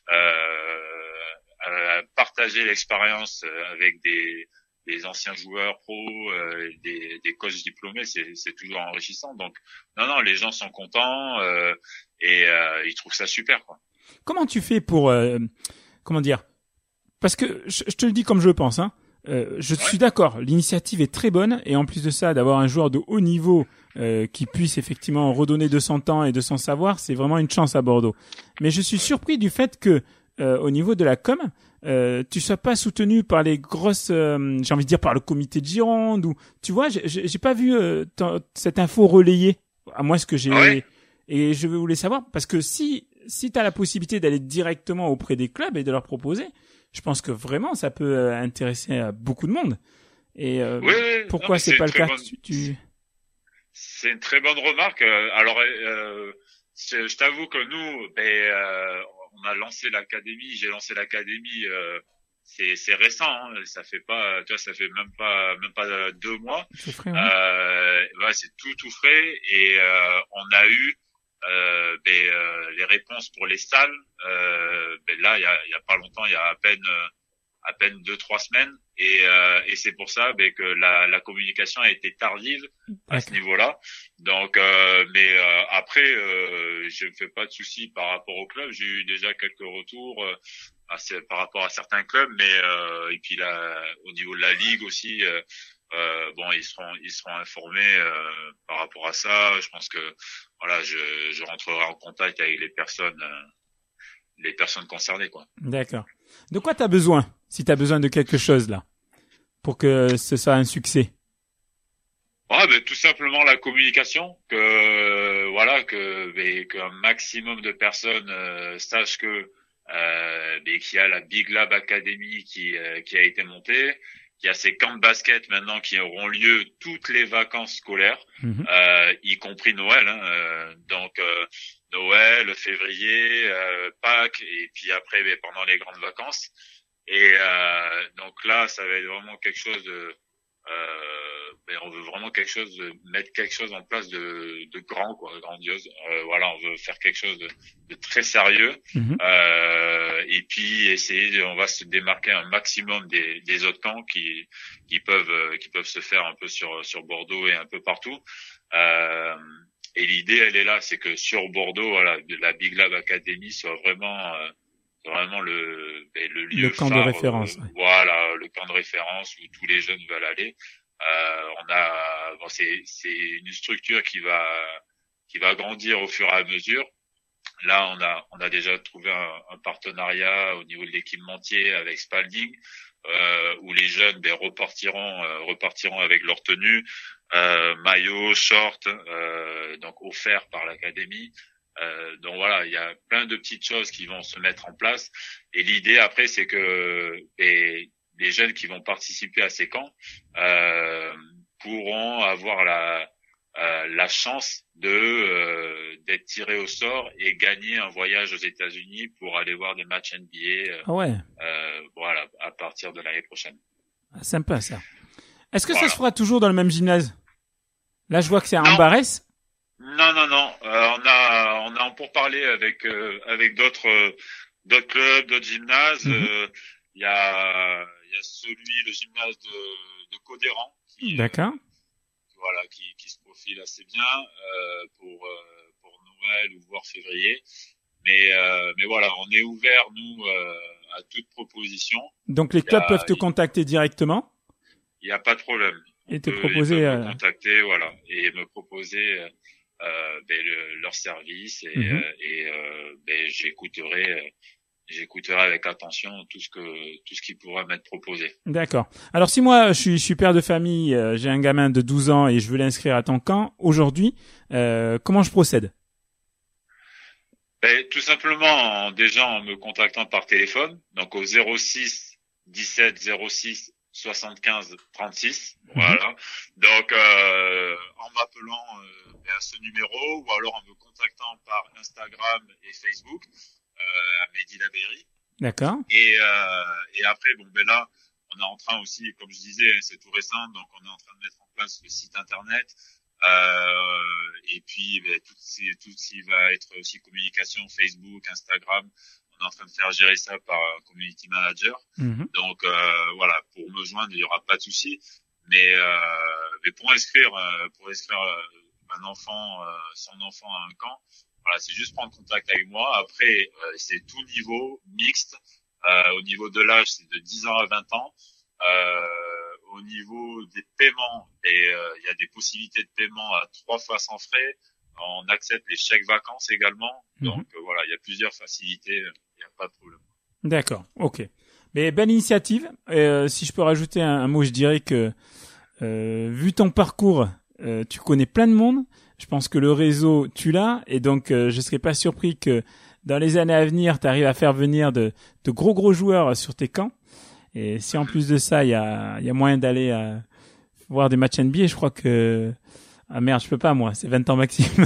euh, à partager l'expérience avec des des anciens joueurs pros, euh, des des coachs diplômés, c'est c'est toujours enrichissant. Donc non non, les gens sont contents, euh, et euh, ils trouvent ça super, quoi. Comment tu fais pour euh, comment dire? Parce que je, je te le dis comme je le pense, hein. Euh, je ouais. suis d'accord, l'initiative est très bonne, et en plus de ça, d'avoir un joueur de haut niveau euh, qui puisse effectivement redonner de son temps et de son savoir, c'est vraiment une chance à Bordeaux. Mais je suis surpris du fait que euh, au niveau de la com, euh, tu sois pas soutenu par les grosses, euh, j'ai envie de dire par le comité de Gironde, ou tu vois, j'ai, j'ai pas vu euh, cette info relayée, à moins ce que j'ai. Ouais. Et je voulais savoir, parce que si si t'as la possibilité d'aller directement auprès des clubs et de leur proposer, je pense que vraiment ça peut intéresser beaucoup de monde. Et euh, oui, oui, pourquoi non, c'est, c'est pas le cas? Bonne... tu, tu... C'est une très bonne remarque. Alors, euh, je t'avoue que nous, ben, euh, on a lancé l'académie. J'ai lancé l'académie euh, c'est c'est récent, hein, ça fait pas, tu vois, ça fait même pas même pas deux mois. C'est frais, ouais. Euh, ouais, c'est tout tout frais et euh, on a eu euh, ben, euh, les réponses pour les salles. Euh, ben là, il y a il y a pas longtemps, il y a à peine euh, à peine deux trois semaines et euh, et c'est pour ça ben, que la la communication a été tardive à ce niveau-là. Donc euh, mais euh, après euh, je me fais pas de soucis par rapport au club, j'ai eu déjà quelques retours euh, à, par rapport à certains clubs, mais euh, et puis là au niveau de la ligue aussi euh, euh, bon ils seront ils seront informés euh, par rapport à ça. Je pense que voilà, je je rentrerai en contact avec les personnes euh, les personnes concernées, quoi. D'accord. De quoi t'as besoin, si t'as besoin de quelque chose, là, pour que ce soit un succès? Ouais, ben, tout simplement la communication, que, euh, voilà, que, ben, qu'un maximum de personnes, euh, sachent que, euh, ben, qu'il y a la Big Lab Academy qui, euh, qui a été montée, qu'il y a ces camps de basket maintenant qui auront lieu toutes les vacances scolaires, mmh. euh, y compris Noël, hein, euh, donc, euh, Noël, février, euh, Pâques, et puis après ben, pendant les grandes vacances. Et euh, donc là, ça va être vraiment quelque chose de, euh, ben, on veut vraiment quelque chose de mettre quelque chose en place de, de grand, quoi, grandiose. Euh, voilà, on veut faire quelque chose de, de très sérieux. Mmh. Euh, et puis essayer, de, on va se démarquer un maximum des, des autres camps qui, qui peuvent, qui peuvent se faire un peu sur, sur Bordeaux et un peu partout. Euh, Et l'idée, elle est là, c'est que sur Bordeaux, voilà, la Big Lab Academy soit vraiment, euh, vraiment le, le lieu le camp phare, de référence. Euh, ouais. Voilà, le camp de référence où tous les jeunes veulent aller. Euh, on a, bon, c'est, c'est une structure qui va, qui va grandir au fur et à mesure. Là, on a, on a déjà trouvé un, un partenariat au niveau de l'équipementier avec Spalding. Euh, où les jeunes ben, repartiront euh, repartiront avec leur tenue, euh, maillot, short, euh, donc offert par l'académie. Euh, donc voilà, il y a plein de petites choses qui vont se mettre en place. Et l'idée après, c'est que les, les jeunes qui vont participer à ces camps euh, pourront avoir la euh, la chance de euh, d'être tirés au sort et gagner un voyage aux États-Unis pour aller voir des matchs N B A. Euh, ah ouais. Euh, voilà, à partir de l'année prochaine. Ah, sympa ça. Est-ce que voilà. ça se fera toujours dans le même gymnase? Là, je vois que c'est à Ambarès. Non, non, non. Euh, on a, on a pour parler avec euh, avec d'autres euh, d'autres clubs, d'autres gymnases. Il mm-hmm. euh, y a il y a celui, le gymnase de, de Codéran. Qui, D'accord. Euh, voilà, qui qui se profile assez bien euh, pour euh, pour Noël ou voire février. Mais euh, mais voilà, on est ouvert nous euh, à toute proposition. Donc les clubs a, peuvent te il, contacter directement. Il n'y a pas de problème. Et te peut, proposer. Ils peuvent euh... me contacter, voilà, et me proposer euh, ben, le, leur service et, mm-hmm. euh, et euh, ben, j'écouterai. Euh, J'écouterai avec attention tout ce que tout ce qui pourra m'être proposé. D'accord. Alors si moi je suis, je suis père de famille, euh, j'ai un gamin de douze ans et je veux l'inscrire à ton camp aujourd'hui, euh, comment je procède? Ben, tout simplement en, déjà en me contactant par téléphone, donc au zéro six dix-sept zéro six soixante-quinze trente-six. Mm-hmm. Voilà. Donc euh, en m'appelant euh, à ce numéro ou alors en me contactant par Instagram et Facebook. Euh, à Mehdi Labeyri. D'accord. Et, euh, et après, bon, ben là, on est en train aussi, comme je disais, c'est tout récent, donc on est en train de mettre en place le site internet. Euh, et puis, ben, tout, tout ce qui va être aussi communication, Facebook, Instagram, on est en train de faire gérer ça par un community manager. Mm-hmm. Donc, euh, voilà, pour me joindre, il n'y aura pas de souci. Mais, euh, mais pour inscrire, euh, pour inscrire euh, un enfant, euh, son enfant à un camp, voilà, c'est juste prendre contact avec moi. Après, euh, c'est tout niveau, mixte. Euh, au niveau de l'âge, c'est de dix ans à vingt ans. Euh, au niveau des paiements, et il euh, y a des possibilités de paiement à trois fois sans frais. On accepte les chèques vacances également. Mm-hmm. Donc euh, voilà, il y a plusieurs facilités. Il n'y a pas de problème. D'accord, ok. Mais belle initiative. Euh, si je peux rajouter un, un mot, je dirais que euh, vu ton parcours, euh, tu connais plein de monde. Je pense que le réseau, tu l'as, et donc euh, je serais pas surpris que dans les années à venir, tu arrives à faire venir de, de gros gros joueurs sur tes camps. Et si en plus de ça, il y a, y a moyen d'aller à voir des matchs N B A, je crois que ah merde, je peux pas moi, c'est vingt ans maximum.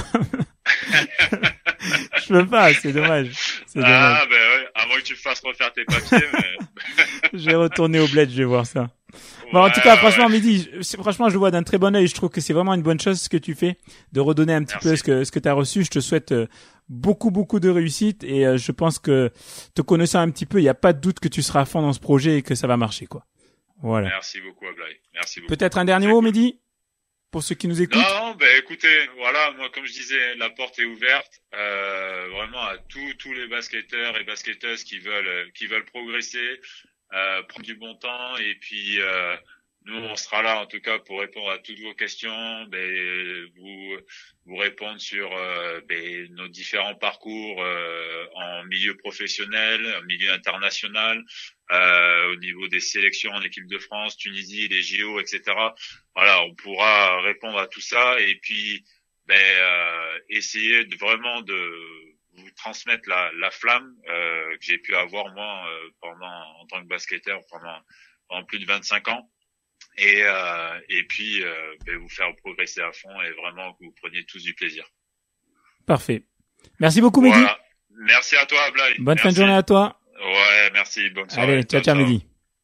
Je peux pas, c'est dommage. C'est ah dommage. ben ouais, à moins que tu fasses refaire tes papiers. Mais... Je vais retourner au bled, je vais voir ça. Bon, ouais, en tout cas, ouais, franchement, ouais. Mehdi, je, franchement, je le vois d'un très bon œil. Je trouve que c'est vraiment une bonne chose ce que tu fais, de redonner un petit Merci. peu ce que ce que tu as reçu. Je te souhaite euh, beaucoup, beaucoup de réussite et euh, je pense que te connaissant un petit peu, il n'y a pas de doute que tu seras à fond dans ce projet et que ça va marcher, quoi. Voilà. Merci beaucoup, Ablaye. Merci beaucoup. Peut-être un dernier mot, Mehdi, pour ceux qui nous écoutent. Non, ben écoutez, voilà, moi, comme je disais, la porte est ouverte, euh, vraiment à tous tous les basketteurs et basketteuses qui veulent qui veulent progresser. Euh, prendre du bon temps et puis euh, nous on sera là en tout cas pour répondre à toutes vos questions, ben, vous vous répondre sur euh, ben, nos différents parcours euh, en milieu professionnel, en milieu international, euh, au niveau des sélections en équipe de France, Tunisie, les J O, et cetera. Voilà, on pourra répondre à tout ça et puis ben euh, essayer de vraiment de vous transmettre la, la flamme euh, que j'ai pu avoir moi euh, pendant en tant que basketteur pendant, pendant plus de vingt-cinq ans et euh, et puis euh, ben, vous faire progresser à fond et vraiment que vous preniez tous du plaisir. Parfait. Merci beaucoup, Mehdi. Voilà. Merci à toi, Ablaye. Bonne merci. fin de journée à toi. Ouais, merci. Bonne soirée. Allez, ciao, ciao, Mehdi.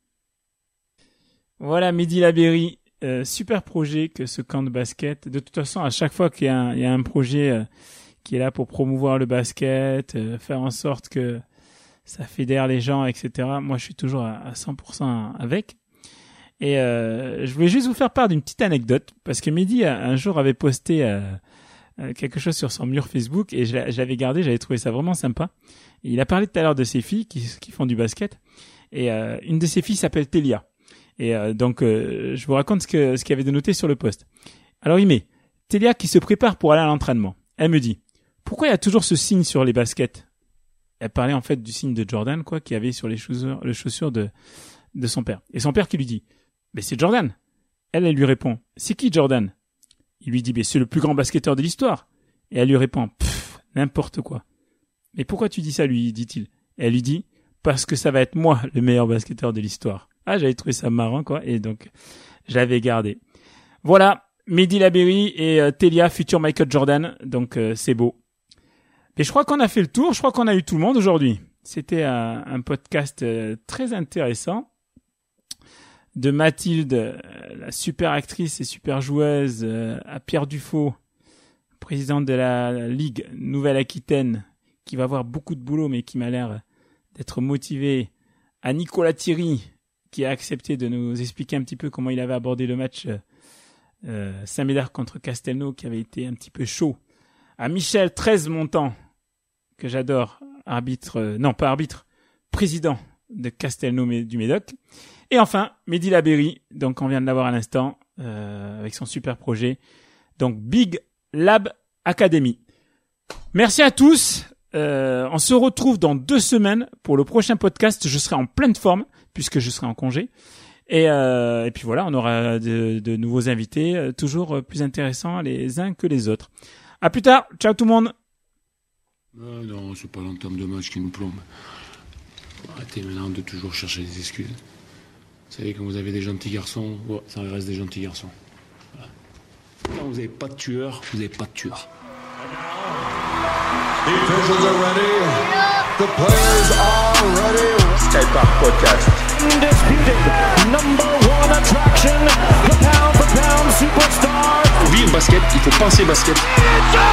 Voilà, Mehdi Labeyrie. Euh, super projet que ce camp de basket. De toute façon, à chaque fois qu'il y a un, il y a un projet euh, qui est là pour promouvoir le basket, euh, faire en sorte que ça fédère les gens, et cetera. Moi, je suis toujours à, à cent pour cent avec. Et euh, je voulais juste vous faire part d'une petite anecdote, parce que Mehdi, un jour, avait posté euh, quelque chose sur son mur Facebook, et je, je l'avais gardé, j'avais trouvé ça vraiment sympa. Et il a parlé tout à l'heure de ses filles qui, qui font du basket, et euh, une de ses filles s'appelle Télia. Et euh, donc, euh, je vous raconte ce que ce qu'il y avait de noté sur le post. Alors, il met « Télia qui se prépare pour aller à l'entraînement. Elle me dit « Pourquoi il y a toujours ce signe sur les baskets ?» Elle parlait en fait du signe de Jordan, quoi, qu'il y avait sur les chaussures, les chaussures de de son père. Et son père qui lui dit « Mais c'est Jordan !» Elle, elle lui répond « C'est qui Jordan ?» Il lui dit « Mais c'est le plus grand basketteur de l'histoire. » Et elle lui répond « Pfff, n'importe quoi. »« Mais pourquoi tu dis ça, lui ?» dit-il. Et elle lui dit « Parce que ça va être moi le meilleur basketteur de l'histoire. » Ah, j'avais trouvé ça marrant, quoi, et donc je l'avais gardé. Voilà, Mehdi Labeyrie et euh, Télia, futur Michael Jordan, donc euh, c'est beau. Et je crois qu'on a fait le tour, je crois qu'on a eu tout le monde aujourd'hui. C'était un, un podcast euh, très intéressant de Mathilde, euh, la super actrice et super joueuse, euh, à Pierre Dufaux, présidente de la, la Ligue Nouvelle-Aquitaine, qui va avoir beaucoup de boulot, mais qui m'a l'air d'être motivé, à Nicolas Thierry, qui a accepté de nous expliquer un petit peu comment il avait abordé le match euh, Saint-Médard contre Castelnau, qui avait été un petit peu chaud. À Michel treize Montant, que j'adore, arbitre, euh, non pas arbitre, président de Castelnau du Médoc. Et enfin, Mehdi Labeyrie, donc on vient de l'avoir à l'instant, euh, avec son super projet. Donc Big Lab Academy. Merci à tous. Euh, on se retrouve dans deux semaines pour le prochain podcast. Je serai en pleine forme puisque je serai en congé. Et, euh, et puis voilà, on aura de, de nouveaux invités, euh, toujours plus intéressants les uns que les autres. À plus tard. Ciao tout le monde. Ah non, c'est pas l'entame de match qui nous plombe. Arrêtez maintenant de toujours chercher des excuses. Vous savez, quand vous avez des gentils garçons, oh, ça reste des gentils garçons. Voilà. Quand vous n'avez pas de tueur, vous n'avez pas de tueur. The officials are ready. The players are ready. Sky Park Podcast. Undisputed number one attraction, the pound for pound superstar. Pour vivre basket, il faut penser basket.